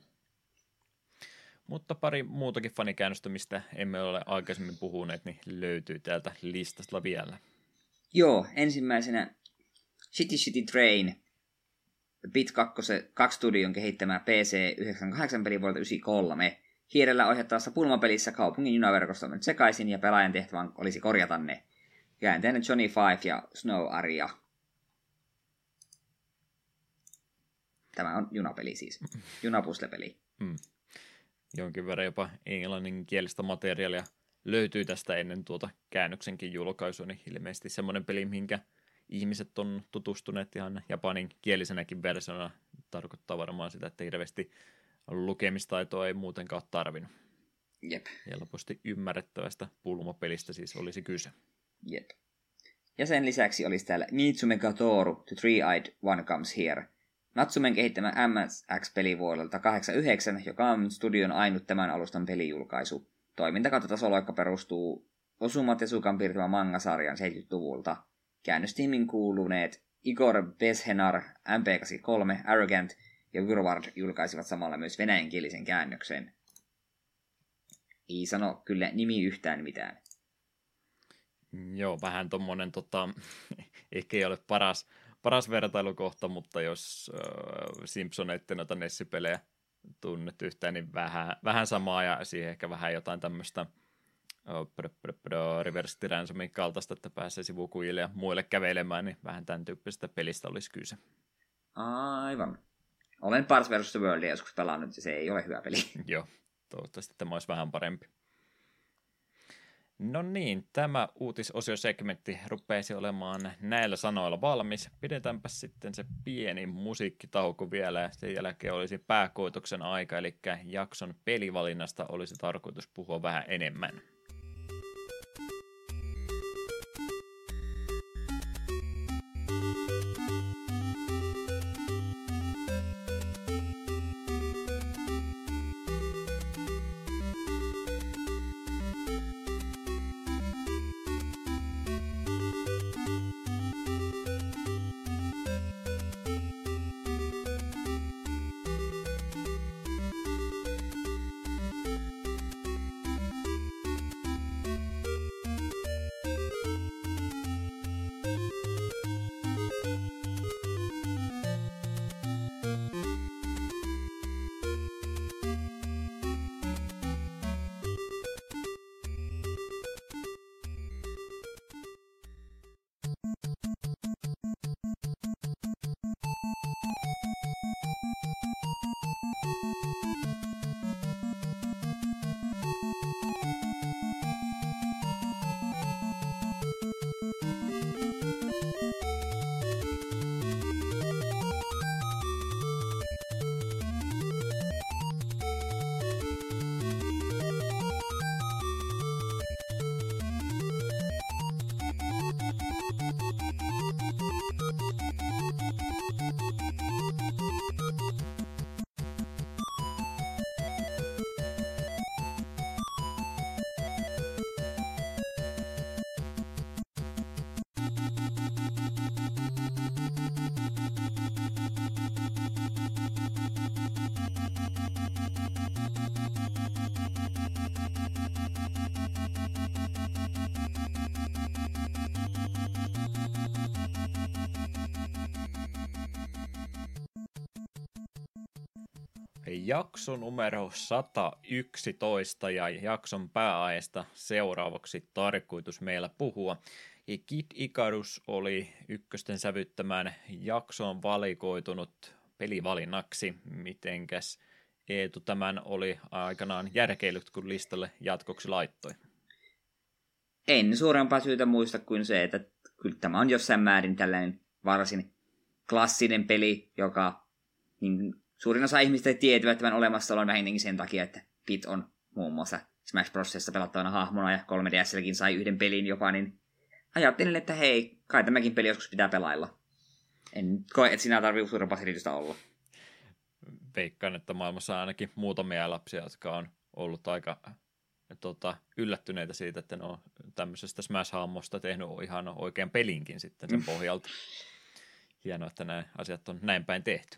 Mutta pari muutakin fanikäännöstä, mistä emme ole aikaisemmin puhuneet, niin löytyy täältä listasta vielä. Joo, ensimmäisenä Shitty Train, Bit 2 Studion kehittämä PC-98-peli vuodelta 1993. Hiirellä ohjattavassa pulmapelissä kaupungin junaverkosto on nyt sekaisin ja pelaajan tehtävän olisi korjata ne. Kääntäjänä Johnny Five ja Snow Aria. Tämä on junapeli siis. Junapuslepeli. Jonkin verran jopa englanninkielistä materiaalia löytyy tästä ennen tuota käännöksenkin julkaisua, niin ilmeisesti semmoinen peli, minkä ihmiset on tutustuneet ihan japaninkielisenäkin versiona. Tarkoittaa varmaan sitä, että hirveästi lukemistaitoa ei muutenkaan ole tarvinnut. Jep. Helposti ymmärrettävästä pulmapelistä siis olisi kyse. Jep. Ja sen lisäksi olisi täällä Nitsume Gatoru, The Three-Eyed One Comes Here. Natsumen kehittämä MSX-peli vuodelta 89, joka on studion ainut tämän alustan pelijulkaisu. Toiminta kautta tasoloikka perustuu Osuma Tezukan piirtämän manga-sarjan 70-luvulta. Käännöstiimin kuuluneet Igor Beshenar, MP83, Arrogant ja Gurward julkaisivat samalla myös venäjänkielisen käännöksen. Ei sano kyllä nimi yhtään mitään. Joo, vähän tommonen ehkä ei ole paras vertailukohta, mutta jos Simpsoneitten noita Nessi-pelejä tunnet yhtään, niin vähän samaa ja siihen ehkä vähän jotain tämmöistä reverse ransomin kaltaista, että pääsee sivukujille ja muille kävelemään, niin vähän tämän tyyppisestä pelistä olisi kyse. Aivan. Olen Parts vs. The Worldia joskus pelannut, ja se ei ole hyvä peli. Joo, toivottavasti tämä olisi vähän parempi. No niin, tämä uutisosiosegmentti rupeisi olemaan näillä sanoilla valmis. Pidetäänpä sitten se pieni musiikkitauko vielä ja sen jälkeen olisi pääkoitoksen aika, eli jakson pelivalinnasta olisi tarkoitus puhua vähän enemmän. Jakso numero 111 ja jakson pääaiheesta seuraavaksi tarkoitus meillä puhua. Kid Icarus oli ykkösten sävyttämään jaksoon valikoitunut pelivalinnaksi. Mitenkäs Eetu tämän oli aikanaan järkeilyt, kun listalle jatkoksi laittoi? En suurempaa syytä muista kuin se, että kyllä tämä on jossain määrin tällainen varsin klassinen peli, joka niin suurin osa ihmistä tietävät tämän olemassaolon vähintäänkin sen takia, että Kid on muun muassa Smash Brosissa pelattavana hahmona ja 3DSlläkin sai yhden pelin jopa, niin ajattelin, että hei, kai tämäkin peli joskus pitää pelailla. En koe, että siinä tarvitsee suurempaa selitystä olla. Veikkaan, että maailmassa on ainakin muutamia lapsia, jotka on ollut aika yllättyneitä siitä, että ne on tämmöisestä Smash-hahmosta tehnyt ihan oikean pelinkin sitten sen pohjalta. Hienoa, että nämä asiat on näin päin tehty.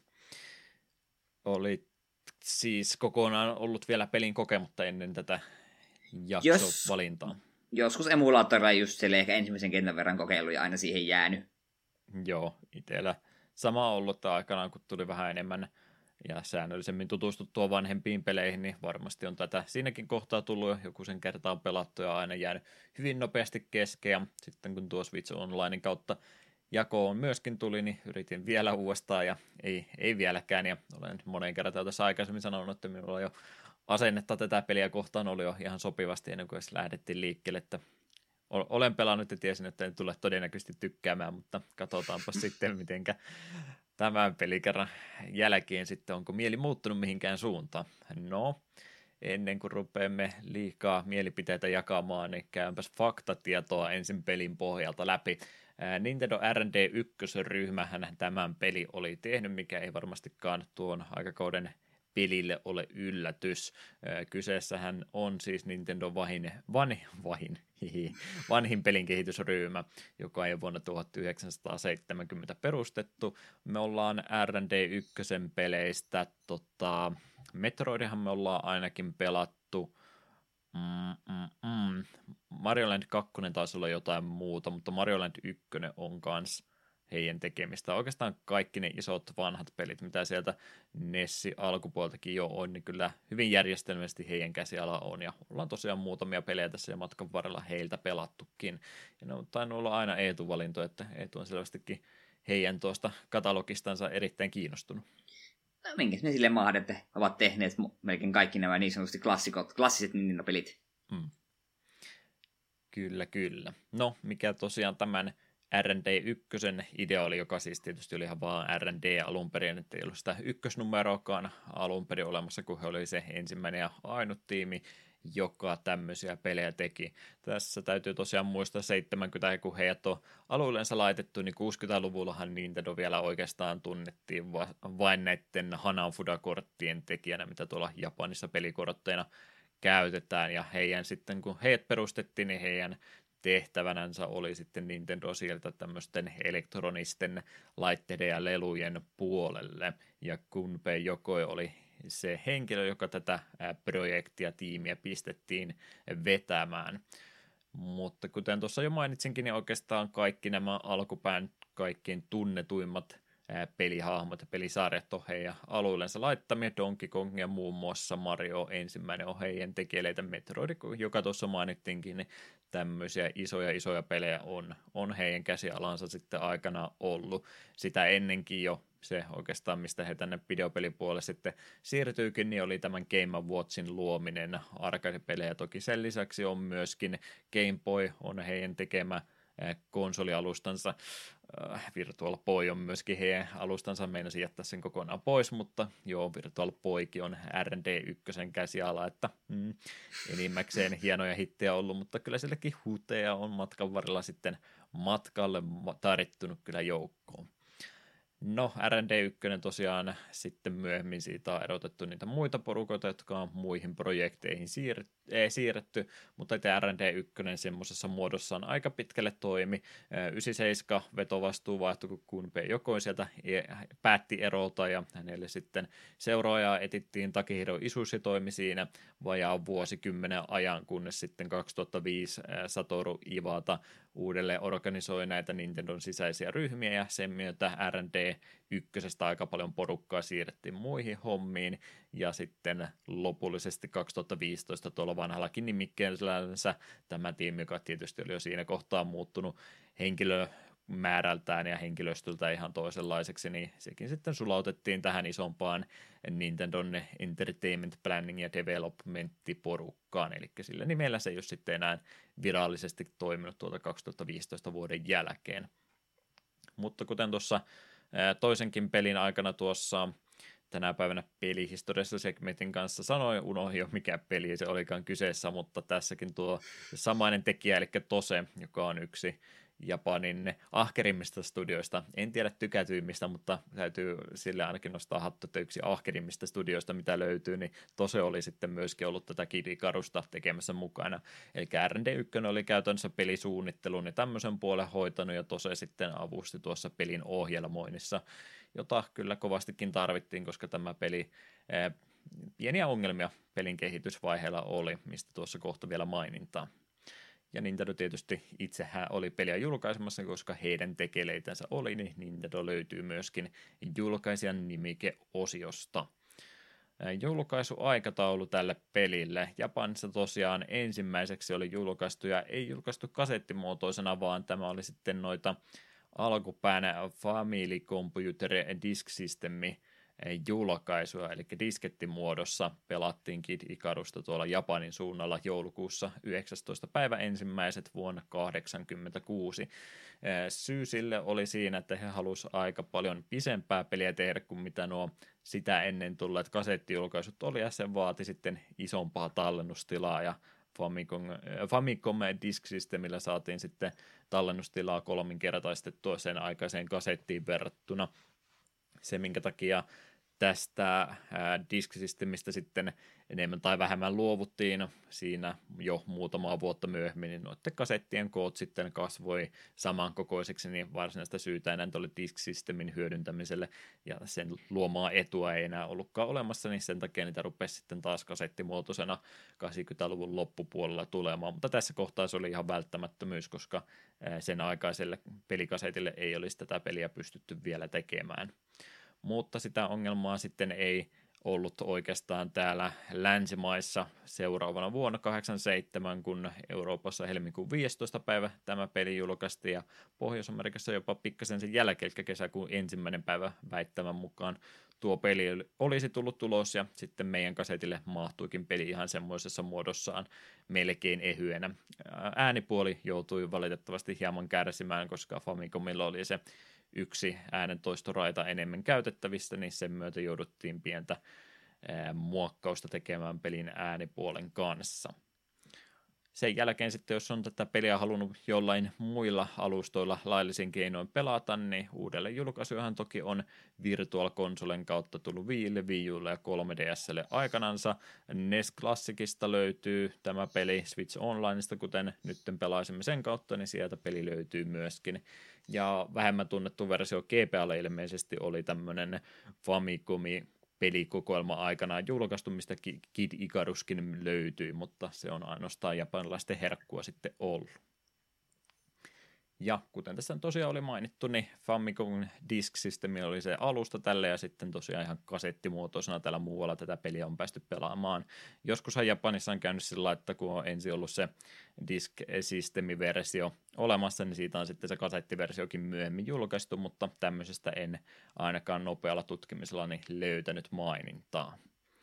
Oli siis kokonaan ollut vielä pelin kokematta ennen tätä jaksovalintaa. Joskus emulaattorilla just sille ehkä ensimmäisen kentän verran kokeillut ja aina siihen jäänyt. Joo, itsellä sama ollut aikanaan, kun tuli vähän enemmän ja säännöllisemmin tutustuttua vanhempiin peleihin, niin varmasti on tätä siinäkin kohtaa tullut jo joku sen kertaan pelattu ja aina jäänyt hyvin nopeasti kesken. Ja sitten kun tuo Switch Onlinein kautta jakoon myöskin tuli, niin yritin vielä uudestaan ja ei vieläkään. Ja olen moneen kertaan tässä aikaisemmin sanonut, että minulla jo asennetta tätä peliä kohtaan oli jo ihan sopivasti ennen kuin edes lähdettiin liikkeelle, että olen pelannut ja tiesin, että en tule todennäköisesti tykkäämään, mutta katsotaanpa sitten, mitenkä tämän pelikerran jälkeen sitten, onko mieli muuttunut mihinkään suuntaan. No, ennen kuin rupeamme liikaa mielipiteitä jakamaan, niin käympäs faktatietoa ensin pelin pohjalta läpi. Nintendo R&D 1-ryhmähän tämän peli oli tehnyt, mikä ei varmastikaan tuon aikakauden pelille ole yllätys. Kyseessähän on siis Nintendo vanhin pelin kehitysryhmä, joka ei vuonna 1970 perustettu. Me ollaan R&D 1 peleistä, Metroidihan me ollaan ainakin pelattu. Mario Land 2 taisi olla jotain muuta, mutta Mario Land 1 on kans heidän tekemistä. Oikeastaan kaikki ne isot vanhat pelit, mitä sieltä Nessi alkupuoltakin jo on, niin kyllä hyvin järjestelmästi heidän käsiala on. Ja ollaan tosiaan muutamia pelejä tässä ja matkan varrella heiltä pelattukin. Ja ne on tainnut olla aina Eetu-valinto, että Eetu on selvästikin heidän tuosta katalogistansa erittäin kiinnostunut. No minkä ne silleen maahan, että ovat tehneet melkein kaikki nämä niin sanotusti klassiset Nintendo-pelit. Kyllä. No, mikä tosiaan tämän R&D 1 idea oli, joka siis tietysti oli ihan vaan R&D alun perin, että ei ollut sitä ykkösnumeroakaan alun perin olemassa, kun he oli se ensimmäinen ja ainut tiimi, joka tämmöisiä pelejä teki. Tässä täytyy tosiaan muistaa 70, kun heidät on alueensa laitettu, niin 60-luvullahan Nintendo vielä oikeastaan tunnettiin vain näiden Hanafuda-korttien tekijänä, mitä tuolla Japanissa pelikortteina käytetään, ja heidän sitten, kun heidät perustettiin, niin heidän tehtävänänsä oli sitten Nintendo sieltä tämmöisten elektronisten laitteiden ja lelujen puolelle, ja Gunpei Yokoi oli se henkilö, joka tätä projektia, tiimiä pistettiin vetämään. Mutta kuten tuossa jo mainitsinkin, niin oikeastaan kaikki nämä alkupään kaikkein tunnetuimmat pelihahmot ja pelisarjat on heidän alueensa laittamia. Donkey Kong ja muun muassa Mario ensimmäinen on heidän tekeleitä. Metroid, joka tuossa mainittiinkin, niin tämmöisiä isoja pelejä on heidän käsialansa sitten aikana ollut. Sitä ennenkin jo se oikeastaan, mistä he tänne videopelipuolelle sitten siirtyykin, niin oli tämän Game & Watchin luominen arcade-pelejä. Toki sen lisäksi on myöskin Game Boy, on heidän tekemä konsolialustansa. Virtual Boy on myöskin heidän alustansa, meinasin jättää sen kokonaan pois, mutta joo, Virtual Boykin on R&D 1 käsiala, että enimmäkseen hienoja hittejä ollut, mutta kyllä sielläkin huteja on matkan varrella sitten matkalle tarjittunut kyllä joukkoon. No, R&D 1 tosiaan sitten myöhemmin siitä on erotettu niitä muita porukoita, jotka on muihin projekteihin siirretty, mutta tämä R&D 1 semmoisessa muodossaan aika pitkälle toimi. 97 vetovastuu vaihtui, kun Gunpei Yokoi sieltä päätti erota, ja hänelle sitten seuraajaa etittiin. Takehiro Isushi toimi siinä vajaan vuosikymmenen ajan, kunnes sitten 2005 Satoru Iwata uudelleen organisoi näitä Nintendon sisäisiä ryhmiä, ja sen myötä R&D R&D 1 aika paljon porukkaa siirrettiin muihin hommiin, ja sitten lopullisesti 2015 tuolla vanhallakin nimikkeellänsä tämä tiimi, joka tietysti oli jo siinä kohtaa muuttunut henkilömäärältään ja henkilöstöltä ihan toisenlaiseksi, niin sekin sitten sulautettiin tähän isompaan Nintendon Entertainment Planning ja Development-porukkaan, eli sillä nimellä se ei ole sitten enää virallisesti toiminut tuota 2015 vuoden jälkeen. Mutta kuten tuossa toisenkin pelin aikana tuossa tänä päivänä pelihistoriassa segmentin kanssa sanoin, unohdin jo mikä peli se olikaan kyseessä, mutta tässäkin tuo samainen tekijä, eli Tose, joka on yksi Japanin ahkerimmista studioista. En tiedä tykätyimmistä, mutta täytyy sille ainakin nostaa hattu, että yksi ahkerimmista studioista, mitä löytyy, niin Tose oli sitten myöskin ollut tätä Kid Icarusta tekemässä mukana. Eli R&D1 oli käytännössä pelisuunnittelun ja tämmöisen puolen hoitanut, ja Tose sitten avusti tuossa pelin ohjelmoinnissa, jota kyllä kovastikin tarvittiin, koska tämä peli pieniä ongelmia pelin kehitysvaiheella oli, mistä tuossa kohta vielä mainintaa. Ja Nintendo tietysti itsehän oli peliä julkaisemassa, koska heidän tekeleitänsä oli, niin Nintendo löytyy myöskin julkaisijan nimike-osiosta. Julkaisuaikataulu tälle pelille. Japanissa tosiaan ensimmäiseksi oli julkaistu, ja ei julkaistu kasettimuotoisena, vaan tämä oli sitten noita alkupään Family Computer Disk System julkaisuja, eli diskettimuodossa pelattiin Kid Icarusta tuolla Japanin suunnalla joulukuussa 19. päivä ensimmäiset vuonna 1986. Syy sille oli siinä, että he halusivat aika paljon pisempää peliä tehdä kuin mitä nuo sitä ennen tulleet kasettijulkaisut oli, ja se vaati sitten isompaa tallennustilaa, ja Famicom Disk Systemillä saatiin sitten tallennustilaa kolminkertaistettua sen aikaiseen kasettiin verrattuna. Se, minkä takia tästä Disk-systemistä sitten enemmän tai vähemmän luovuttiin siinä jo muutamaa vuotta myöhemmin, niin noiden kasettien koot sitten kasvoi samankokoiseksi, niin varsinaista syytä enää oli Disk-systemin hyödyntämiselle, ja sen luomaa etua ei enää ollutkaan olemassa, niin sen takia niitä rupesi sitten taas kasettimuotoisena 80-luvun loppupuolella tulemaan, mutta tässä kohtaa se oli ihan välttämättömyys, koska sen aikaiselle pelikasetille ei olisi tätä peliä pystytty vielä tekemään. Mutta sitä ongelmaa sitten ei ollut oikeastaan täällä länsimaissa seuraavana vuonna 1987, kun Euroopassa helmikuun 15. päivä tämä peli julkaistiin, ja Pohjois-Amerikassa jopa pikkasen sen jälkeen, kesäkuun 1. päivä väittämän mukaan tuo peli olisi tullut ulos, ja sitten meidän kasetille mahtuikin peli ihan semmoisessa muodossaan melkein ehyenä. Äänipuoli joutui valitettavasti hieman kärsimään, koska Famicomilla oli se yksi äänentoistoraita enemmän käytettävissä, niin sen myötä jouduttiin pientä muokkausta tekemään pelin äänipuolen kanssa. Sen jälkeen sitten, jos on tätä peliä halunnut jollain muilla alustoilla laillisin keinoin pelata, niin uudelleen julkaisujahan toki on Virtual Consolen kautta tullut Wiille, Wii Ulle ja 3DSlle aikanansa. NES Classicista löytyy tämä peli, Switch Onlineista, kuten nyt pelaisimme sen kautta, niin sieltä peli löytyy myöskin. Ja vähemmän tunnettu versio GBAlle ilmeisesti oli tämmöinen Famicomi pelikokoelma aikanaan julkaistu, mistä Kid Icaruskin löytyi, mutta se on ainoastaan japanilaisten herkkua sitten ollut. Ja kuten tässä tosiaan oli mainittu, niin Famicom Disk System oli se alusta tälle, ja sitten tosiaan ihan kasettimuotoisena täällä muualla tätä peliä on päästy pelaamaan. Joskushan Japanissa on käynyt sillä, että kun on ensin ollut se Disk System-versio olemassa, niin siitä on sitten se kasettiversiokin myöhemmin julkaistu, mutta tämmöisestä en ainakaan nopealla tutkimisella niin löytänyt mainintaa.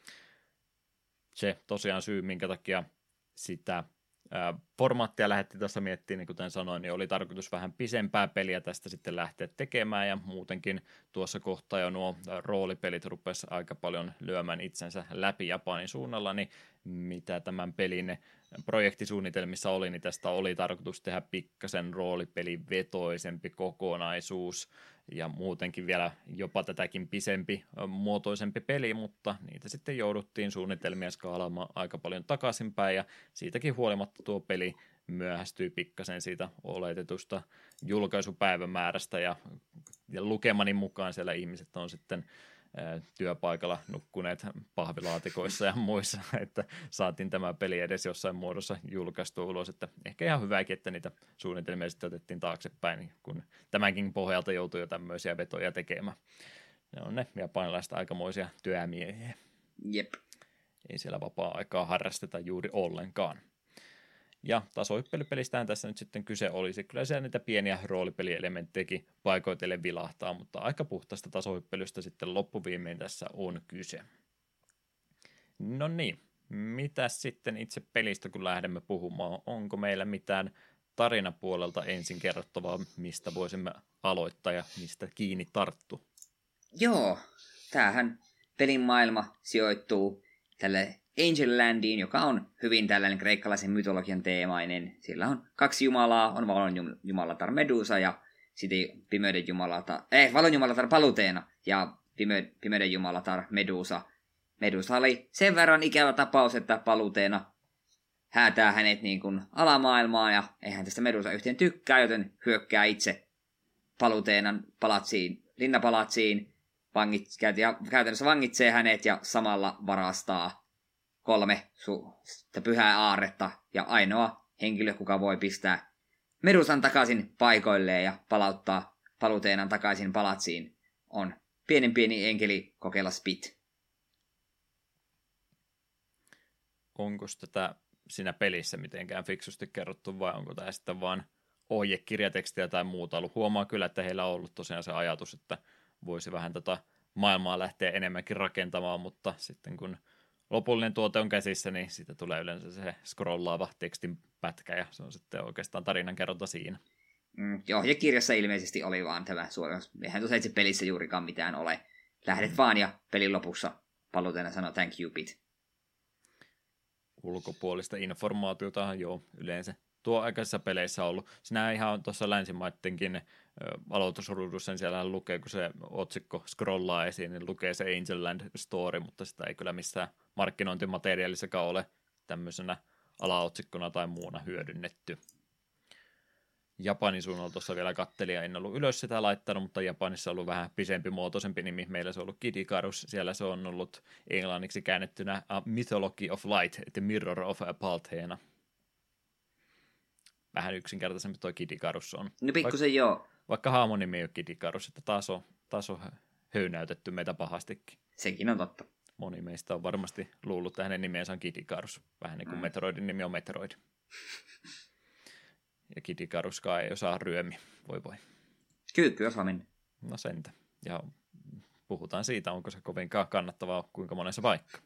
Se tosiaan syy, minkä takia sitä formaattia lähdettiin tässä miettimään, niin kuten sanoin, niin oli tarkoitus vähän pisempää peliä tästä sitten lähteä tekemään, ja muutenkin tuossa kohtaa jo nuo roolipelit rupesi aika paljon lyömään itsensä läpi Japanin suunnalla, niin mitä tämän pelin projektisuunnitelmissa oli, niin tästä oli tarkoitus tehdä pikkasen roolipelivetoisempi kokonaisuus, ja muutenkin vielä jopa tätäkin pisempi muotoisempi peli, mutta niitä sitten jouduttiin suunnitelmia skaalaamaan aika paljon takaisinpäin, ja siitäkin huolimatta tuo peli myöhästyi pikkasen siitä oletetusta julkaisupäivämäärästä, ja lukemani mukaan siellä ihmiset on sitten työpaikalla nukkuneet pahvilaatikoissa ja muissa, että saatiin tämä peli edes jossain muodossa julkaistu ulos, että ehkä ihan hyväkin, että niitä suunnitelmia sitten otettiin taaksepäin, kun tämänkin pohjalta joutui jo tämmöisiä vetoja tekemään. Ne on ne japanilaiset aikamoisia työmiehiä. Jep. Ei siellä vapaa-aikaa harrasteta juuri ollenkaan. Ja tasohyppelypelistähän tässä nyt sitten kyse olisi. Kyllä siellä niitä pieniä roolipelielementtejäkin paikoitellen vilahtaa, mutta aika puhtaasta tasohyppelystä sitten loppuviimein tässä on kyse. No niin, mitä sitten itse pelistä kun lähdemme puhumaan? Onko meillä mitään tarinapuolelta ensin kerrottavaa, mistä voisimme aloittaa ja mistä kiinni tarttuu? Joo, tämähän pelin maailma sijoittuu tälle Angel Landiin, joka on hyvin tällainen kreikkalaisen mytologian teemainen. Sillä on 2 jumalaa, on valon jumalatar Medusa ja sitten pimeyden jumalatar, valon jumalatar Paluteena ja pimeyden jumalatar Medusa. Medusa oli sen verran ikävä tapaus, että Paluteena häätää hänet niin kuin alamaailmaan ja eihän tästä Medusa yhteen tykkää, joten hyökkää itse Paluteenan palatsiin, linnapalatsiin, käytännössä vangitsee hänet ja samalla varastaa 3 pyhää aarretta ja ainoa henkilö, kuka voi pistää Medusan takaisin paikoilleen ja palauttaa Paluteenan takaisin palatsiin, on pieni enkeli kokeilla Spit. Onko tätä siinä pelissä mitenkään fiksusti kerrottu vai onko tämä sitten vaan ohjekirjatekstiä tai muuta ollut? Huomaa kyllä, että heillä on ollut tosiaan se ajatus, että voisi vähän maailmaa lähteä enemmänkin rakentamaan, mutta sitten kun lopullinen tuote on käsissä, niin siitä tulee yleensä se scrollaava tekstin pätkä ja se on sitten oikeastaan tarinankerronta siinä. Joo, ja kirjassa ilmeisesti oli vaan tämä suoraus. Eihän tosiaan itse pelissä juurikaan mitään ole. Lähdet vaan ja pelin lopussa Paluteena sanoo thank you, Pete. Ulkopuolista informaatiotahan joo yleensä tuo aikaisissa peleissä ollut. Sinä ihan tuossa länsimaittenkin aloitusruudussa, niin siellä lukee, kun se otsikko scrollaa esiin, niin lukee se Angel Land Story, mutta sitä ei kyllä missään markkinointimateriaalissakaan ole tämmöisenä alaotsikkona tai muuna hyödynnetty. Japanin suunnalla tuossa vielä kattelin ja en ollut ylös sitä laittanut, mutta Japanissa on ollut vähän pisempi muotoisempi nimi. Meillä se on ollut Kid Icarus, siellä se on ollut englanniksi käännettynä A Mythology of Light, The Mirror of Palteena. Vähän yksinkertaisempi toi Kid Icarus on. No pikkusen joo. Vaikka haamon nimi ei ole Kid Icarus, että taas on höynäytetty meitä pahastikin. Sekin on totta. Moni meistä on varmasti luullut, että hänen nimensä on Kid Icarus. Vähän niin kuin Metroidin nimi on Metroid. Ja Kid Icaruskaan ei osaa ryömi. Voi. Kyllä osaa mennä. No sentä. Ja puhutaan siitä, onko se kovinkaan kannattavaa, kuinka monessa paikka.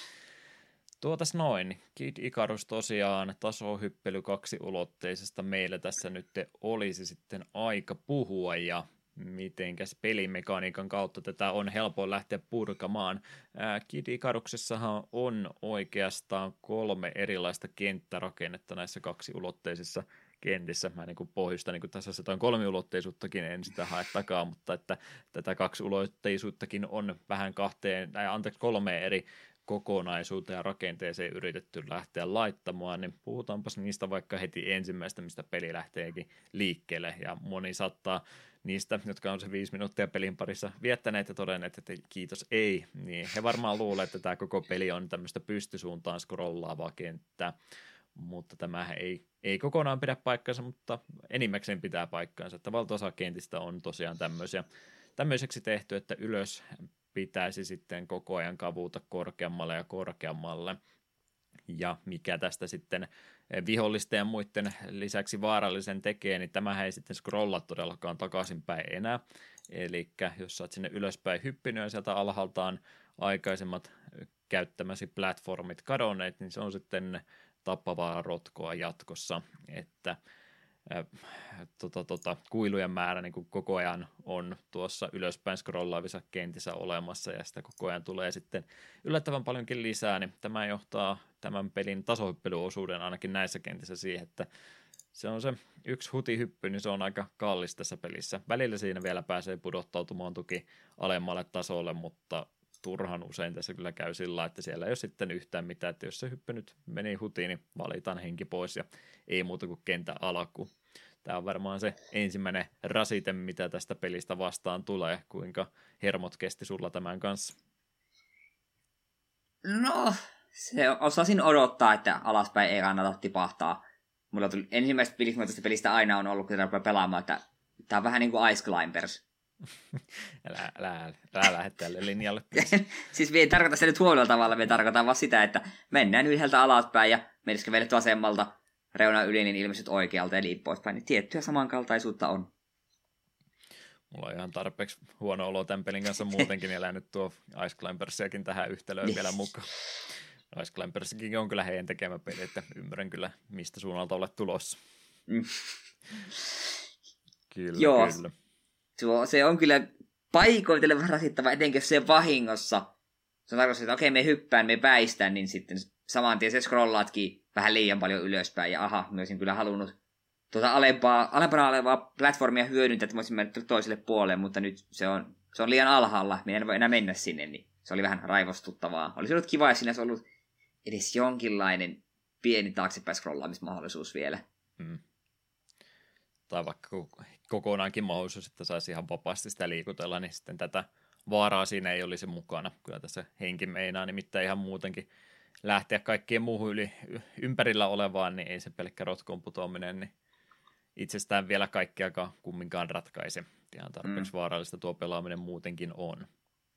Noin. Kid Icarus tosiaan tasohyppely 2-ulotteisesta meillä tässä nyt olisi sitten aika puhua ja mitenkäs pelimekaniikan kautta tätä on helppo lähteä purkamaan. Kid Icaruksessahan on oikeastaan 3 erilaista kenttärakennetta näissä 2-ulotteisissa kentissä. Mä niin kuin pohjusta, niin kuin tässä se on 3-ulotteisuuttakin, en sitä hae takaa, mutta että tätä 2-ulotteisuuttakin on vähän 3 eri kokonaisuuteen ja rakenteeseen yritetty lähteä laittamaan, niin puhutaanpas niistä vaikka heti ensimmäistä, mistä peli lähteekin liikkeelle, ja moni saattaa niistä, jotka on se 5 minuuttia pelin parissa viettäneet ja todenneet, että kiitos ei, niin he varmaan luulee, että tämä koko peli on tämmöistä pystysuuntaan scrollaavaa kenttää, mutta tämä ei kokonaan pidä paikkansa, mutta enimmäkseen pitää paikkansa, että valtaosa kentistä on tosiaan tämmöiseksi tehty, että ylös pitäisi sitten koko ajan kavuta korkeammalle ja korkeammalle. Ja mikä tästä sitten vihollisten ja muiden lisäksi vaarallisen tekee, niin tämähän ei sitten scrolla todellakaan takaisinpäin enää. Eli jos sä oot sinne ylöspäin hyppinyt ja sieltä alhaaltaan aikaisemmat käyttämäsi platformit kadonneet, niin se on sitten tappavaa rotkoa jatkossa, että kuilujen määrä niin kuin koko ajan on tuossa ylöspäin scrollaavissa kentissä olemassa ja sitä koko ajan tulee sitten yllättävän paljonkin lisää, niin tämä johtaa tämän pelin tasohyppelyosuuden ainakin näissä kentissä siihen, että se on se yksi hutihyppy, niin se on aika kallis tässä pelissä. Välillä siinä vielä pääsee pudottautumaan toki alemmalle tasolle, mutta turhan usein tässä kyllä käy sillä, että siellä ei ole sitten yhtään mitään, että jos se hyppy nyt meni hutiin, niin valitaan henki pois ja ei muuta kuin kentän alku. tämä on varmaan se ensimmäinen rasite, mitä tästä pelistä vastaan tulee. Kuinka hermot kesti sulla tämän kanssa? No, se osasin odottaa, että alaspäin ei kannata tipahtaa. Mulla tuli ensimmäisestä pelistä aina on ollut, kun tätä pelaamaan, että tämä on vähän niin kuin Ice Climbers. Älä lähde tälle linjalle. Siis me ei tarkoita sitä nyt huonolla tavalla, me tarkoitaan vaan sitä, että mennään ylhäältä alaspäin ja meidän vedet vasemmalta reuna yli, niin ilmeisesti oikealta ja niin poispäin. Niin tiettyä samankaltaisuutta on. Mulla on ihan tarpeeksi huono olo tämän pelin kanssa muutenkin, ja nyt tuo Ice Climbersiakin tähän yhtälöön vielä mukaan. Ice Climbersikin on kyllä heidän tekemä peli, että ymmärrän kyllä, mistä suunnalta olet tulossa. Kyllä, joo, kyllä. Se on kyllä paikoitelle vähän rasittava, etenkin jos se on vahingossa. Se on tarkoitus, että okei, me hyppään, me väistän, niin sitten saman tien se scrollaatkin vähän liian paljon ylöspäin. Ja aha, mä olisin kyllä halunnut alempana olevaa platformia hyödyntää, että mä olisin mennyt toiselle puolelle, mutta nyt se on liian alhaalla. Minä en voi enää mennä sinne, niin se oli vähän raivostuttavaa. Olisi ollut kiva, jos siinä olisi ollut edes jonkinlainen pieni taaksepäin scrollaamismahdollisuus vielä. Tai vaikka kokonaankin mahdollisuus, että saisi ihan vapaasti sitä liikutella, niin sitten tätä vaaraa siinä ei olisi mukana. Kyllä tässä henki meinaa nimittäin ihan muutenkin lähteä kaikkien muuhun ympärillä olevaan, niin ei se pelkkä rotkoon putoaminen, niin itsestään vielä kaikkeakaan kumminkaan ratkaise. Ihan tarpeeksi vaarallista tuo pelaaminen muutenkin on.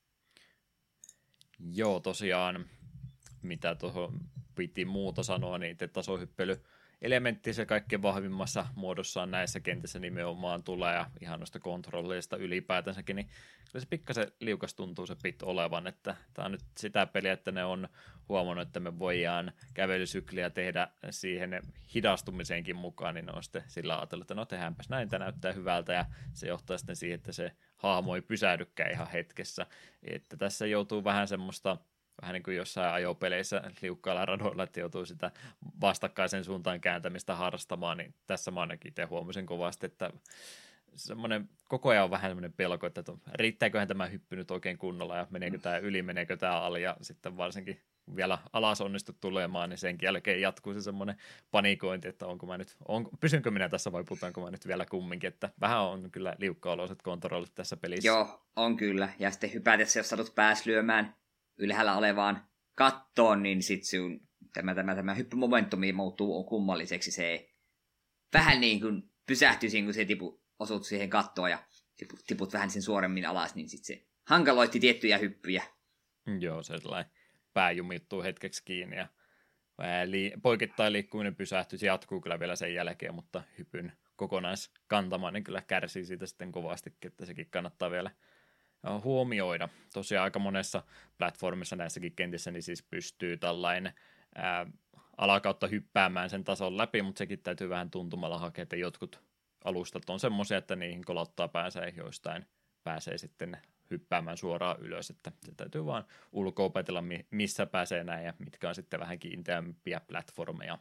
Joo, tosiaan, mitä tuohon piti muuta sanoa, niin tasohyppely elementti se kaikkein vahvimmassa muodossaan näissä kentissä nimenomaan tulee, ja ihan noista kontrolleista ylipäätänsäkin, niin kyllä se pikkasen liukas tuntuu se pit olevan, että tämä on nyt sitä peliä, että ne on huomannut, että me voidaan kävelysykliä tehdä siihen hidastumiseenkin mukaan, niin ne on sitten sillä ajatellut, että no tehdäänpäs näin, tämä näyttää hyvältä, ja se johtaa sitten siihen, että se hahmo ei pysähdykään ihan hetkessä, että tässä joutuu vähän semmoista vähän niin kuin jossain ajopeleissä liukkailla radoilla, että joutuu sitä vastakkaisen suuntaan kääntämistä harrastamaan, niin tässä mä ainakin itse huomasin kovasti, että semmoinen koko ajan on vähän semmoinen pelko, että riittääköhän tämä hyppy nyt oikein kunnolla ja meneekö tämä yli, meneekö tämä ali, ja sitten varsinkin vielä alas onnistu tulemaan, niin sen jälkeen jatkuu se semmoinen panikointi, että pysynkö minä tässä vai putoanko mä nyt vielä kumminkin, että vähän on kyllä liukkaoloiset kontrollit tässä pelissä. Joo, on kyllä, ja sitten hypätessä, jos satut pääs lyömään ylhäällä olevaan kattoon, niin sitten tämä hyppymomentumi muuttuu kummalliseksi. Se vähän niin kuin pysähtyisin, kun se osut siihen kattoon ja tiput vähän sen suoremmin alas, niin sitten se hankaloitti tiettyjä hyppyjä. Joo, sellainen pää jumittuu hetkeksi kiinni ja poikittain liikkuminen pysähtyy, se jatkuu kyllä vielä sen jälkeen, mutta hypyn kokonaiskantama niin kyllä kärsii siitä sitten kovastikin, että sekin kannattaa vielä huomioida. Tosiaan aika monessa platformissa näissäkin kentissä niin siis pystyy tällainen alakautta hyppäämään sen tason läpi, mutta sekin täytyy vähän tuntumalla hakea, että jotkut alustat on semmoisia, että niihin kolottaa päänsä ja joistain pääsee sitten hyppäämään suoraan ylös, että se täytyy vaan ulko-opetella, missä pääsee näin ja mitkä on sitten vähän kiinteämpiä platformeja.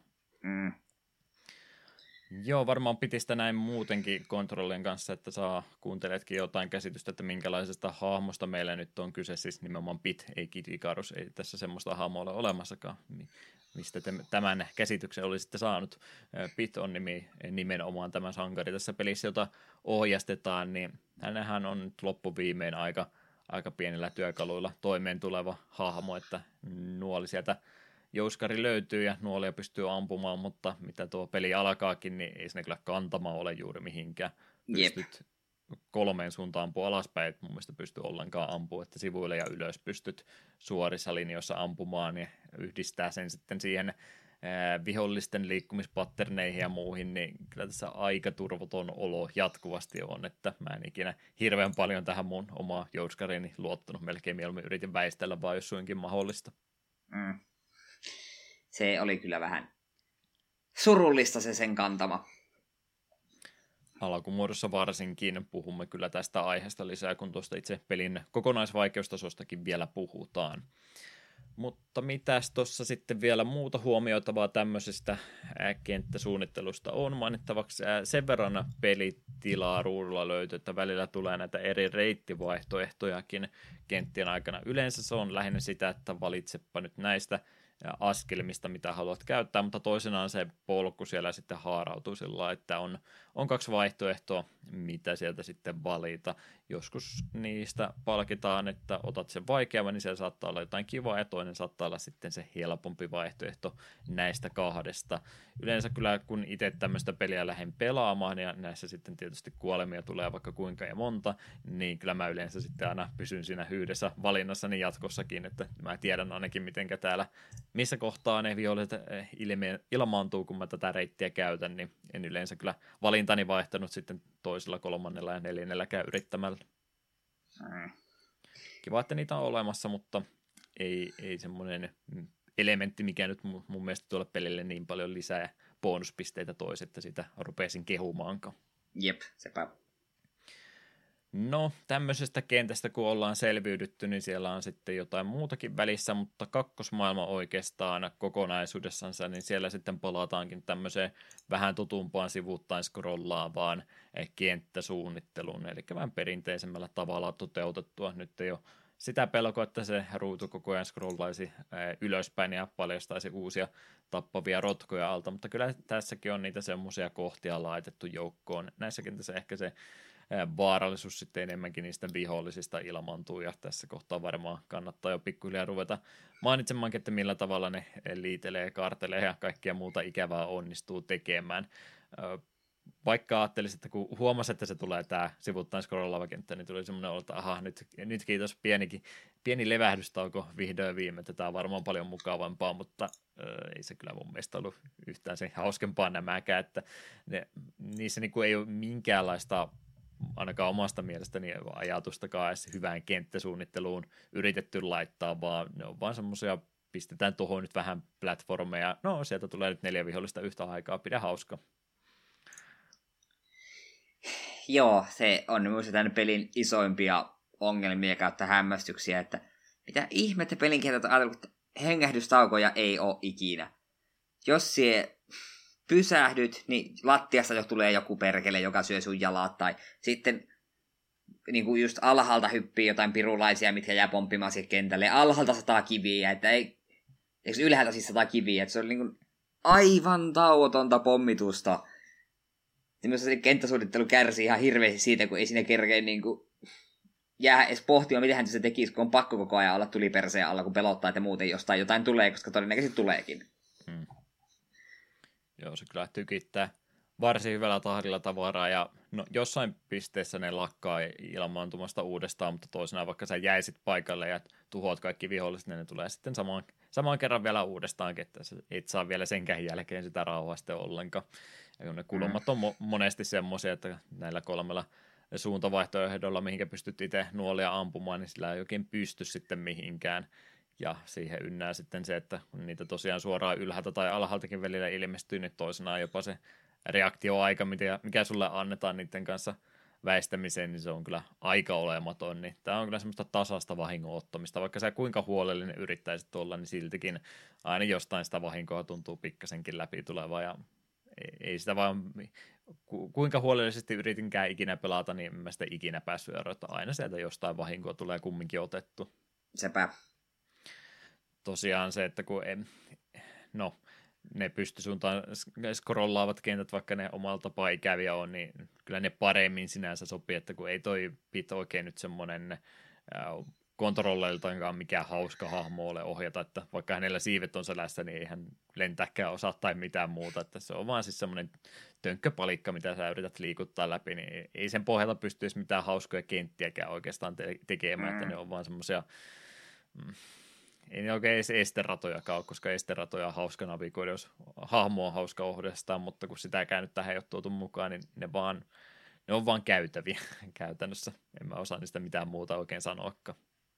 Joo, varmaan piti sitä näin muutenkin kontrollien kanssa, että kuunteletkin jotain käsitystä, että minkälaisesta hahmosta meillä nyt on kyse, siis nimenomaan Pit, ei Kid Icarus, ei tässä semmoista hahmoa ole olemassakaan, mistä te tämän käsityksen olisitte saanut. Pit on nimenomaan tämä sankari tässä pelissä, jota ohjastetaan, niin hänhän on nyt loppuviimein aika pienillä työkaluilla toimeen tuleva hahmo, että nuoli sieltä jouskari löytyy ja nuolia pystyy ampumaan, mutta mitä tuo peli alkaakin, niin ei sinne kyllä kantama ole juuri mihinkään. Pystyt 3 suuntaan ampua alaspäin, että mun mielestä pystyy ollenkaan ampua, että sivuille ja ylös pystyt suorissa linjoissa ampumaan ja yhdistää sen sitten siihen vihollisten liikkumispatterneihin ja muihin, niin kyllä tässä aika turvaton olo jatkuvasti on, että mä en ikinä hirveän paljon tähän mun omaa jouskariini luottanut, melkein mieluummin yritin väistellä vaan, jos suinkin mahdollista. Se oli kyllä vähän surullista se sen kantama. Alkumuodossa varsinkin puhumme kyllä tästä aiheesta lisää, kun tuosta itse pelin kokonaisvaikeustasostakin vielä puhutaan. Mutta mitäs tuossa sitten vielä muuta huomioitavaa tämmöisestä kenttäsuunnittelusta on mainittavaksi? Sen verran pelitilaa ruudulla löytyy, että välillä tulee näitä eri reittivaihtoehtojakin kenttien aikana. Yleensä se on lähinnä sitä, että valitsepa nyt näistä askelmista, mitä haluat käyttää, mutta toisenaan se polku siellä sitten haarautuu sillä lailla, että on 2 vaihtoehtoa, mitä sieltä sitten valita. Joskus niistä palkitaan, että otat sen vaikeamman, niin siellä saattaa olla jotain kivaa, ja toinen saattaa olla sitten se helpompi vaihtoehto näistä 2. Yleensä kyllä, kun itse tämmöistä peliä lähden pelaamaan, ja näissä sitten tietysti kuolemia tulee vaikka kuinka ja monta, niin kyllä mä yleensä sitten aina pysyn siinä yhdessä valinnassani jatkossakin, että mä tiedän ainakin, mitenkä täällä missä kohtaa ne viholliset ilmaantuu, kun mä tätä reittiä käytän, niin en yleensä kyllä valintani vaihtanut sitten 2., 3. ja 4. yrittämällä. Kiva, että niitä on olemassa, mutta ei semmoinen elementti, mikä nyt mun mielestä tuolle pelille niin paljon lisää bonuspisteitä toisi, että sitä rupesin kehumaankaan. Jep, sepä. No, tämmöisestä kentästä kun ollaan selviydytty, niin siellä on sitten jotain muutakin välissä, mutta kakkosmaailma oikeastaan kokonaisuudessansa, niin siellä sitten palataankin tämmöiseen vähän tutumpaan sivuuttain scrollaavaan kenttäsuunnitteluun, eli vähän perinteisemmällä tavalla toteutettua. Nyt ei ole sitä pelkoa, että se ruutu koko ajan scrollaisi ylöspäin ja paljastaisi uusia tappavia rotkoja alta, mutta kyllä tässäkin on niitä semmoisia kohtia laitettu joukkoon. Näissäkin tässä ehkä se vaarallisuus sitten enemmänkin niistä vihollisista ilmaantuu, ja tässä kohtaa varmaan kannattaa jo pikkuhiljaa ruveta mainitsemaankin, että millä tavalla ne liitelee, kaartelee ja kaikkea muuta ikävää onnistuu tekemään. Vaikka ajattelisin, että kun huomasi, että se tulee tämä sivuttain scrollaava kenttä, niin tuli semmoinen olo, että aha, nyt kiitos pieni levähdystauko vihdoin viime, että tämä on varmaan paljon mukavampaa, mutta ei se kyllä mun mielestä ollut yhtään sen hauskempaa nämäkään, että niissä niinku ei ole minkäänlaista ainakaan omasta mielestäni ajatustakaan edes hyvään kenttäsuunnitteluun yritetty laittaa, vaan ne on vaan semmoisia, pistetään tuohon nyt vähän platformeja, no sieltä tulee nyt 4 vihollista yhtä aikaa, pidä hauska. Joo, se on minusta tämän pelin isoimpia ongelmia kautta hämmästyksiä, että mitä ihmettä pelin kentät on ajatellut, että hengähdystaukoja ei ole ikinä. Jos sie pysähdyt, niin lattiasta jo tulee joku perkele, joka syö sun jalat, tai sitten niin kuin just alhaalta hyppii jotain pirulaisia, mitkä jää pomppimaan siihen kentälle, alhaalta 100 kiviä, että eikö ylhäältä siis 100 kiviä, että se on niin kuin aivan tauotonta pommitusta. Minusta se kenttäsuunnittelu kärsii ihan hirveästi siitä, kun ei siinä kerkeä niin kuin jää edes pohtimaan, miten se tekisi, kun on pakko koko ajan olla tuliperseen alla, kun pelottaa, että muuten jostain jotain tulee, koska todennäköisesti tuleekin. Joo, se kyllä tykittää varsin hyvällä tahdilla tavaraa, ja no, jossain pisteessä ne lakkaa ilmaantumasta uudestaan, mutta toisena vaikka sä jäisit paikalle ja tuhoat kaikki viholliset, niin ne tulee sitten samaan kerran vielä uudestaankin, että sä et saa vielä senkään jälkeen sitä rauhaa sitten ollenkaan. Ja ne kulmat on monesti semmoisia, että näillä 3 suuntavaihtoehdolla, mihinkä pystyt itse nuolia ampumaan, niin sillä ei oikein pysty sitten mihinkään. Ja siihen ynnää sitten se, että kun niitä tosiaan suoraan ylhäältä tai alhaaltakin välillä ilmestyy, niin toisenaan jopa se reaktioaika, mikä sulle annetaan niiden kanssa väistämiseen, niin se on kyllä aika olematon. Niin tämä on kyllä semmoista tasasta vahingon ottamista. Vaikka sä kuinka huolellinen yrittäisit olla, niin siltikin aina jostain sitä vahinkoa tuntuu pikkasenkin läpi tulevaa. Ja ei sitä vaan, kuinka huolellisesti yritinkään ikinä pelata, niin en mä sitä ikinä päässyt eroon, että aina sieltä jostain vahinkoa tulee kumminkin otettu. Sepä. Tosiaan se, että kun ne pystysuuntaan scrollaavat kentät, vaikka ne omalla tapaa ikäviä on, niin kyllä ne paremmin sinänsä sopii, että kun ei toi pit oikein nyt semmoinen kontrolleiltaankaan mikään hauska hahmo ole ohjata, että vaikka hänellä siivet on selässä, niin ei hän lentääkään osaa tai mitään muuta, että se on vaan siis semmoinen tönkköpalikka, mitä sä yrität liikuttaa läpi, niin ei sen pohjalta pystyisi mitään hauskoja kenttiäkään oikeastaan tekemään, että ne on vaan semmoisia ei ne oikein edes esteratojakaan ole, koska esteratoja on hauska navigoida, jos hahmo on hauska ohdestaan, mutta kun sitäkään nyt tähän ei ole tuotu mukaan, niin ne on vaan käytäviä käytännössä. En mä osaa niistä mitään muuta oikein sanoakaan.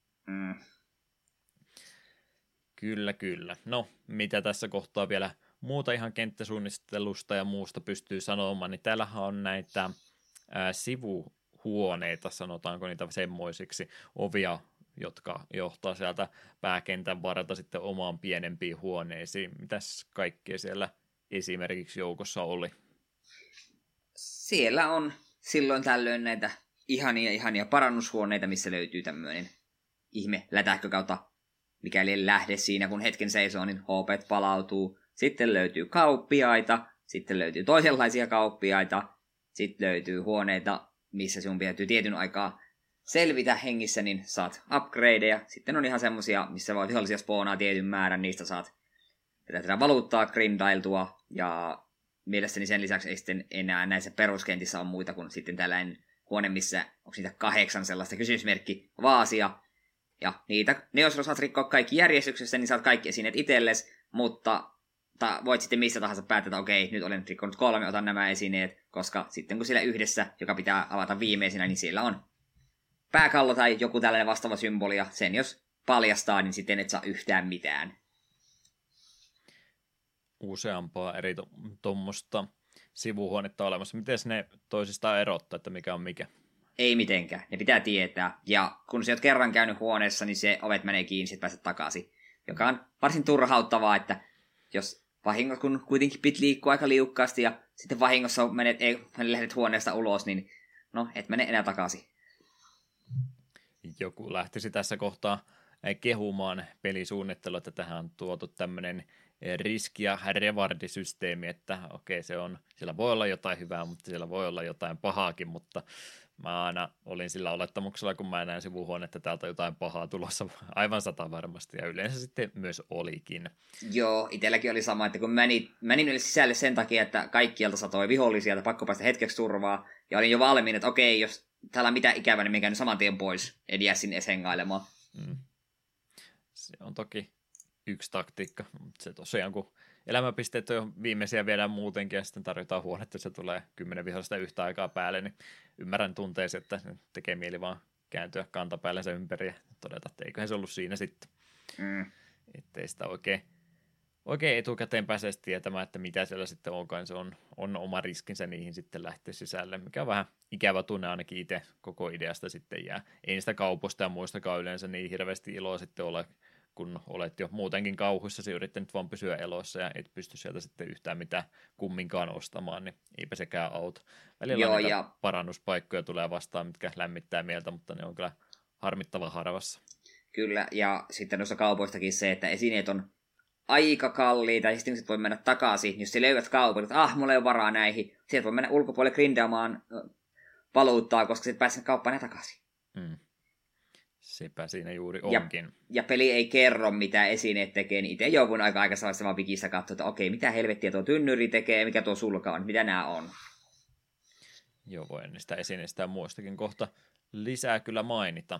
Kyllä. No, mitä tässä kohtaa vielä muuta ihan kenttäsuunnittelusta ja muusta pystyy sanomaan, niin täällähän on näitä sivuhuoneita, sanotaanko niitä semmoisiksi, ovia, jotka johtaa sieltä pääkentän varrelta sitten omaan pienempiin huoneisiin. Mitäs kaikkea siellä esimerkiksi joukossa oli? Siellä on silloin tällöin näitä ihania parannushuoneita, missä löytyy tämmöinen ihme lätähkö kautta mikäli en lähde siinä, kun hetken seisoo, niin HP palautuu. Sitten löytyy kauppiaita, sitten löytyy toisenlaisia kauppiaita, sitten löytyy huoneita, missä sinun täytyy tietyn aikaa selvitä hengissä, niin saat upgradeja. Sitten on ihan semmosia, missä voi vihollisia spoonaa tietyn määrän, niistä saat tätä valuuttaa grindailtua, ja mielestäni sen lisäksi ei sitten enää näissä peruskentissä on muita kuin sitten tällainen huone, missä onko niitä 8 sellaista kysymysmerkki vaasia, ja ne jos osaat rikkoa kaikki järjestyksessä, niin saat kaikki esineet itsellesi, mutta voit sitten missä tahansa päättää, että okei, nyt olen rikkonut 3, otan nämä esineet, koska sitten kun siellä yhdessä, joka pitää avata viimeisenä, niin siellä on pääkallo tai joku tällainen vastaava symboli, ja sen jos paljastaa, niin sitten et saa yhtään mitään. Useampaa eri tuommoista sivuhuonetta olemassa. Miten ne toisistaan erottaa, että mikä on mikä? Ei mitenkään, ne pitää tietää. Ja kun sä oot kerran käynyt huoneessa, niin se ovet menee kiinni, sit pääset takaisin. Joka on varsin turhauttavaa, että jos vahingossa, kun kuitenkin pit liikkuu aika liukkaasti, ja sitten vahingossa lähdet huoneesta ulos, niin no, et mene enää takaisin. Joku lähtisi tässä kohtaa kehumaan pelisuunnittelua, että tähän on tuotu tämmöinen riski- ja revardisysteemi, että okei, siellä voi olla jotain hyvää, mutta siellä voi olla jotain pahaakin, mutta mä aina olin sillä olettamuksella, kun mä näin sivuhuonetta, että täältä on jotain pahaa tulossa aivan 100 varmasti, ja yleensä sitten myös olikin. Joo, itselläkin oli sama, että kun menin yli sisälle sen takia, että kaikkialta satoi vihollisia, että pakko päästä hetkeksi turvaa, ja olin jo valmiin, että okei, jos täällä on mitään ikävää, niin mä käyn saman tien pois, en jää sinne hengailemaan. Se on toki yksi taktiikka, mutta se tosiaan, kun elämäpisteet on jo viimeisiä viedään muutenkin, ja sitten tarjotaan huonetta, se tulee 10 vihollista yhtä aikaa päälle, niin ymmärrän tunteesi, että tekee mieli vaan kääntyä kantapäällänsä ympäri ja todeta, että eiköhän se ollut siinä sitten. Ettei sitä oikein etukäteen pääse tietämään, että mitä siellä sitten onkaan, se on oma riskinsä niihin sitten lähteä sisälle, mikä on vähän ikävä tunne ainakin itse koko ideasta sitten jää. Ei sitä kaupoista ja muistakaan yleensä niin hirveästi iloa sitten ole, kun olet jo muutenkin kauhuissasi yrittänyt vaan pysyä elossa ja et pysty sieltä sitten yhtään mitään kumminkaan ostamaan, niin eipä sekään auta. Välillä niitä parannuspaikkoja tulee vastaan, mitkä lämmittää mieltä, mutta ne on kyllä harmittavan harvassa. Kyllä, ja sitten noissa kaupoistakin se, että esineet on aika kalliita, ja sitten voi mennä takaisin, jos sä löydät kaupan, että mulla ei ole varaa näihin, sieltä voi mennä ulkopuolelle grindaamaan valuuttaa, koska sitten pääset kauppaan takaisin. Sepä siinä juuri onkin. Ja peli ei kerro, mitä esineet tekee, niin itse jouduin aika aikaisessa vaan Wikistä katsoa, että okei, mitä helvettiä tuo tynnyri tekee, mikä tuo sulka on, mitä nämä on. Joo, voi niistä esineistä ja muistakin kohta lisää kyllä mainita.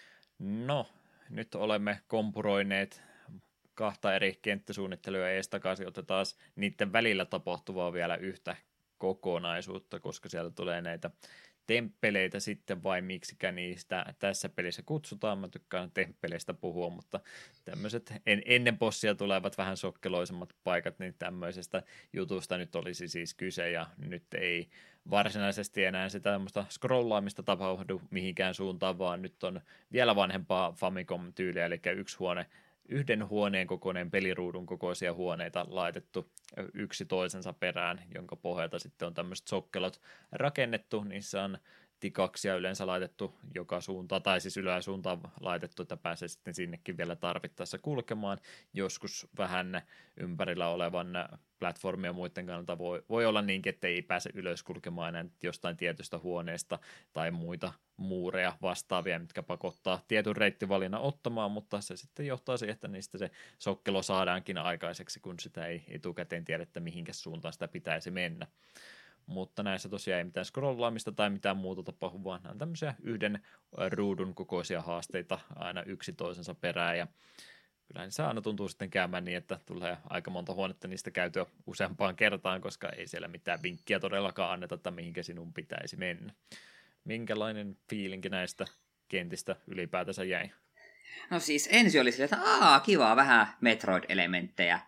No, nyt olemme kompuroineet 2 eri kenttäsuunnittelua ees takaisin, otetaan niiden välillä tapahtuvaa vielä yhtä kokonaisuutta, koska siellä tulee näitä temppeleitä sitten, vai miksikä niistä tässä pelissä kutsutaan. Mä tykkään temppeleistä puhua, mutta tämmöiset ennen bossia tulevat vähän sokkeloisemmat paikat, niin tämmöisestä jutusta nyt olisi siis kyse, ja nyt ei varsinaisesti enää sitä tämmöistä scrollaamista tapahdu mihinkään suuntaan, vaan nyt on vielä vanhempaa Famicom-tyyliä, eli yhden huoneen kokoinen peliruudun kokoisia huoneita laitettu yksi toisensa perään, jonka pohjalta sitten on tämmöiset sokkelot rakennettu. Niissä on tikaksia yleensä laitettu joka suuntaan, tai siis yläsuuntaan laitettu, että pääsee sitten sinnekin vielä tarvittaessa kulkemaan. Joskus vähän ympärillä olevan platformia ja muiden kannalta voi olla niinkin, että ei pääse ylös kulkemaan enää jostain tietystä huoneesta tai muita muureja vastaavia, mitkä pakottaa tietyn reittivalinnan ottamaan, mutta se sitten johtaa siihen, että niistä se sokkelo saadaankin aikaiseksi, kun sitä ei etukäteen tiedä, että mihinkä suuntaan sitä pitäisi mennä. Mutta näissä tosiaan ei mitään scrollaamista tai mitään muuta tapahdu, vaan nämä on tämmöisiä yhden ruudun kokoisia haasteita aina yksi toisensa perään, ja kyllä se aina tuntuu sitten käymään niin, että tulee aika monta huonetta niistä käytyä useampaan kertaan, koska ei siellä mitään vinkkiä todellakaan anneta, että mihinkä sinun pitäisi mennä. Minkälainen fiilinki näistä kentistä ylipäätänsä jäi? No siis ensin oli silleen, että kiva, vähän Metroid-elementtejä,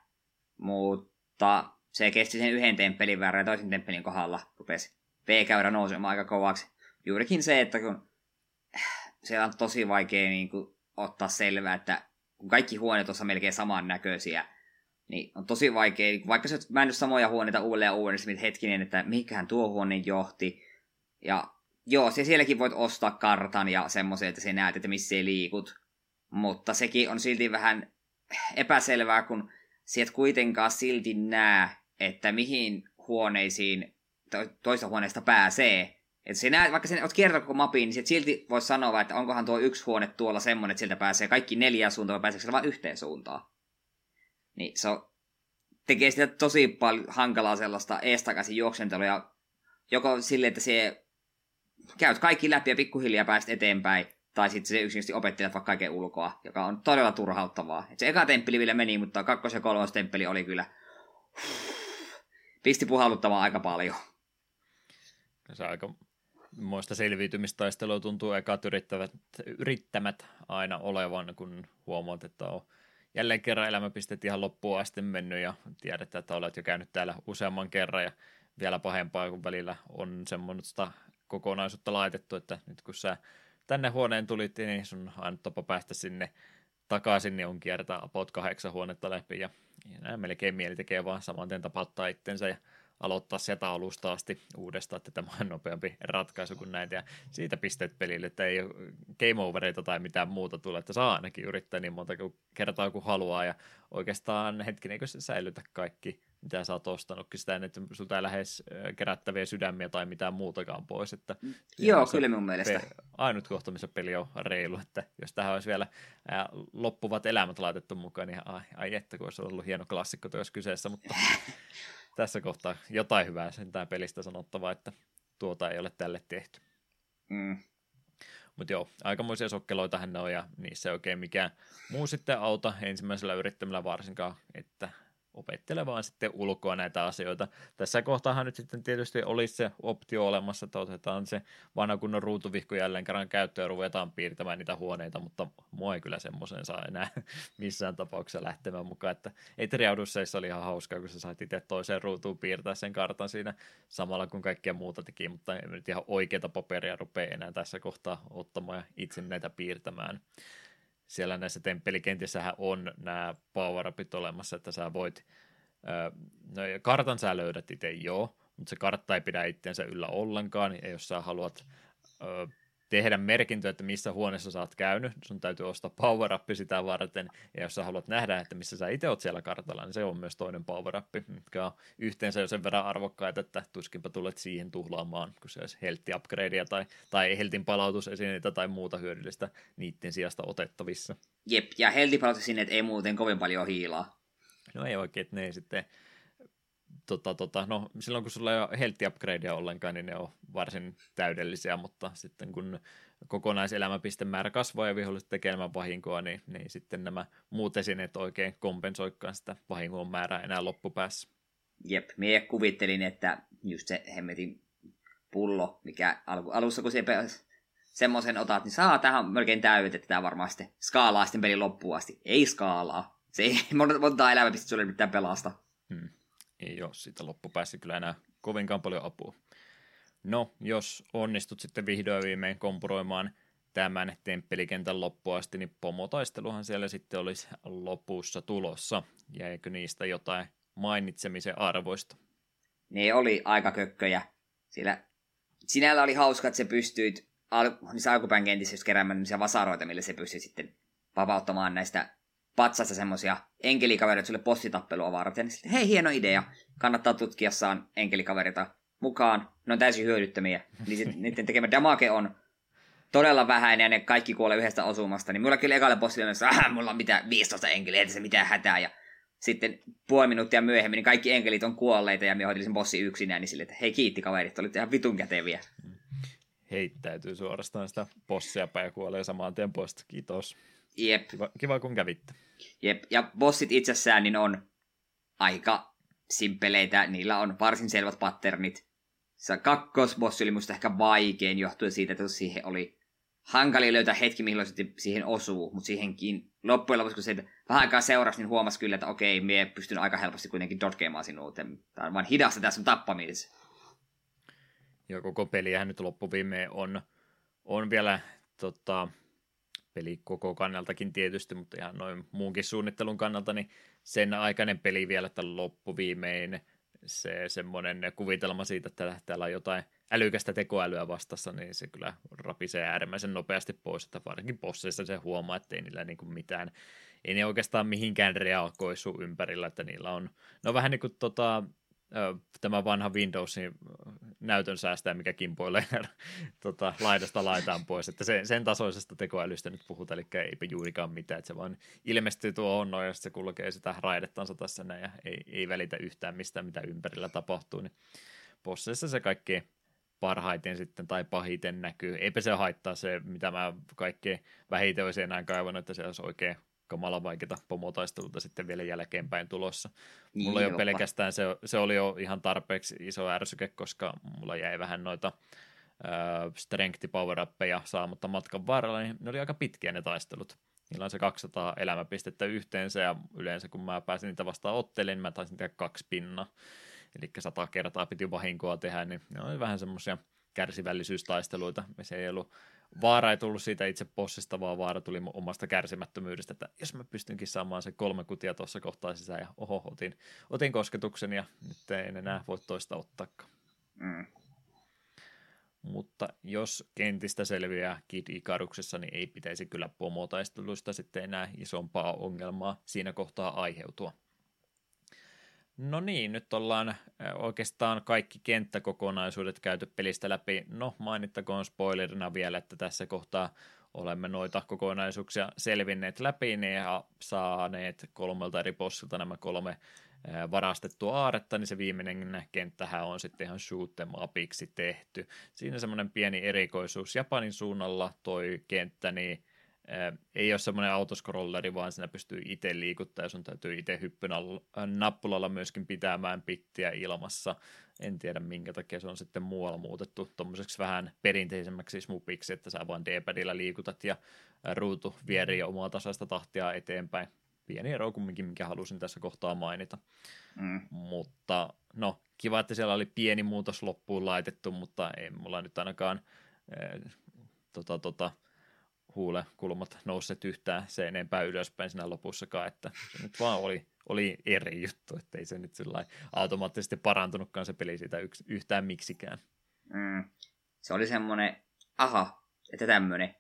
mutta se kesti sen yhden temppelin verran ja toisen temppelin kohdalla rupesi V-käyrä nousemaan aika kovaksi. Juurikin se, että kun se on tosi vaikea niin kuin ottaa selvää, että kun kaikki huoneet on melkein samannäköisiä, niin on tosi vaikea, vaikka sä oot mennyt samoja huoneita uudelleen ja uudelleen, niin hetkinen, että mihinkähän tuo huone johti. Ja joo, sielläkin voit ostaa kartan ja semmoisen, että sä näet, että missä sä liikut. mutta sekin on silti vähän epäselvää, kun sieltä kuitenkaan silti näe, että mihin huoneisiin toista huoneesta pääsee. Että se näet, vaikka sen oot kiertänyt koko mapin, niin silti voisi sanoa, että onkohan tuo yksi huone tuolla semmoinen, että sieltä pääsee kaikki 4 suuntaan, vai pääseekö se vain yhteen suuntaan. Niin se tekee sitä tosi paljon hankalaa sellaista eestakaisin juoksentelua, ja joko silleen, että se käyt kaikki läpi ja pikkuhiljaa pääset eteenpäin, tai sitten se yksinkertaisesti opettelet vaikka kaiken ulkoa, joka on todella turhauttavaa. Et se eka temppeli vielä meni, mutta 2. ja 3. temppeli oli kyllä pisti puhalluttamaan aika paljon. Se aika muista selviytymistaistelua tuntuu ekat yrittämät aina olevan, kun huomaat, että on jälleen kerran elämäpisteet ihan loppuun asti mennyt ja tiedät, että olet jo käynyt täällä useamman kerran ja vielä pahempaa, kun välillä on semmoista kokonaisuutta laitettu, että nyt kun sä tänne huoneen tulit, niin sun ainut tapa päästä sinne takaisin, niin on kiertää about 8 huonetta läpi ja näin melkein mieli tekee vaan saman tien tapauttaa itsensä ja aloittaa sieltä alusta asti uudestaan, että tämä on nopeampi ratkaisu kuin näitä, ja siitä pisteet pelille, että ei ole game overeita tai mitään muuta tule, että saa ainakin yrittää niin monta kertaa kuin haluaa, ja oikeastaan hetkinen, eikö se säilytä kaikki, mitä sä oot ostanutkin sitä, että sulta ei lähes kerättäviä sydämiä tai mitään muutakaan pois, että joo, kyllä mun mielestä. Ainut kohta, missä peli on reilu, että jos tähän olisi vielä loppuvat elämät laitettu mukaan, niin ai että, kun olisi ollut hieno klassikko jos kyseessä, mutta tässä kohtaa jotain hyvää sentään pelistä sanottavaa, että tuota ei ole tälle tehty. Mutta joo, aikamoisia sokkeloitahan ne on, ja niissä ei oikein mikään muu sitten auta ensimmäisellä yrittämällä varsinkaan, että opettele vaan sitten ulkoa näitä asioita. Tässä kohtaahan nyt sitten tietysti olisi se optio olemassa, että otetaan se vanha kunnon ruutuvihko jälleen kerran käyttöön ja ruvetaan piirtämään niitä huoneita, mutta mua ei kyllä semmoisen saa enää missään tapauksessa lähtemään mukaan, että Etriaudusseissa oli ihan hauskaa, kun sä sait itse toiseen ruutuun piirtää sen kartan siinä samalla kun kaikkea muuta teki, mutta ei nyt ihan oikeita paperia rupea enää tässä kohtaa ottamaan ja itse näitä piirtämään. Siellä näissä temppelikentissähän on nämä power-upit olemassa, että sä voit, no kartan sä löydät itse joo, mutta se kartta ei pidä itseensä yllä ollenkaan, ja jos sä haluat tehdä merkintöä, että missä huoneessa sä oot käynyt, sun täytyy ostaa power-up sitä varten, ja jos sä haluat nähdä, että missä sä itse oot siellä kartalla, niin se on myös toinen power-up, mitkä on yhteensä jo sen verran arvokkaita, että tuskinpä tulet siihen tuhlaamaan, kun se olisi health upgradea tai healthin palautusesineitä tai muuta hyödyllistä niiden sijasta otettavissa. Jep, ja healthin palautusesineet ei muuten kovin paljon hiilaa. No ei oikein, että ne ei sitten no silloin kun sulla ei ole health upgradea ollenkaan, niin ne on varsin täydellisiä, mutta sitten kun kokonaiselämäpistemäärä kasvaa ja viholliset tekee enemmän vahinkoa, niin sitten nämä muut esineet oikein kompensoikaan sitä vahingon määrää enää loppupäässä. Jep, minä kuvittelin, että just se hemmetin pullo, mikä alussa kun se semmoisen otat, niin tähän on melkein täytettä varmaan sitten skaalaa sitten pelin loppuun asti. Ei skaalaa. Se ei monta elämäpistettä sulle mitään pelasta. Ei ole siitä loppupäässä kyllä enää kovinkaan paljon apua. No, jos onnistut sitten vihdoin viimein kompuroimaan tämän temppelikentän loppuun asti, niin pomotaisteluhan siellä sitten olisi lopussa tulossa. Jäikö niistä jotain mainitsemisen arvoista? Ne oli aika kökköjä. Siellä sinällä oli hauska, että se pystyit niissä alkupään kentissä just keräämään vasaroita, millä se pystyy sitten vapauttamaan näistä patsasta semmosia enkelikavereita sulle bossitappelua varten. Sitten, hei, hieno idea. Kannattaa tutkia saan enkelikaverita mukaan. Ne on täysin hyödyttömiä. Niiden tekemä damage on todella vähäinen ja ne kaikki kuolee yhdestä osumasta. Niin mulla kyllä ekalle bossille mulla on mitä 15 enkeliä, ei se mitään hätää. Ja sitten puoli minuuttia myöhemmin niin kaikki enkelit on kuolleita ja minä hoidin sen bossin yksinään. Niin sille, että hei kiitti kaverit, olitte ihan vitun käteviä. Heittäytyy suorastaan sitä bossia päin ja kuolee samaan tien poista. Kiitos. Jep. Kiva kun kävitte. Jep, ja bossit itsessään niin on aika simppeleitä, niillä on varsin selvät patternit. Se kakkosbossi oli musta ehkä vaikein johtuen siitä, että siihen oli hankali löytää hetki, milloin siihen osuu, mutta siihenkin loppujen lopuksi, kun se vähän aikaa seurasi, niin huomasi kyllä, että okei, mie pystyn aika helposti kuitenkin dodgeamaan sinuuteen. Tämä on vain hidasta tässä tappamisessa. Ja koko peliähän nyt loppuviimeen on vielä peli koko kannaltakin tietysti, mutta ihan noin muunkin suunnittelun kannalta, niin sen aikainen peli vielä, että loppuviimein se semmoinen kuvitelma siitä, että täällä on jotain älykästä tekoälyä vastassa, niin se kyllä rapisee äärimmäisen nopeasti pois, että varsinkin bosseissa se huomaa, että ei niillä niinku mitään, ei ne oikeastaan mihinkään reagoi sun ympärillä, että niillä on, ne on vähän niin kuin tämä vanha Windowsin näytön säästäjä, mikä kimpoilee laidasta laitaan pois, että sen tasoisesta tekoälystä nyt puhutaan, eli eipä juurikaan mitään, että se vaan ilmestyy tuohon noin, ja sitten se kulkee sitä raidettansa tässä näin, ja ei välitä yhtään mistään, mitä ympärillä tapahtuu, niin bosseissa se kaikki parhaiten sitten tai pahiten näkyy. Eipä se haittaa se, mitä mä kaikkein vähiten olisi enää kaivannut, että se olisi oikein kamala vaikeita pomotaistelulta sitten vielä jälkeenpäin tulossa. Mulla jo pelkästään se oli jo ihan tarpeeksi iso ärsyke, koska mulla jäi vähän noita strength power-appeja saamatta matkan varrella, niin ne oli aika pitkiä ne taistelut. Niillä on se 200 elämäpistettä yhteensä, ja yleensä kun mä pääsin niitä vastaan ottelemaan, niin mä taisin tehdä 2 pinnaa. Eli 100 kertaa piti vahinkoa tehdä, niin ne oli vähän semmoisia kärsivällisyystaisteluita. Se ei ollut, vaara ei tullut siitä itse bossista, vaan vaara tuli omasta kärsimättömyydestä, että jos mä pystynkin saamaan se 3 kutia tuossa kohtaa sisään, ja otin kosketuksen, ja nyt ei enää voi toista ottaakaan. Mutta jos kentistä selviää Kid Icaruksessa, niin ei pitäisi kyllä pomotaisteluista sitten enää isompaa ongelmaa siinä kohtaa aiheutua. No niin, nyt ollaan oikeastaan kaikki kenttäkokonaisuudet käyty pelistä läpi. No, mainittakoon spoilerina vielä, että tässä kohtaa olemme noita kokonaisuuksia selvinneet läpi ja saaneet 3 eri bossilta nämä 3 varastettua aaretta, niin se viimeinen kenttähän on sitten ihan shoot 'em upiksi tehty. Siinä semmoinen pieni erikoisuus Japanin suunnalla toi kenttä, niin ei ole semmoinen autoscrolleri, vaan siinä pystyy itse liikuttaa ja sun täytyy itse hyppyn nappulalla myöskin pitämään pittiä ilmassa. En tiedä minkä takia se on sitten muualla muutettu tommoseksi vähän perinteisemmäksi smupiksi, että sä vaan D-padilla liikutat ja ruutu vierii omaa tasaista tahtia eteenpäin. Pieni ero kumminkin, mikä halusin tässä kohtaa mainita. Mutta no, kiva, että siellä oli pieni muutos loppuun laitettu, mutta ei mulla nyt ainakaan huulekulmat nousseet yhtään se enempää ylöspäin siinä lopussakaan, että se nyt vaan oli eri juttu, ettei se nyt automaattisesti parantunutkaan se peli siitä yhtään miksikään. Se oli semmoinen, aha, että tämmöinen.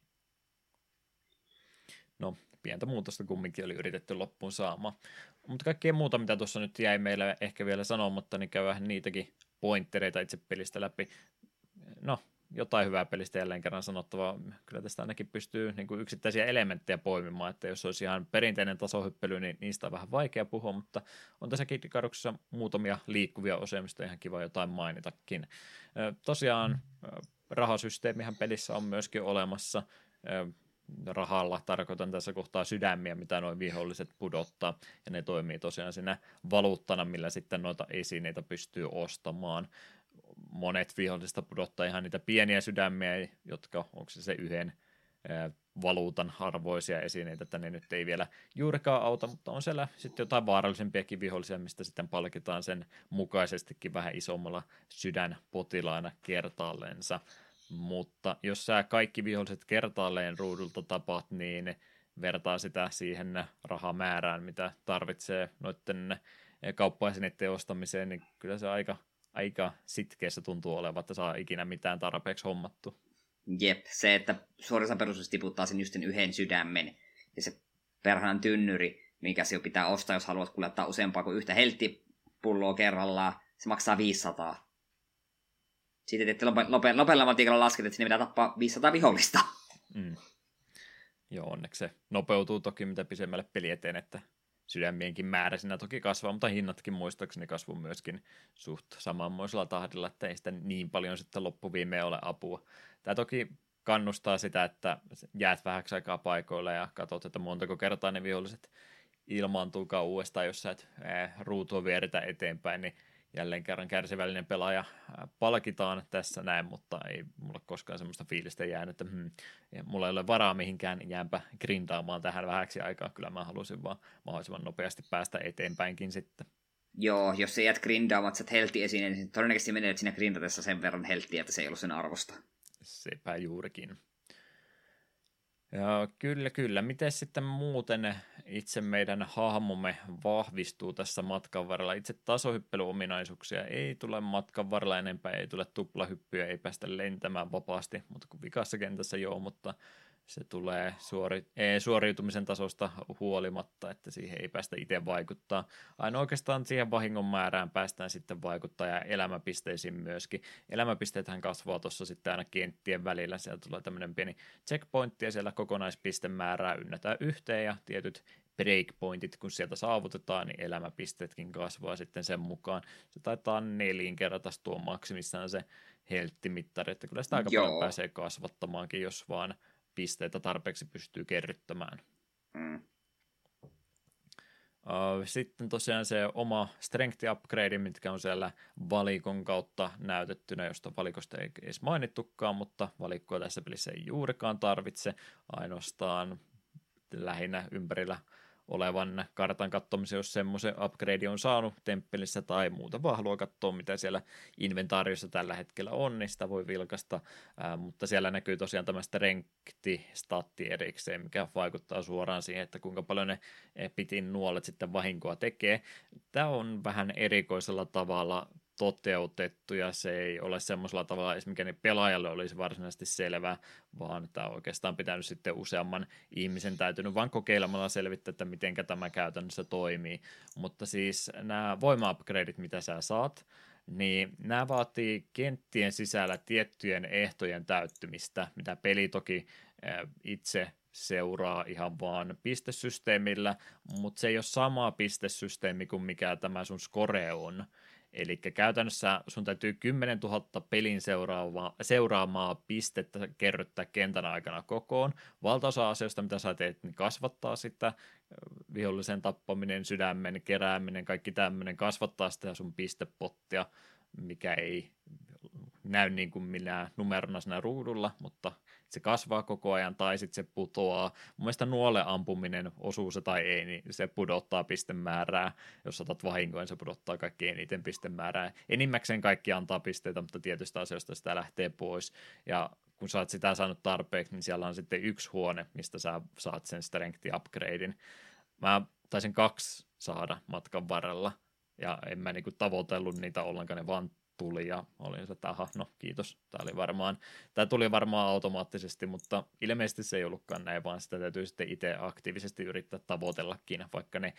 No, pientä muutosta kumminkin oli yritetty loppuun saamaan. Mutta kaikkea muuta, mitä tuossa nyt jäi meille ehkä vielä sanomatta, niin käydään niitäkin pointtereita itse pelistä läpi. No, jotain hyvää pelistä jälleen kerran sanottavaa. Kyllä tästä ainakin pystyy niin kuin yksittäisiä elementtejä poimimaan, että jos olisi ihan perinteinen tasohyppely, niin niistä on vähän vaikea puhua, mutta on tässä Kid Icaruksessa muutamia liikkuvia osia, mistä ihan kiva jotain mainitakin. Tosiaan rahasysteemihän pelissä on myöskin olemassa. Rahalla tarkoitan tässä kohtaa sydämiä, mitä noin viholliset pudottaa, ja ne toimii tosiaan siinä valuuttana, millä sitten noita esineitä pystyy ostamaan. Monet vihollisista pudottaa ihan niitä pieniä sydämiä, jotka onko se yhden valuutan arvoisia esineitä, että ne nyt ei vielä juurikaan auta, mutta on siellä sitten jotain vaarallisempiakin vihollisia, mistä sitten palkitaan sen mukaisestikin vähän isommalla sydänpotilaana kertaallensa. Mutta jos sä kaikki viholliset kertaalleen ruudulta tapaat, niin vertaa sitä siihen rahamäärään, mitä tarvitsee noiden kauppaesineiden ostamiseen, niin kyllä se aika sitkeässä tuntuu olevan, että saa ikinä mitään tarpeeksi hommattu. Jep, se, että suorassa perusteessa tiputtaa sen just sen yhden sydämen, ja se perhanan tynnyri, minkä se pitää ostaa, jos haluat kuljettaa useampaa kuin yhtä helttipulloa kerrallaan, se maksaa 500. Sitten että nopealla matikalla lasket, että sinne pitää tappaa 500 vihollista. Joo, onneksi se nopeutuu toki mitä pisemmälle peli eteen, että sydämienkin määrä siinä toki kasvaa, mutta hinnatkin muistaakseni kasvuu myöskin suht samanmoisella tahdilla, että ei sitä niin paljon sitten loppuviimeen ole apua. Tämä toki kannustaa sitä, että jäät vähäksi aikaa paikoille ja katsot, että montako kertaa ne viholliset ilmaantuukaan uudestaan, jos sä et ruutua vieritä eteenpäin, niin jälleen kerran kärsivällinen pelaaja palkitaan tässä näin, mutta ei mulla koskaan semmoista fiilistä jäänyt, että mulla ei ole varaa mihinkään, jäänpä grindaamaan tähän vähäksi aikaa. Kyllä mä halusin vaan mahdollisimman nopeasti päästä eteenpäinkin sitten. Joo, jos sä jäät grindaamaan, että sä heltti esiin, niin todennäköisesti menee siinä grindatessa sen verran helttiä, että se ei ollut sen arvosta. Sepä juurikin. Ja kyllä. Miten sitten muuten itse meidän hahmomme vahvistuu tässä matkan varrella? Itse tasohyppelyominaisuuksia ei tule matkan varrella enempää, ei tule tuplahyppyä, ei päästä lentämään vapaasti, mutta kuin vikassa kentässä joo, mutta se tulee suoriutumisen tasosta huolimatta, että siihen ei päästä itse vaikuttaa. Aina oikeastaan siihen vahingon määrään päästään sitten vaikuttaa ja elämäpisteisiin myöskin. Elämäpisteethän kasvaa tuossa sitten aina kenttien välillä. Sieltä tulee tämmöinen pieni checkpointti ja siellä kokonaispistemäärää ynnätään yhteen ja tietyt breakpointit, kun sieltä saavutetaan, niin elämäpisteetkin kasvaa sitten sen mukaan. Se taitaa 4-kertaistua maksimissaan se helttimittari, että kyllä sitä aika paljon pääsee kasvattamaankin, jos vaan pisteitä tarpeeksi pystyy kerryttämään. Sitten tosiaan se oma strength upgrade, mitkä on siellä valikon kautta näytettynä, josta valikosta ei edes mainittukaan, mutta valikkoa tässä pelissä ei juurikaan tarvitse, ainoastaan lähinnä ympärillä olevan kartan katsomisen, jos semmoisen upgrade on saanut temppelissä tai muuta vaan haluaa katsoa, mitä siellä inventaariossa tällä hetkellä on, niin sitä voi vilkasta, mutta siellä näkyy tosiaan tämä strength-statti erikseen, mikä vaikuttaa suoraan siihen, että kuinka paljon ne pitin nuolet sitten vahinkoa tekee. Tämä on vähän erikoisella tavalla toteutettu, ja se ei ole semmoisella tavalla, mikä ne pelaajalle olisi varsinaisesti selvää, vaan tämä on oikeastaan pitänyt sitten useamman ihmisen täytynyt vain kokeilemalla selvittää, että miten tämä käytännössä toimii. Mutta siis nämä voima-upgradeit, mitä sä saat, niin nämä vaatii kenttien sisällä tiettyjen ehtojen täyttymistä, mitä peli toki itse seuraa ihan vaan pistesysteemillä, mutta se ei ole sama pistesysteemi kuin mikä tämä sun score on. Eli käytännössä sun täytyy 10 000 pelin seuraamaa pistettä kerryttää kentän aikana kokoon. Valtaosa asioista, mitä sä teet, niin kasvattaa sitä vihollisen tappaminen, sydämen kerääminen, kaikki tämmöinen kasvattaa sitä sun pistepottia, mikä ei näy niin kuin millään numerona siinä ruudulla, mutta se kasvaa koko ajan tai sitten se putoaa. Mun mielestä nuolen ampuminen, osuu se tai ei, niin se pudottaa pistemäärää. Jos otat vahinkoa, niin se pudottaa kaikkein eniten pistemäärää. Enimmäkseen kaikki antaa pisteitä, mutta tietystä asioista sitä lähtee pois. Ja kun sä oot sitä saanut tarpeeksi, niin siellä on sitten yksi huone, mistä sä saat sen strength upgradein. Mä taisin 2 saada matkan varrella, ja en mä niinku tavoitellut niitä ollenkaan, ne vaan tuli ja olin se, että aha, no kiitos, tämä tuli varmaan automaattisesti, mutta ilmeisesti se ei ollutkaan näin, vaan sitä täytyy sitten itse aktiivisesti yrittää tavoitellakin, vaikka ne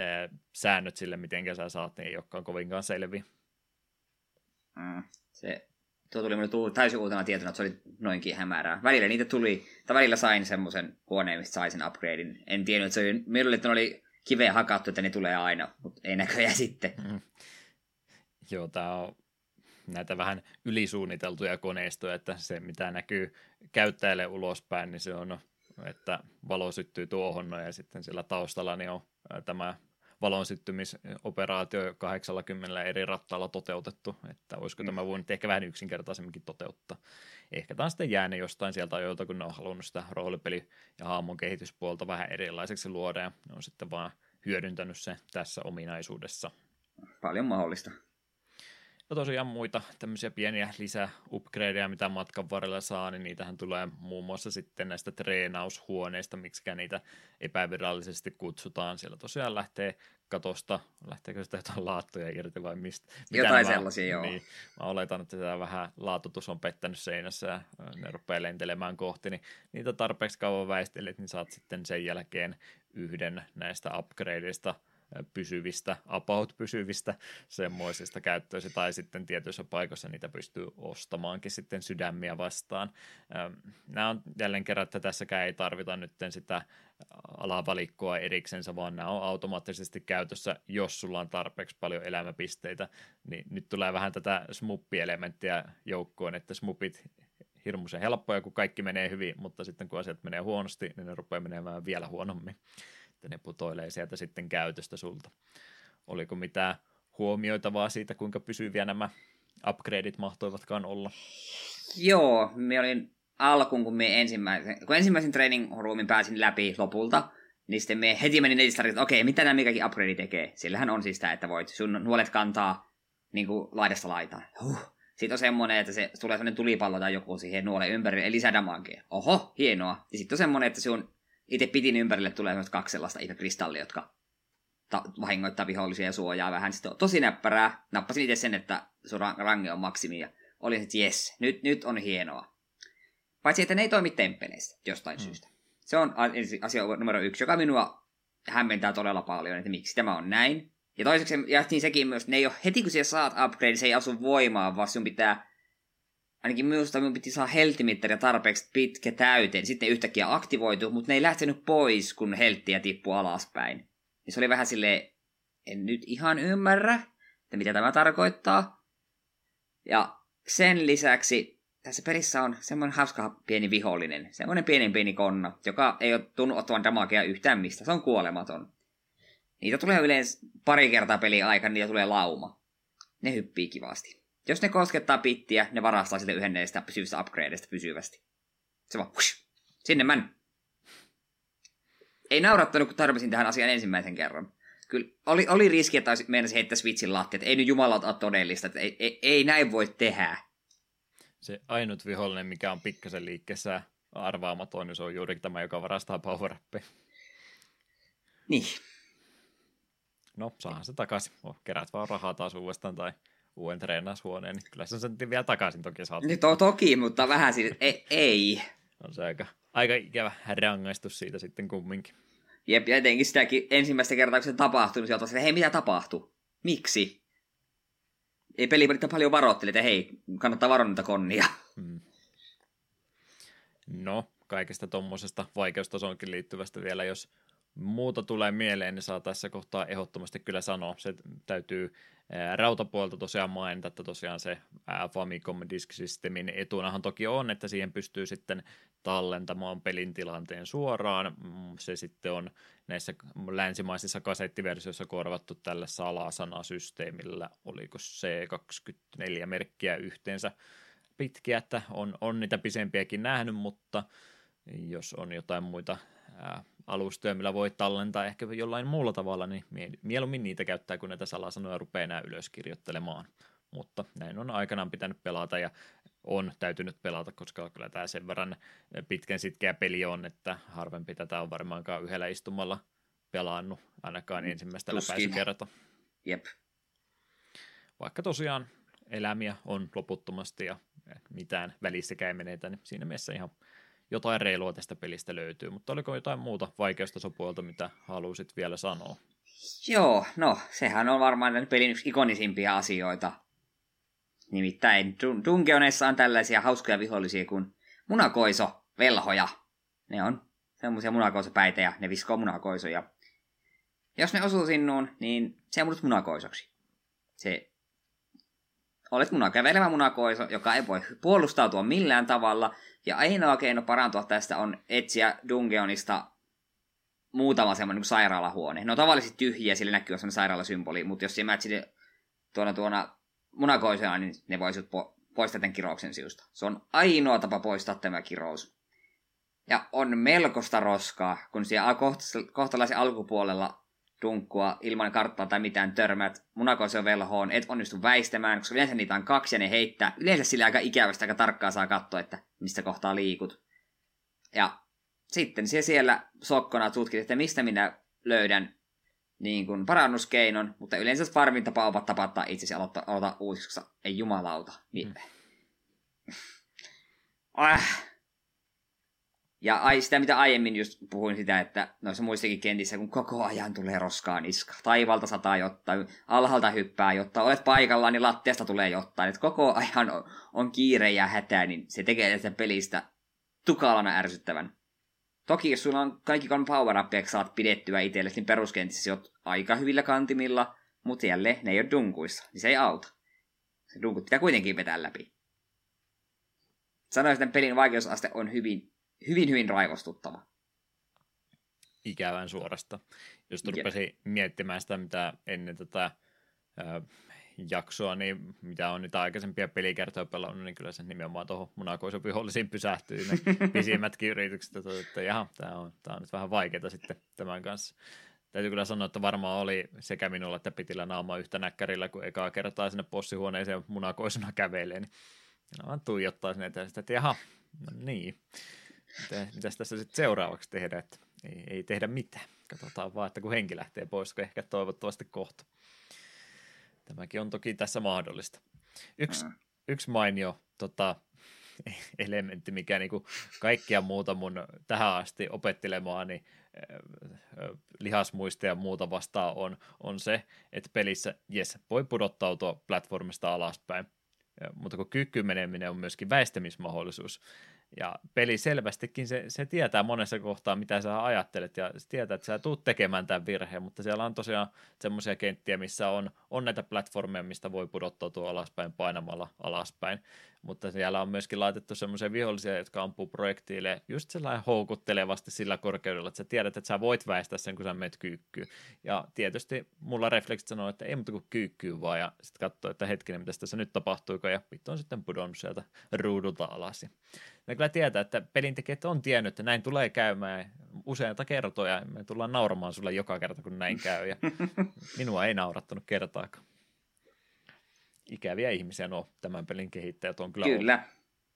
säännöt sille, miten sä saat, niin ei olekaan kovinkaan selviä. Tuo tuli minulle täysin uutena tietona, että se oli noinkin hämärää. Välillä niitä tuli, tai välillä sain semmoisen huoneen, mistä sai sen upgradein. En tiennyt, että se oli, minulle että ne oli kiveä hakattu, että ne tulee aina, mutta ei näköjään sitten. Joo, tämä on näitä vähän ylisuunniteltuja koneistoja, että se mitä näkyy käyttäjälle ulospäin, niin se on, että valo syttyy tuohon ja sitten siellä taustalla niin on tämä valon syttymisoperaatio 80 eri rattaalla toteutettu, että olisiko tämä voinut ehkä vähän yksinkertaisemminkin toteuttaa. Ehkä tämä on sitten jäänyt jostain sieltä ajoilta, kun ne on halunnut sitä roolipeli- ja hahmon kehityspuolta vähän erilaiseksi luoda, ja ne on sitten vaan hyödyntänyt se tässä ominaisuudessa. Paljon mahdollista. Ja tosiaan muita tämmöisiä pieniä lisäupgradeja, mitä matkan varrella saa, niin niitähän tulee muun muassa sitten näistä treenaushuoneista, miksikä niitä epävirallisesti kutsutaan. Siellä tosiaan lähtee katosta, lähteekö sitä jotain laattoja irti vai mistä? Jotain sellaisia, joo. Niin, mä oletan, että tämä vähän laatutus on pettänyt seinässä ja ne rupeaa lentelemään kohti, niin niitä tarpeeksi kauan väistelet, niin saat sitten sen jälkeen yhden näistä upgradeista pysyvistä, pysyvistä semmoisista käyttöistä, tai sitten tietyissä paikoissa niitä pystyy ostamaankin sitten sydämiä vastaan. Nämä on jälleen kerran, että tässäkään ei tarvita nyt sitä alavalikkoa eriksensä, vaan nämä on automaattisesti käytössä, jos sulla on tarpeeksi paljon elämäpisteitä, niin nyt tulee vähän tätä smuppi-elementtiä joukkoon, että smupit hirmuisen helppoja, kun kaikki menee hyvin, mutta sitten kun asiat menee huonosti, niin ne rupeaa menemään vielä huonommin. Että ne putoilee sieltä sitten käytöstä sulta. Oliko mitään huomioitavaa siitä, kuinka pysyviä nämä upgradeit mahtoivatkaan olla? Joo, minä olin alkuun, kun ensimmäisen training roomin pääsin läpi lopulta, niin sitten me heti menin netissä, että okei, mitä tämä mikäkin upgrade tekee? Sillähän on siis tämä, että voit sun nuolet kantaa niin kuin laidasta laitaan. Sitten on semmoinen, että se tulee semmoinen tulipallo tai joku siihen nuolen ympärille, eli lisädamakea. Oho, hienoa. Ja sitten on semmoinen, että sun itse pitin ympärille tulee myös 2 sellaista ihme kristallia, jotka vahingoittaa vihollisia ja suojaa vähän. Sitten on tosi näppärää. Nappasin itse sen, että sun range on maksimi ja olin, että jes, nyt on hienoa. Paitsi, että ne ei toimi temppeleissä jostain syystä. Se on asia numero 1, joka minua hämmentää todella paljon, että miksi tämä on näin. Ja toiseksi jähtiin sekin myös, että ne ei ole heti kun siellä saat upgrade, se ei asu voimaan, vaan sun pitää, ainakin minusta minun piti saada helttimittari tarpeeksi pitkä täyteen. Sitten ne yhtäkkiä aktivoitu, mutta ne ei lähtenyt pois, kun helttiä tippuu alaspäin. Ja se oli vähän silleen, en nyt ihan ymmärrä, että mitä tämä tarkoittaa. Ja sen lisäksi tässä pelissä on semmoinen hauska pieni vihollinen, semmoinen pieni konna, joka ei ole tunnu ottavan damagea yhtään mistä, se on kuolematon. Niitä tulee yleensä pari kertaa pelin aikana, niitä tulee lauma. Ne hyppii kivasti. Jos ne koskettaa pittiä, ne varastaa sitä yhden näistä pysyvistä upgradeista pysyvästi. Se vaan, sinne män. Ei naurattanut, kun tarvisin tähän asiaan ensimmäisen kerran. Kyllä oli riski, että meinasi heittää Switchin lattia, että ei nyt jumalauta ole todellista, että ei näin voi tehdä. Se ainut vihollinen, mikä on pikkasen liikkeessä arvaamaton, niin se on juuri tämä, joka varastaa power-appeja. Niin. No, saahan se takaisin. Kerät vaan rahaa taas uudestaan tai uuden treenaushuoneen, niin kyllä sen vielä takaisin toki saat. Nyt on toki, mutta vähän siitä, ei. On se aika ikävä rangaistus siitä sitten kumminkin. Jep, ja etenkin sitäkin ensimmäistä kertaa, kun se tapahtui, niin se että hei, mitä tapahtui? Miksi? Ei peli paljon varoitteli, että hei, kannattaa varoa niitä konnia. No, kaikesta tuommoisesta vaikeustasoonkin liittyvästä vielä, jos muuta tulee mieleen, niin saa tässä kohtaa ehdottomasti kyllä sanoa. Se täytyy rautapuolta tosiaan mainita, että tosiaan se Famicom Disk Systemin etunahan toki on, että siihen pystyy sitten tallentamaan pelin tilanteen suoraan. Se sitten on näissä länsimaisissa kasettiversioissa korvattu tällä salasanasysteemillä, oliko se 24 merkkiä yhteensä pitkiä, että on niitä pisempiäkin nähnyt, mutta jos on jotain muita alustoja, millä voi tallentaa ehkä jollain muulla tavalla, niin mieluummin niitä käyttää, kun näitä salasanoja rupeaa enää ylöskirjoittelemaan. Mutta näin on aikanaan pitänyt pelata ja on täytynyt pelata, koska kyllä tämä sen verran pitkän sitkeä peli on, että harvempi tätä on varmaankaan yhdellä istumalla pelannut, ainakaan ensimmäistä läpäisykertaa. Jep. Vaikka tosiaan elämiä on loputtomasti ja mitään välissäkään ei menetä, niin siinä mielessä ihan jotain reilua tästä pelistä löytyy, mutta oliko jotain muuta vaikeustasopuolta, mitä halusit vielä sanoa? Joo, no sehän on varmaan pelin yksi ikonisimpia asioita. Nimittäin Dungeonissa on tällaisia hauskoja vihollisia kuin munakoiso, velhoja. Ne on semmoisia munakoisopäitä ne viskoo munakoisoja. Jos ne osuu sinuun, niin se muutut munakoisoksi. Olet kävelevä munakoiso, joka ei voi puolustautua millään tavalla, ja ainoa keino parantua tästä on etsiä Dungeonista muutama semmoinen niin sairaalahuone. Ne on tavallisesti tyhjiä, sillä näkyy semmoinen sairaalasymboli, mutta jos sinä mätsit tuona munakoisena, niin ne voisivat poistaa tämän kirouksen syystä. Se on ainoa tapa poistaa tämä kirous. Ja on melkoista roskaa, kun siellä kohtalaisen alkupuolella dunkkua ilman karttaa tai mitään törmät munakoisen velhoon, et onnistu väistämään, koska yleensä niitä on 2 ja ne heittää. Yleensä sillä aika ikävästi, aika tarkkaan saa katsoa, että mistä kohtaa liikut. Ja sitten siellä sokkona tutkit, että mistä minä löydän niin kuin parannuskeinon, mutta yleensä varmin tapa ovat tapattaa itsesi aloittaa uusiksi, koska ei jumalauta. Niin. Ja sitä, mitä aiemmin just puhuin sitä, että noissa muissakin kentissä, kun koko ajan tulee roskaa niska. Taivalta sataa jotain, alhaalta hyppää jotain, olet paikallaan, niin lattiasta tulee jotain. Että koko ajan on kiire ja hätä, niin se tekee tästä pelistä tukalana ärsyttävän. Toki jos sulla on kaikki power-upia, saat pidettyä itsellesi, niin peruskentissä sä oot aika hyvillä kantimilla, mutta jälleen ne ei ole dunkuissa, niin se ei auta. Se dunkut pitää kuitenkin vetää läpi. Sanoisin, että pelin vaikeusaste on hyvin raivostuttava. Ikävän suorasta. Jos rupesin miettimään sitä, mitä ennen tätä jaksoa, niin mitä on niitä aikaisempia pelikertoja pelannut, niin kyllä se nimenomaan tuohon munakoison vihollisiin pysähtyy ne pisimmätkin yritykset, että jaha, tämä on nyt vähän vaikeaa sitten tämän kanssa. täytyy kyllä sanoa, että varmaan oli sekä minulla että Pitillä naama yhtä näkkärillä, kun ekaa kertaa sinne bossihuoneeseen munakoisena kävelee, niin vaan tuijottaa sinne ja että jaha, no niin, mitäs tässä sitten seuraavaksi tehdä, että ei tehdä mitään. Katsotaan vaan, että kun henki lähtee pois, kun ehkä toivottavasti kohta. Tämäkin on toki tässä mahdollista. Yksi mainio elementti, mikä niinku kaikkia muuta mun tähän asti opettelemaani lihasmuista ja muuta vastaan on se, että pelissä voi pudottautua platformista alaspäin, mutta kun kyykkyyn meneminen on myöskin väistämismahdollisuus. Ja peli selvästikin se tietää monessa kohtaa, mitä sä ajattelet, ja se tietää, että sä tuut tekemään tämän virheen, mutta siellä on tosiaan semmoisia kenttiä, missä on näitä platformeja, mistä voi pudottautua alaspäin painamalla alaspäin, mutta siellä on myöskin laitettu semmoisia vihollisia, jotka ampuu projektiille just sellainen houkuttelevasti sillä korkeudella, että sä tiedät, että sä voit väistää sen, kun sä menet kyykkyyn. Ja tietysti mulla refleksit sanoo, että ei muuta kuin kyykkyyn vaan, ja sitten katsoo, että hetkinen, mitä tässä nyt tapahtuiko, ja vittu on sitten pudonnut sieltä ruudulta alas. Ne kyllä tietää, että pelintekijät on tiennyt, että näin tulee käymään useita kertoja, ja me tullaan nauramaan sulle joka kerta, kun näin käy, ja minua ei naurattanut kertaakaan. Ikäviä ihmisiä nuo tämän pelin kehittäjät on kyllä Kyllä. ollut.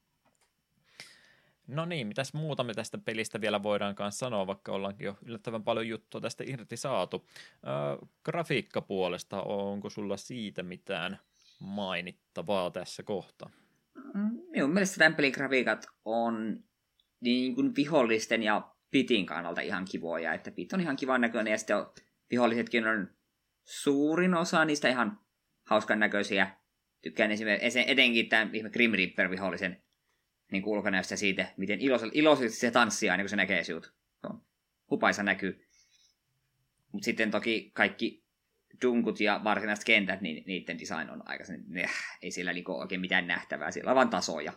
No niin, mitäs muuta me tästä pelistä vielä voidaan kanssa sanoa, vaikka ollaankin jo yllättävän paljon juttua tästä irti saatu. Grafiikkapuolesta, onko sulla siitä mitään mainittavaa tässä kohtaa? Minun mielestä tämän pelin grafiikat on niin kuin vihollisten ja Pitin kannalta ihan kivoja, että Pit on ihan kivan näköinen ja sitten vihollisetkin on suurin osa niistä ihan hauskan näköisiä. Tykkään esimerkiksi etenkin tämän ihme Grim Reaper-vihollisen niin ulkonäöstä siitä, miten iloisesti se tanssii aina, kun se näkee sinut. Se on hupaisa näky. Mutta sitten toki kaikki dunkut ja varsinaiset kentät, niin niiden design on aika ei siellä niinku oikein mitään nähtävää, siellä on vaan tasoja.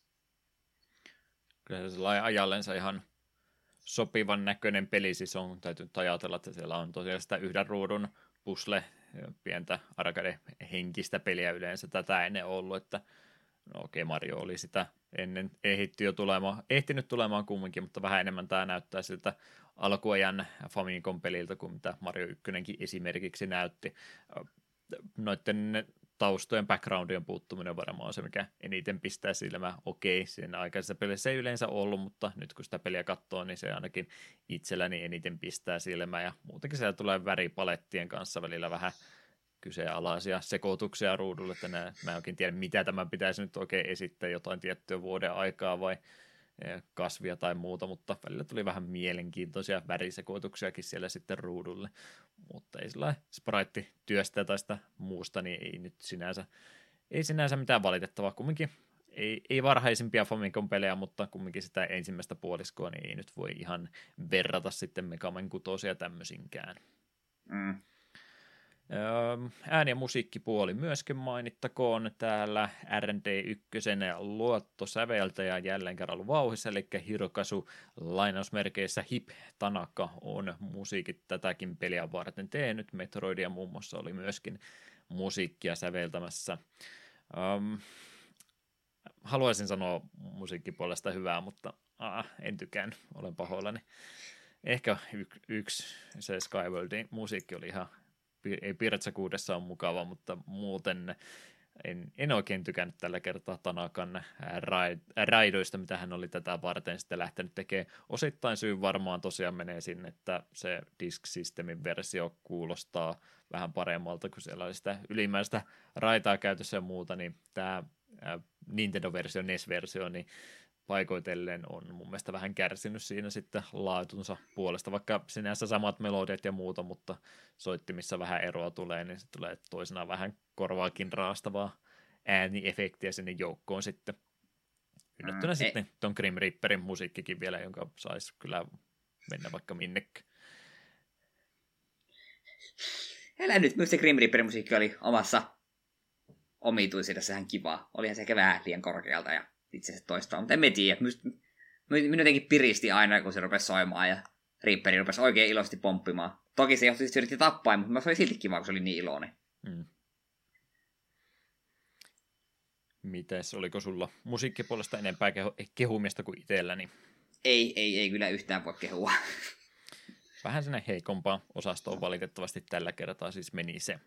Kyllä se sellainen ajallensa ihan sopivan näköinen peli, siis on täytyy ajatella, että siellä on tosiaan sitä yhden ruudun pusle, pientä arcade-henkistä peliä yleensä tätä ennen ollut, että no okei, Mario oli sitä ennen ehtinyt tulemaan kumminkin, mutta vähän enemmän tämä näyttää siltä alkuajan Famicom peliltä kuin mitä Mario 1 esimerkiksi näytti. Noiden taustojen backgroundien puuttuminen varmaan on se, mikä eniten pistää silmään. Okei, siinä aikaisessa pelissä ei yleensä ollut, mutta nyt kun sitä peliä katsoo, niin se ainakin itselläni eniten pistää silmään, ja muutenkin siellä tulee väripalettien kanssa välillä vähän kyseenalaisia sekoituksia ruudulle, että mä en oikein tiedä, mitä tämän pitäisi nyt oikein esittää, jotain tiettyä vuoden aikaa vai kasvia tai muuta, mutta välillä tuli vähän mielenkiintoisia värisekoituksiakin siellä sitten ruudulle, mutta ei sellainen sprite-työstä tai sitä muusta, niin ei nyt sinänsä mitään valitettavaa, kumminkin ei varhaisimpia Famicom-pelejä, mutta kumminkin sitä ensimmäistä puoliskoa, niin ei nyt voi ihan verrata sitten Mega Man 6 tämmöisinkään. Ääni- ja musiikkipuoli myöskin mainittakoon täällä R&D1 luottosäveltäjä jälleen kerran ollut vauhissa, eli Hirokazu lainausmerkeissä Hip Tanaka on musiikit tätäkin peliä varten tehnyt. Metroidia muun muassa oli myöskin musiikkia säveltämässä. Haluaisin sanoa musiikkipuolesta hyvää, mutta en tykännyt, olen pahoillani. Ehkä yksi se Skyworldin musiikki oli ihan ei Pirates 6 on mukava, mutta muuten en oikein tykännyt tällä kertaa Tanakan raidoista, mitä hän oli tätä varten sitten lähtenyt tekemään. Osittain syy varmaan tosiaan menee sinne, että se Disk Systemin versio kuulostaa vähän paremmalta, kun siellä oli sitä ylimmäistä raitaa käytössä ja muuta, niin tämä Nintendo-versio, NES-versio, niin paikoitellen on mun mielestä vähän kärsinyt siinä sitten laatunsa puolesta, vaikka sinänsä samat melodiat ja muuta, mutta soittimissa vähän eroa tulee, niin se tulee toisenaan vähän korvaakin raastavaa ääniefektiä sinne joukkoon sitten. Yllättynä sitten ton Grim Reaperin musiikkikin vielä, jonka saisi kyllä mennä vaikka minnekin. Älä nyt, myös se Grim Reaperin musiikki oli omassa omituisuudessa ihan kivaa. Olihan se ehkä vähän liian korkealta ja itse asiassa toistaan, mutta en tiedä. Minun jotenkin piristi aina, kun se rupesi soimaan ja Reaperi rupesi oikein iloisesti pomppimaan. Toki se johti yritti tappaa, mutta se oli silti kiva, kun se oli niin iloinen. Mites, oliko sulla musiikkipuolesta enempää kehumista kuin itselläni? Ei kyllä yhtään voi kehua. Vähän sinne heikompaan osastoon valitettavasti tällä kertaa siis meni se.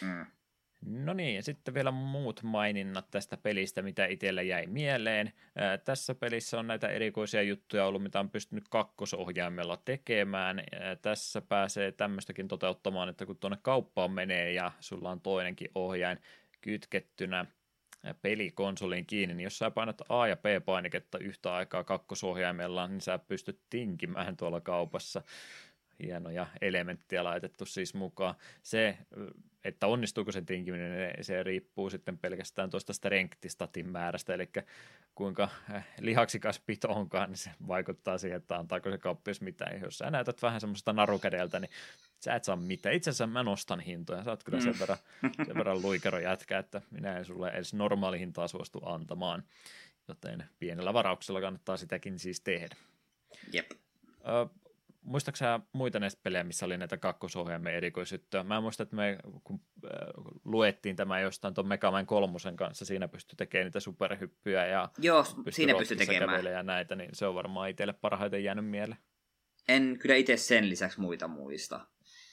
No niin, ja sitten vielä muut maininnat tästä pelistä, mitä itsellä jäi mieleen. Tässä pelissä on näitä erikoisia juttuja ollut, mitä on pystynyt kakkosohjaimella tekemään. Tässä pääsee tämmöistäkin toteuttamaan, että kun tuonne kauppaan menee ja sulla on toinenkin ohjain kytkettynä pelikonsoliin kiinni, niin jos sä painat A- ja B-painiketta yhtä aikaa kakkosohjaimella, niin sä pystyt tinkimään tuolla kaupassa. Hienoja elementtejä laitettu siis mukaan. Se, että onnistuuko se tinkiminen, se riippuu sitten pelkästään tuosta strength-statin määrästä, eli kuinka lihaksikas pito onkaan, niin se vaikuttaa siihen, että antaako se kauppias mitään. Jos sä näytät vähän semmoista narukädeltä, niin sä et saa mitään. Itse asiassa mä nostan hintoja. Sä oot kyllä sen verran luikero jätkä, että minä en sulle edes normaali hintaa suostu antamaan. Joten pienellä varauksella kannattaa sitäkin siis tehdä. Jep. Muistatko sä muita näistä pelejä, missä oli näitä kakkosohjaimen erikoisjuttuja? Mä muistan, että me kun luettiin tämä jostain tuon Mega Man 3 kanssa, siinä pystyi tekemään niitä superhyppyjä ja siinä pystyi tekemään ja näitä, niin se on varmaan itselle parhaiten jäänyt mieleen. En kyllä itse sen lisäksi muita muista.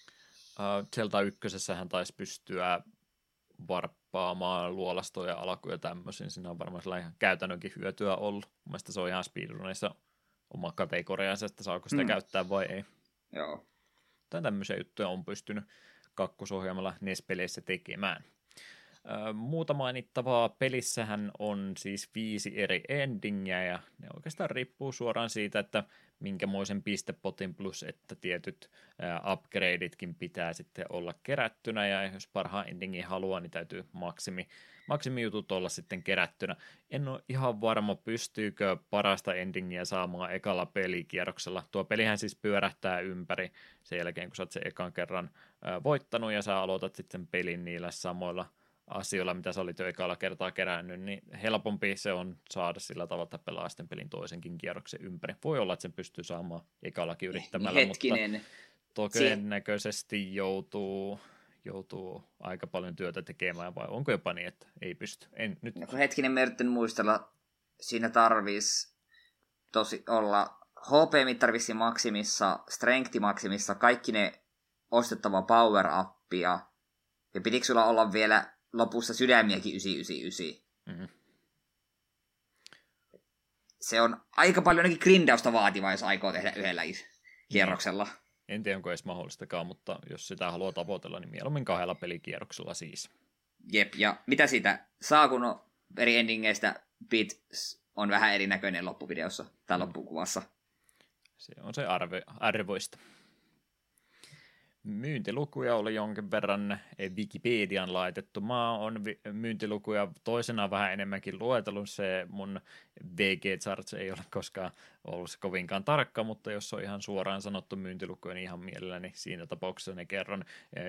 Zelda 1:ssähän taisi pystyä varppaamaan luolastoja, alkuja ja tämmöisiin. Siinä on varmaan sellainen käytännönkin hyötyä ollut. Mielestäni se on ihan speedrunissa oma kategoriansa, että saako sitä käyttää vai ei. Joo. Tai tämmöisiä juttuja on pystynyt kakkosohjelmalla NES-peleissä tekemään. Muuta mainittavaa, pelissähän on siis 5 eri endingiä ja ne oikeastaan riippuu suoraan siitä, että minkämoisen pistepotin plus, että tietyt upgradeitkin pitää sitten olla kerättynä ja jos parhaan endingin haluaa, niin täytyy maksimijutut olla sitten kerättynä. En ole ihan varma, pystyykö parasta endingiä saamaan ekalla pelikierroksella. Tuo pelihän siis pyörähtää ympäri sen jälkeen, kun sä oot sen ekan kerran voittanut ja sä aloitat sitten pelin niillä samoilla asioilla, mitä sä olit jo ekalla kertaa kerännyt, niin helpompi se on saada sillä tavalla, että pelaa sitten pelin toisenkin kierroksen ympäri. Voi olla, että sen pystyy saamaan ekallakin yrittämällä, mutta todennäköisesti joutuu aika paljon työtä tekemään, vai onko jopa niin, että ei pysty? Nyt. No, hetkinen, mä yritän muistella, siinä tarvitsisi olla HP-mittari maksimissa, strength maksimissa, kaikki ne ostettava power-appia, ja pitikö sulla olla vielä lopussa sydämiäkin 999? Mm-hmm. Se on aika paljon ainakin grindausta vaativa, jos aikoo tehdä yhdellä kierroksella. En tiedä, onko edes mahdollistakaan, mutta jos sitä haluaa tavoitella, niin mieluummin 2 pelikierroksella siis. Jep, ja mitä siitä saa, kun eri endingeistä bit on vähän erinäköinen loppuvideossa tai loppukuvassa? Se on se arvoista. Myyntilukuja oli jonkin verran Wikipedian laitettu. Mä oon myyntilukuja toisena vähän enemmänkin luetellut. Se mun VG-charts ei ole koskaan ollut se kovinkaan tarkka, mutta jos on ihan suoraan sanottu myyntilukuja, niin ihan mielelläni siinä tapauksessa ne kerron.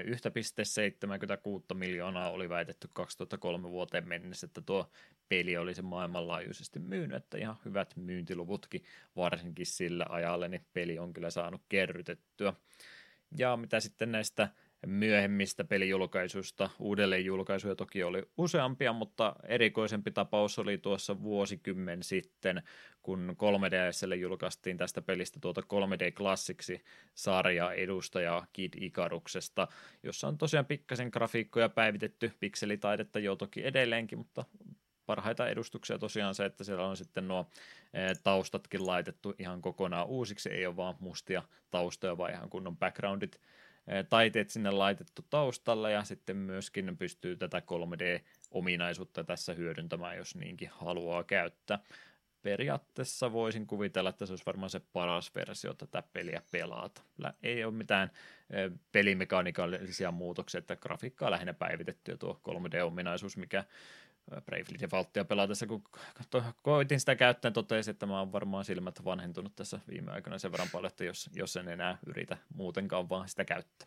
1,76 miljoonaa oli väitetty 2003 vuoteen mennessä, että tuo peli oli se maailmanlaajuisesti myynyt, että ihan hyvät myyntiluvutkin varsinkin sillä ajalle, niin peli on kyllä saanut kerrytettyä. Ja mitä sitten näistä myöhemmistä pelijulkaisuista, uudelleenjulkaisuja toki oli useampia, mutta erikoisempi tapaus oli tuossa vuosikymmen sitten, kun 3DS:lle julkaistiin tästä pelistä tuota 3D Classics-sarjaa edustaja Kid Icaruksesta, jossa on tosiaan pikkasen grafiikkoja päivitetty, pikselitaidetta jo toki edelleenkin, mutta parhaita edustuksia tosiaan se, että siellä on sitten nuo taustatkin laitettu ihan kokonaan uusiksi, ei ole vaan mustia taustoja, vaan ihan kunnon backgroundit, taiteet sinne laitettu taustalle ja sitten myöskin pystyy tätä 3D-ominaisuutta tässä hyödyntämään, jos niinkin haluaa käyttää. Periaatteessa voisin kuvitella, että se olisi varmaan se paras versio tätä peliä pelata. Ei ole mitään pelimekaanikaalisia muutoksia, että grafiikkaa lähinnä päivitetty ja tuo 3D-ominaisuus, mikä Bravely Defaultia pelatessa, kun koitin sitä käyttää, totesin, että mä oon varmaan silmät vanhentunut tässä viime aikoina sen verran paljon, että jos en enää yritä muutenkaan vaan sitä käyttää.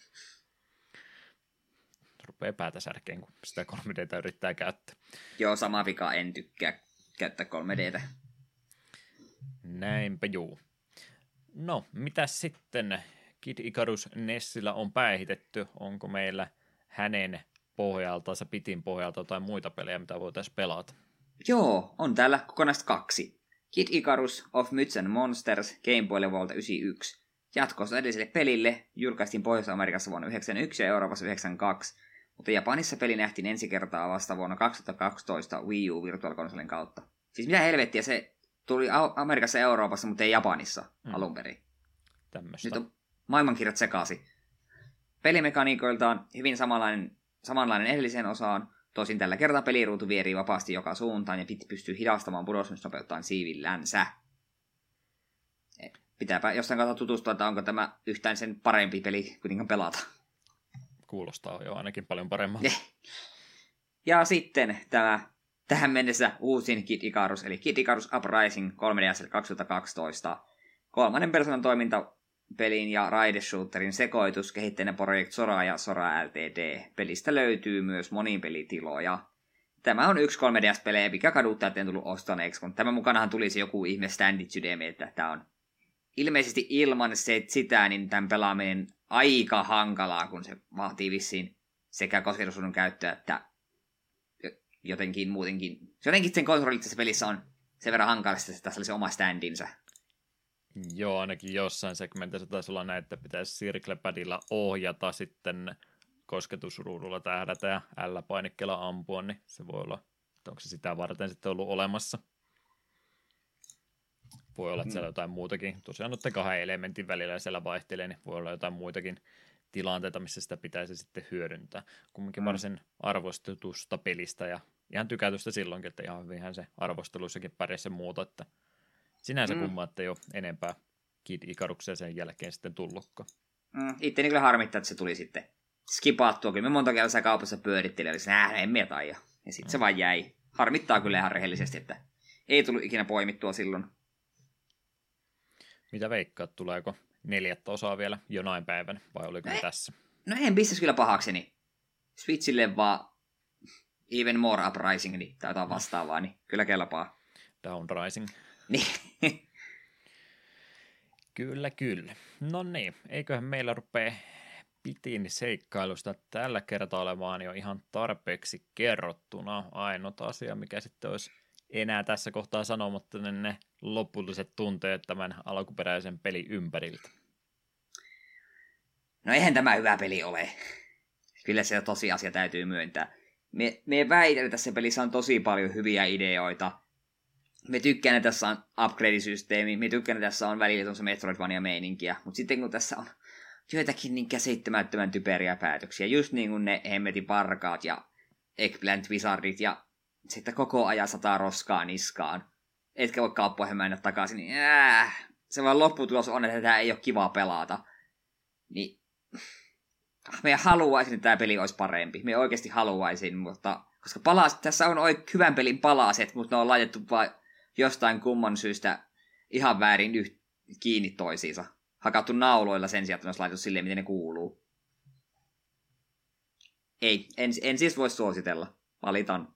Rupeaa päätä särkeen, kun sitä 3Dtä yrittää käyttää. Joo, sama vika, en tykkää käyttää 3Dtä. Näinpä juu. No, mitä sitten Kid Icarus Nessillä on päihitetty? Onko meillä hänen pohjalta, Pitin pohjalta tai muita pelejä, mitä voitaisiin pelata? Joo, on täällä kokonaista 2. Kid Icarus of Myths and Monsters Game Boylle vuodelta 1991 jatkossa edelliselle pelille julkaistiin Pohjois-Amerikassa vuonna 1991 ja Euroopassa 1992, mutta Japanissa peli nähtiin ensi kertaa vasta vuonna 2012 Wii U Virtual Consolen kautta. Siis mitä helvettiä, se tuli Amerikassa ja Euroopassa, mutta ei Japanissa alun perin. Tämmöstä. Nyt on maailmankirjat sekaisin. Pelimekaniikoiltaan hyvin samanlainen edelliseen osaan, tosin tällä kertaa peliruutu vierii vapaasti joka suuntaan ja Pit pystyy hidastamaan pudostusnopeuttaan siivillänsä. Pitääpä jostain kautta tutustua, että onko tämä yhtään sen parempi peli kuitenkaan pelata. Kuulostaa jo ainakin paljon paremmalta. Ja sitten tämä tähän mennessä uusin Kid Icarus, eli Kid Icarus Uprising 3DS 2012. Kolmannen persoonan toimintapelin ja raideshooterin sekoitus kehittäjänä Project Sora ja Sora Ltd. Pelistä löytyy myös monipelitiloja. Tämä on yksi 3DS-pelejä, mikä kaduttaa, että en tullut ostaneeksi, kun tämän mukanahan tulisi joku ihme standit sydämi, että tämä on ilmeisesti ilman sitä, niin tämän pelaaminen aika hankalaa, kun se vaatii vissiin sekä kosketusruudun käyttöä, että jotenkin muutenkin. Jotenkin sen kontrollit tässä pelissä on sen verran hankalista, että tässä oli se oma standinsa. Joo, ainakin jossain segmentissä taisi olla näin, että pitäisi Circle-padilla ohjata sitten kosketusruudulla tähdätä ja L-painikkeella ampua, niin se voi olla, että onko se sitä varten sitten ollut olemassa. Voi olla, että siellä jotain muutakin, tosiaan noiden 2 elementin välillä siellä vaihtelee, niin voi olla jotain muitakin tilanteita, missä sitä pitäisi sitten hyödyntää. Kumminkin varsin arvostetusta pelistä ja ihan tykätystä silloinkin, että ihan hyvinhän se arvosteluissakin pärjäsi muuta, että sinänsä kummaa, että ei ole enempää Kid Icaruksia sen jälkeen sitten tullutkaan. Itteni kyllä harmittaa, että se tuli sitten skipattua. Kyllä me monta kertaa kaupassa pyörittelin, että en mä taida. Ja sitten se vaan jäi. Harmittaa kyllä ihan rehellisesti, että ei tullut ikinä poimittua silloin. Mitä veikkaat, tuleeko 4. osaa vielä jonain päivänä, vai oliko ne tässä? No en pistäisi kyllä pahakseni. Switchille vaan Even More Uprising tai jotain vastaavaa, niin kyllä kelpaa. Downrising. Niin. Kyllä. No niin, eiköhän meillä rupea Pitin seikkailusta tällä kertaa olemaan jo ihan tarpeeksi kerrottuna. Ainut asia, mikä sitten olisi enää tässä kohtaa sanomatta, ne lopulliset tunteet tämän alkuperäisen pelin ympäriltä. No eihän tämä hyvä peli ole. Kyllä se tosiasia täytyy myöntää. Me väitän, että tässä pelissä on tosi paljon hyviä ideoita. Me tykkään, että tässä on upgrade-systeemi. Me tykkään, että tässä on välillä se Metroidvania-meininkiä. Mutta sitten kun tässä on joitakin niin käsittämättömän typeriä päätöksiä, just niin kuin ne hemmetin parkaat ja Eggplant Wizardit ja sitten koko ajan sataa roskaa niskaan. Etkä voi kauppoihin mennä takaisin, niin se vaan lopputulos on, että tämä ei ole kivaa pelata. Niin me haluaisin, että tämä peli olisi parempi. Me oikeasti haluaisin, mutta koska tässä on hyvän pelin palaset, mutta ne on laitettu vain jostain kumman syystä ihan väärin kiinni toisiinsa. Hakattu nauloilla sen sijaan, että ne olisi laitettu silleen, miten ne kuuluu. Ei, en siis voi suositella. Valitan.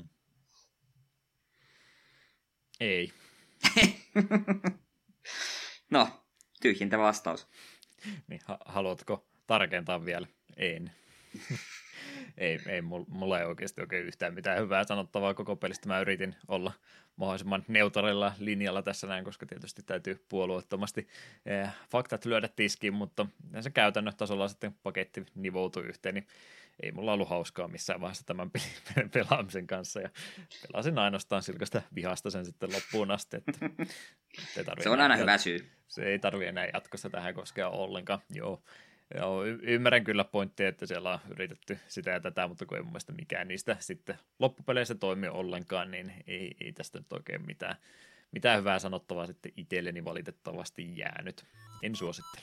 Ei. No, tyhjintä vastaus. Niin, haluatko tarkentaa vielä? En. ei mulla ei oikeasti oikein yhtään mitään hyvää sanottavaa koko pelistä. Mä yritin olla mahdollisimman neutraalilla linjalla tässä näin, koska tietysti täytyy puolueettomasti faktat lyödä tiskiin, mutta se käytännön tasolla sitten paketti nivoutui yhteen, niin ei mulla ollut hauskaa missään vaiheessa tämän pelin pelaamisen kanssa, ja pelasin ainoastaan silkästä vihasta sen sitten loppuun asti, että se on aina hyvä syy. Se ei tarvitse enää jatkossa tähän koskea ollenkaan, joo. Joo, ymmärrän kyllä pointtia, että siellä on yritetty sitä ja tätä, mutta kun ei mun mielestä mikään niistä sitten loppupeleissä toimi ollenkaan, niin ei tästä nyt oikein mitään hyvää sanottavaa sitten itselleni valitettavasti jäänyt. En suosittele.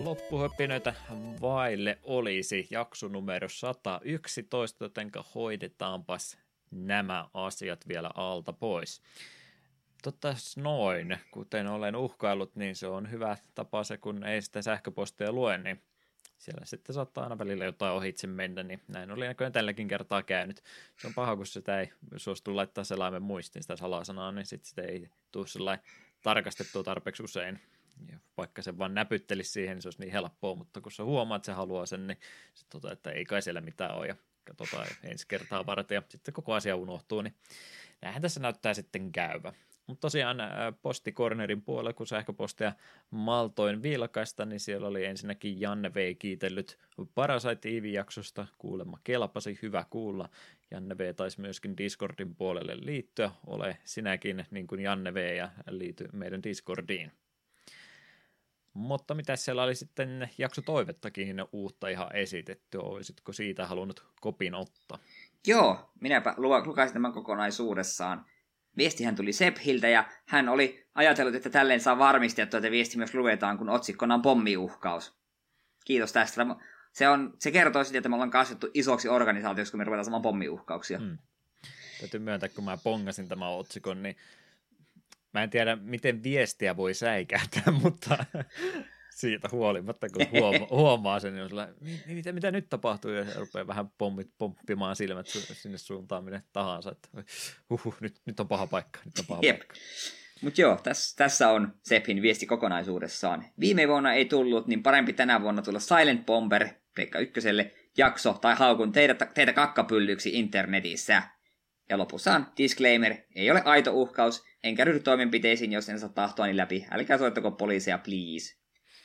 Loppuhöpinöitä vaille olisi jakso numero 111, jotenka hoidetaanpas nämä asiat vielä alta pois. Noin, kuten olen uhkaillut, niin se on hyvä tapa se, kun ei sitä sähköpostia lue, niin siellä sitten saattaa aina välillä jotain ohitse mennä, niin näin oli näköjään tälläkin kertaa käynyt. Se on paha, kun sitä ei suostu laittaa selaimen muistiin sitä salasanaa, niin sitten sitä ei tule sellainen tarkastettua tarpeeksi usein. Ja vaikka se vaan näpyttelisi siihen, niin se olisi niin helppoa, mutta kun sä huomaat, että se haluaa sen, niin sitten että ei kai siellä mitään ole, ja katsotaan ensi kertaa varten, ja sitten koko asia unohtuu, niin näinhän tässä näyttää sitten käyvä. Mutta tosiaan postikornerin puolella, kun sähköpostia maltoin vilkaista, niin siellä oli ensinnäkin Janne V. kiitellyt Parasite Eve-jaksosta, kuulemma kelpasi, hyvä kuulla. Janne V. taisi myöskin Discordin puolelle liittyä, ole sinäkin niin kuin Janne V. ja liity meidän Discordiin. Mutta mitä siellä oli sitten jaksotoivettakin uutta ihan esitetty, olisitko siitä halunnut kopin ottaa? Joo, minäpä lukaisin tämän kokonaisuudessaan. Viestihän tuli Sephiltä ja hän oli ajatellut, että tälleen saa varmistettua, että viesti myös luetaan, kun otsikkona on pommiuhkaus. Kiitos tästä. Se kertoo siitä, että me ollaan kasvettu isoksi organisaatioksi, kun me ruvetaan saamaan pommiuhkauksia. Täytyy myöntää, kun mä pongasin tämän otsikon, niin mä en tiedä, miten viestiä voi säikäyttää, mutta siitä huolimatta, kun huomaa sen, niin on sellainen, mitä nyt tapahtuu, ja rupeaa vähän pomppimaan silmät sinne suuntaan minne tahansa, että nyt on paha paikka, paikka. Mutta joo, tässä on Sephin viesti kokonaisuudessaan. Viime vuonna ei tullut, niin parempi tänä vuonna tulla Silent Bomber, Pekka Ykköselle, jakso tai haukun teitä kakkapyllyksi internetissä. Ja lopussa on disclaimer, ei ole aito uhkaus, enkä ryhdy toimenpiteisiin, jos en saa tahtoani läpi. Älkää soittako poliiseja, please.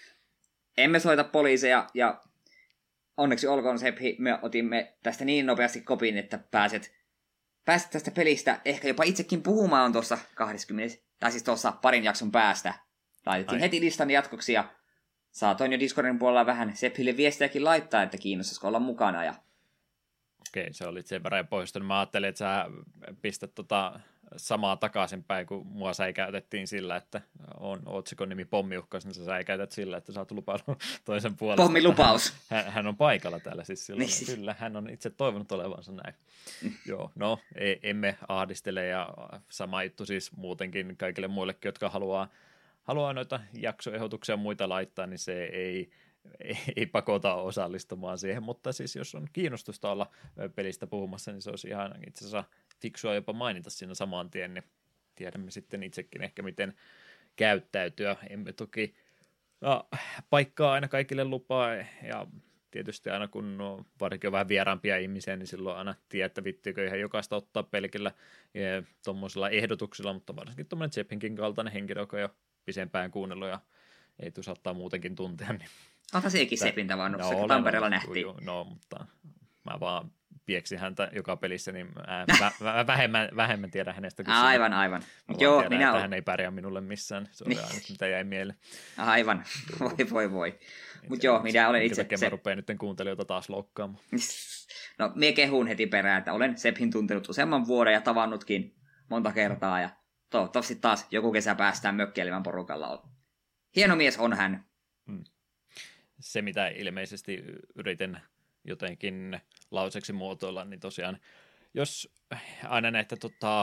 Emme soita poliiseja, ja onneksi olkoon Sephi, me otimme tästä niin nopeasti kopin, että pääset tästä pelistä ehkä jopa itsekin puhumaan tuossa 20, tai siis tuossa parin jakson päästä. Laitettiin heti listan jatkoksi, ja saatoin jo Discordin puolella vähän Sephille viestiäkin laittaa, että kiinnostaisiko olla mukana, ja okei, se oli sen verran poistunut. Mä ajattelin, että sä pistät samaa takaisinpäin, kun mua säikäytettiin sillä, että on otsikon nimi pommiuhkaus, niin sä säikäytät sillä, että sä oot lupaillut toisen puolesta. Pommilupaus. Hän on paikalla täällä siis silloin. Niin. Kyllä, hän on itse toivonut olevansa näin. Joo, no emme ahdistele, ja sama juttu siis muutenkin kaikille muillekin, jotka haluaa noita jaksoehdotuksia ja muita laittaa, niin se ei pakota osallistumaan siihen, mutta siis jos on kiinnostusta olla pelistä puhumassa, niin se olisi ihan itse asiassa fiksua jopa mainita siinä saman tien, niin tiedämme sitten itsekin ehkä miten käyttäytyä. Emme toki paikkaa aina kaikille lupaa, ja tietysti aina kun varsinkin on vähän vieraampia ihmisiä, niin silloin aina tiedät, että vittiikö ihan jokaista ottaa pelkillä tuommoisilla ehdotuksilla, mutta varsinkin tuommoinen Zephinkin kaltainen henkilö, joka on jo pisempään kuunnellut ja ei saattaa muutenkin tuntea, niin onhan sekin Sephin tavannut, se Tampereella nähtiin. No, mutta mä vaan pieksin häntä joka pelissä, niin vähemmän tiedän hänestä kuin aivan. Joo, tiedän, että hän ei pärjää minulle missään. Se oli aina, mitä jäi mieleen. Aivan. Voi. Mutta joo, minä olen itse mä rupean nyt kuuntelijoita taas loukkaamaan. No, mie kehun heti perään, että olen Sephin tuntenut useamman vuoden ja tavannutkin monta kertaa, ja toivottavasti taas joku kesä päästään mökkeilemään porukalla. Hieno mies on hän. Se, mitä ilmeisesti yritän jotenkin lauseeksi muotoilla, niin tosiaan, jos aina näitä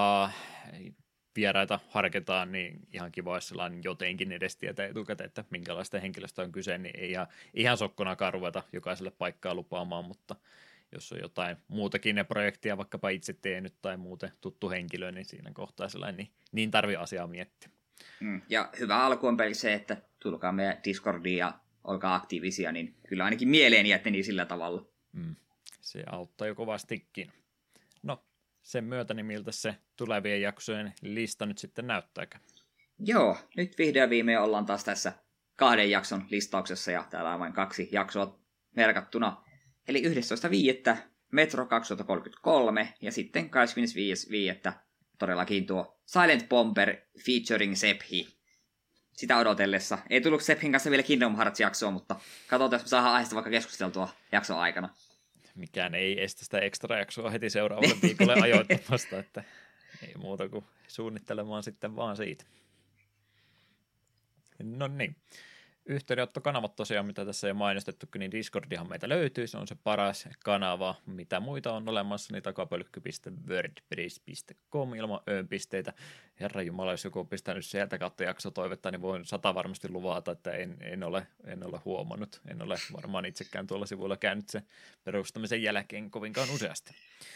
vieraita harkitaan, niin ihan kiva olisi sellainen jotenkin edes tietää etukäteen, että minkälaista henkilöstä on kyse, niin ei ihan sokkonakaan ruveta jokaiselle paikkaa lupaamaan, mutta jos on jotain muutakin projektia, vaikkapa itse tehnyt tai muuten tuttu henkilö, niin siinä kohtaa sellainen, niin tarvii asiaa miettiä. Ja hyvä alku on pelkästään se, että tulkaa meidän Discordiin ja olkaa aktiivisia, niin kyllä ainakin mieleen jätte niin sillä tavalla. Se auttaa jo kovastikin. No, sen myötä, niin miltä se tulevien jaksojen lista nyt sitten näyttääkö? Joo, nyt vihdoin viimein ollaan taas tässä 2 jakson listauksessa, ja täällä on vain 2 jaksoa merkattuna. Eli 11.5. Metro 2033, ja sitten 25.5. todellakin tuo Silent Bomber featuring Sephi. Sitä odotellessa. Ei tullut Sephin kanssa vielä Kingdom Hearts-jaksoa, mutta katsotaan, jos me saadaan aiheesta vaikka keskusteltua jakson aikana. Mikään ei estä sitä ekstra-jaksoa heti seuraavalle viikolle ajoittamasta, että ei muuta kuin suunnittelemaan sitten vaan siitä. No niin. Yhteydenottokanavat tosiaan, mitä tässä ei mainostettukin, niin Discordihan meitä löytyy, se on se paras kanava, mitä muita on olemassa, niin takapölkky.wordpress.com ilman öönpisteitä. Herra Jumala, jos joku on pistänyt sieltä kautta jaksotoivetta, niin voin 100 varmasti luvata, että en ole huomannut, en ole varmaan itsekään tuolla sivuilla käynyt sen perustamisen jälkeen kovinkaan useasti.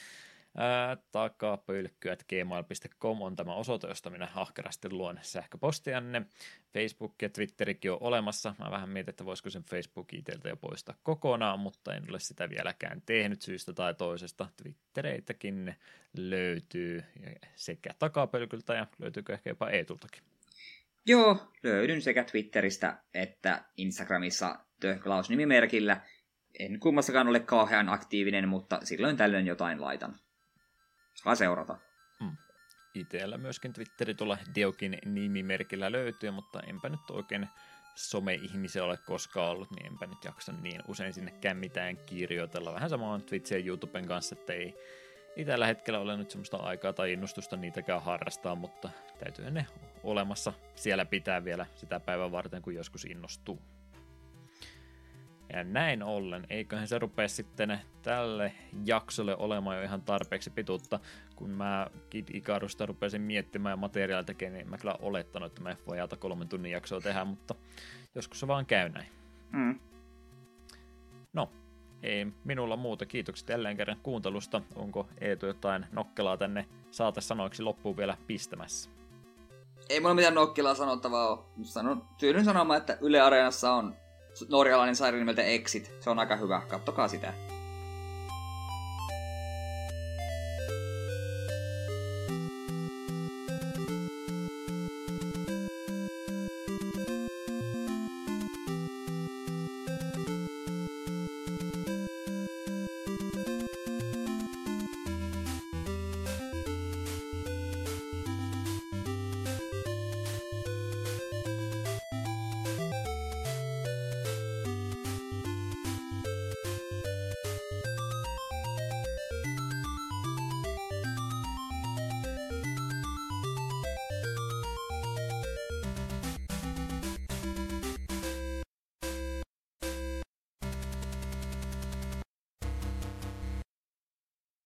Takapölkky@gmail.com on tämä osoite, josta minä ahkerasti luon sähköpostianne. Facebook ja Twitterikin on olemassa. Mä vähän mietin, että voisiko sen Facebookin teiltä jo poistaa kokonaan, mutta en ole sitä vieläkään tehnyt syystä tai toisesta. Twittereitäkin löytyy sekä Takapölkyltä ja löytyykö ehkä jopa Eetultakin. Joo, löydyn sekä Twitteristä että Instagramissa Töhklaus-nimimerkillä. En kummassakaan ole kauhean aktiivinen, mutta silloin tällöin jotain laitan. Saa seurata. Itellä myöskin Twitteri tuolla Diokin nimimerkillä löytyy, mutta enpä nyt oikein some-ihmisiä ole koskaan ollut, niin enpä nyt jaksa niin usein sinnekään mitään kirjoitella. Vähän sama on Twitchin ja YouTuben kanssa, että ei tällä hetkellä ole nyt semmoista aikaa tai innostusta niitäkään harrastaa, mutta täytyy ne olemassa siellä pitää vielä sitä päivän varten, kun joskus innostuu. Ja näin ollen, eiköhän se rupea sitten tälle jaksolle olemaan jo ihan tarpeeksi pituutta. Kun mä Kid Icarusta rupesin miettimään ja materiaalia tekemään, niin mä kyllä olettanut, että me vajaata 3 tunnin jaksoa tehdä, mutta joskus se vaan käy näin. No, ei minulla muuta. Kiitokset jälleen kerran kuuntelusta. Onko Eetu jotain nokkelaa tänne saatesanoiksi loppuun vielä pistämässä? Ei mulla mitään nokkelaa sanottavaa ole. Tyydyn sanomaan, että Yle Areenassa on norjalainen sarja nimeltä Exit. Se on aika hyvä. Kattokaa sitä.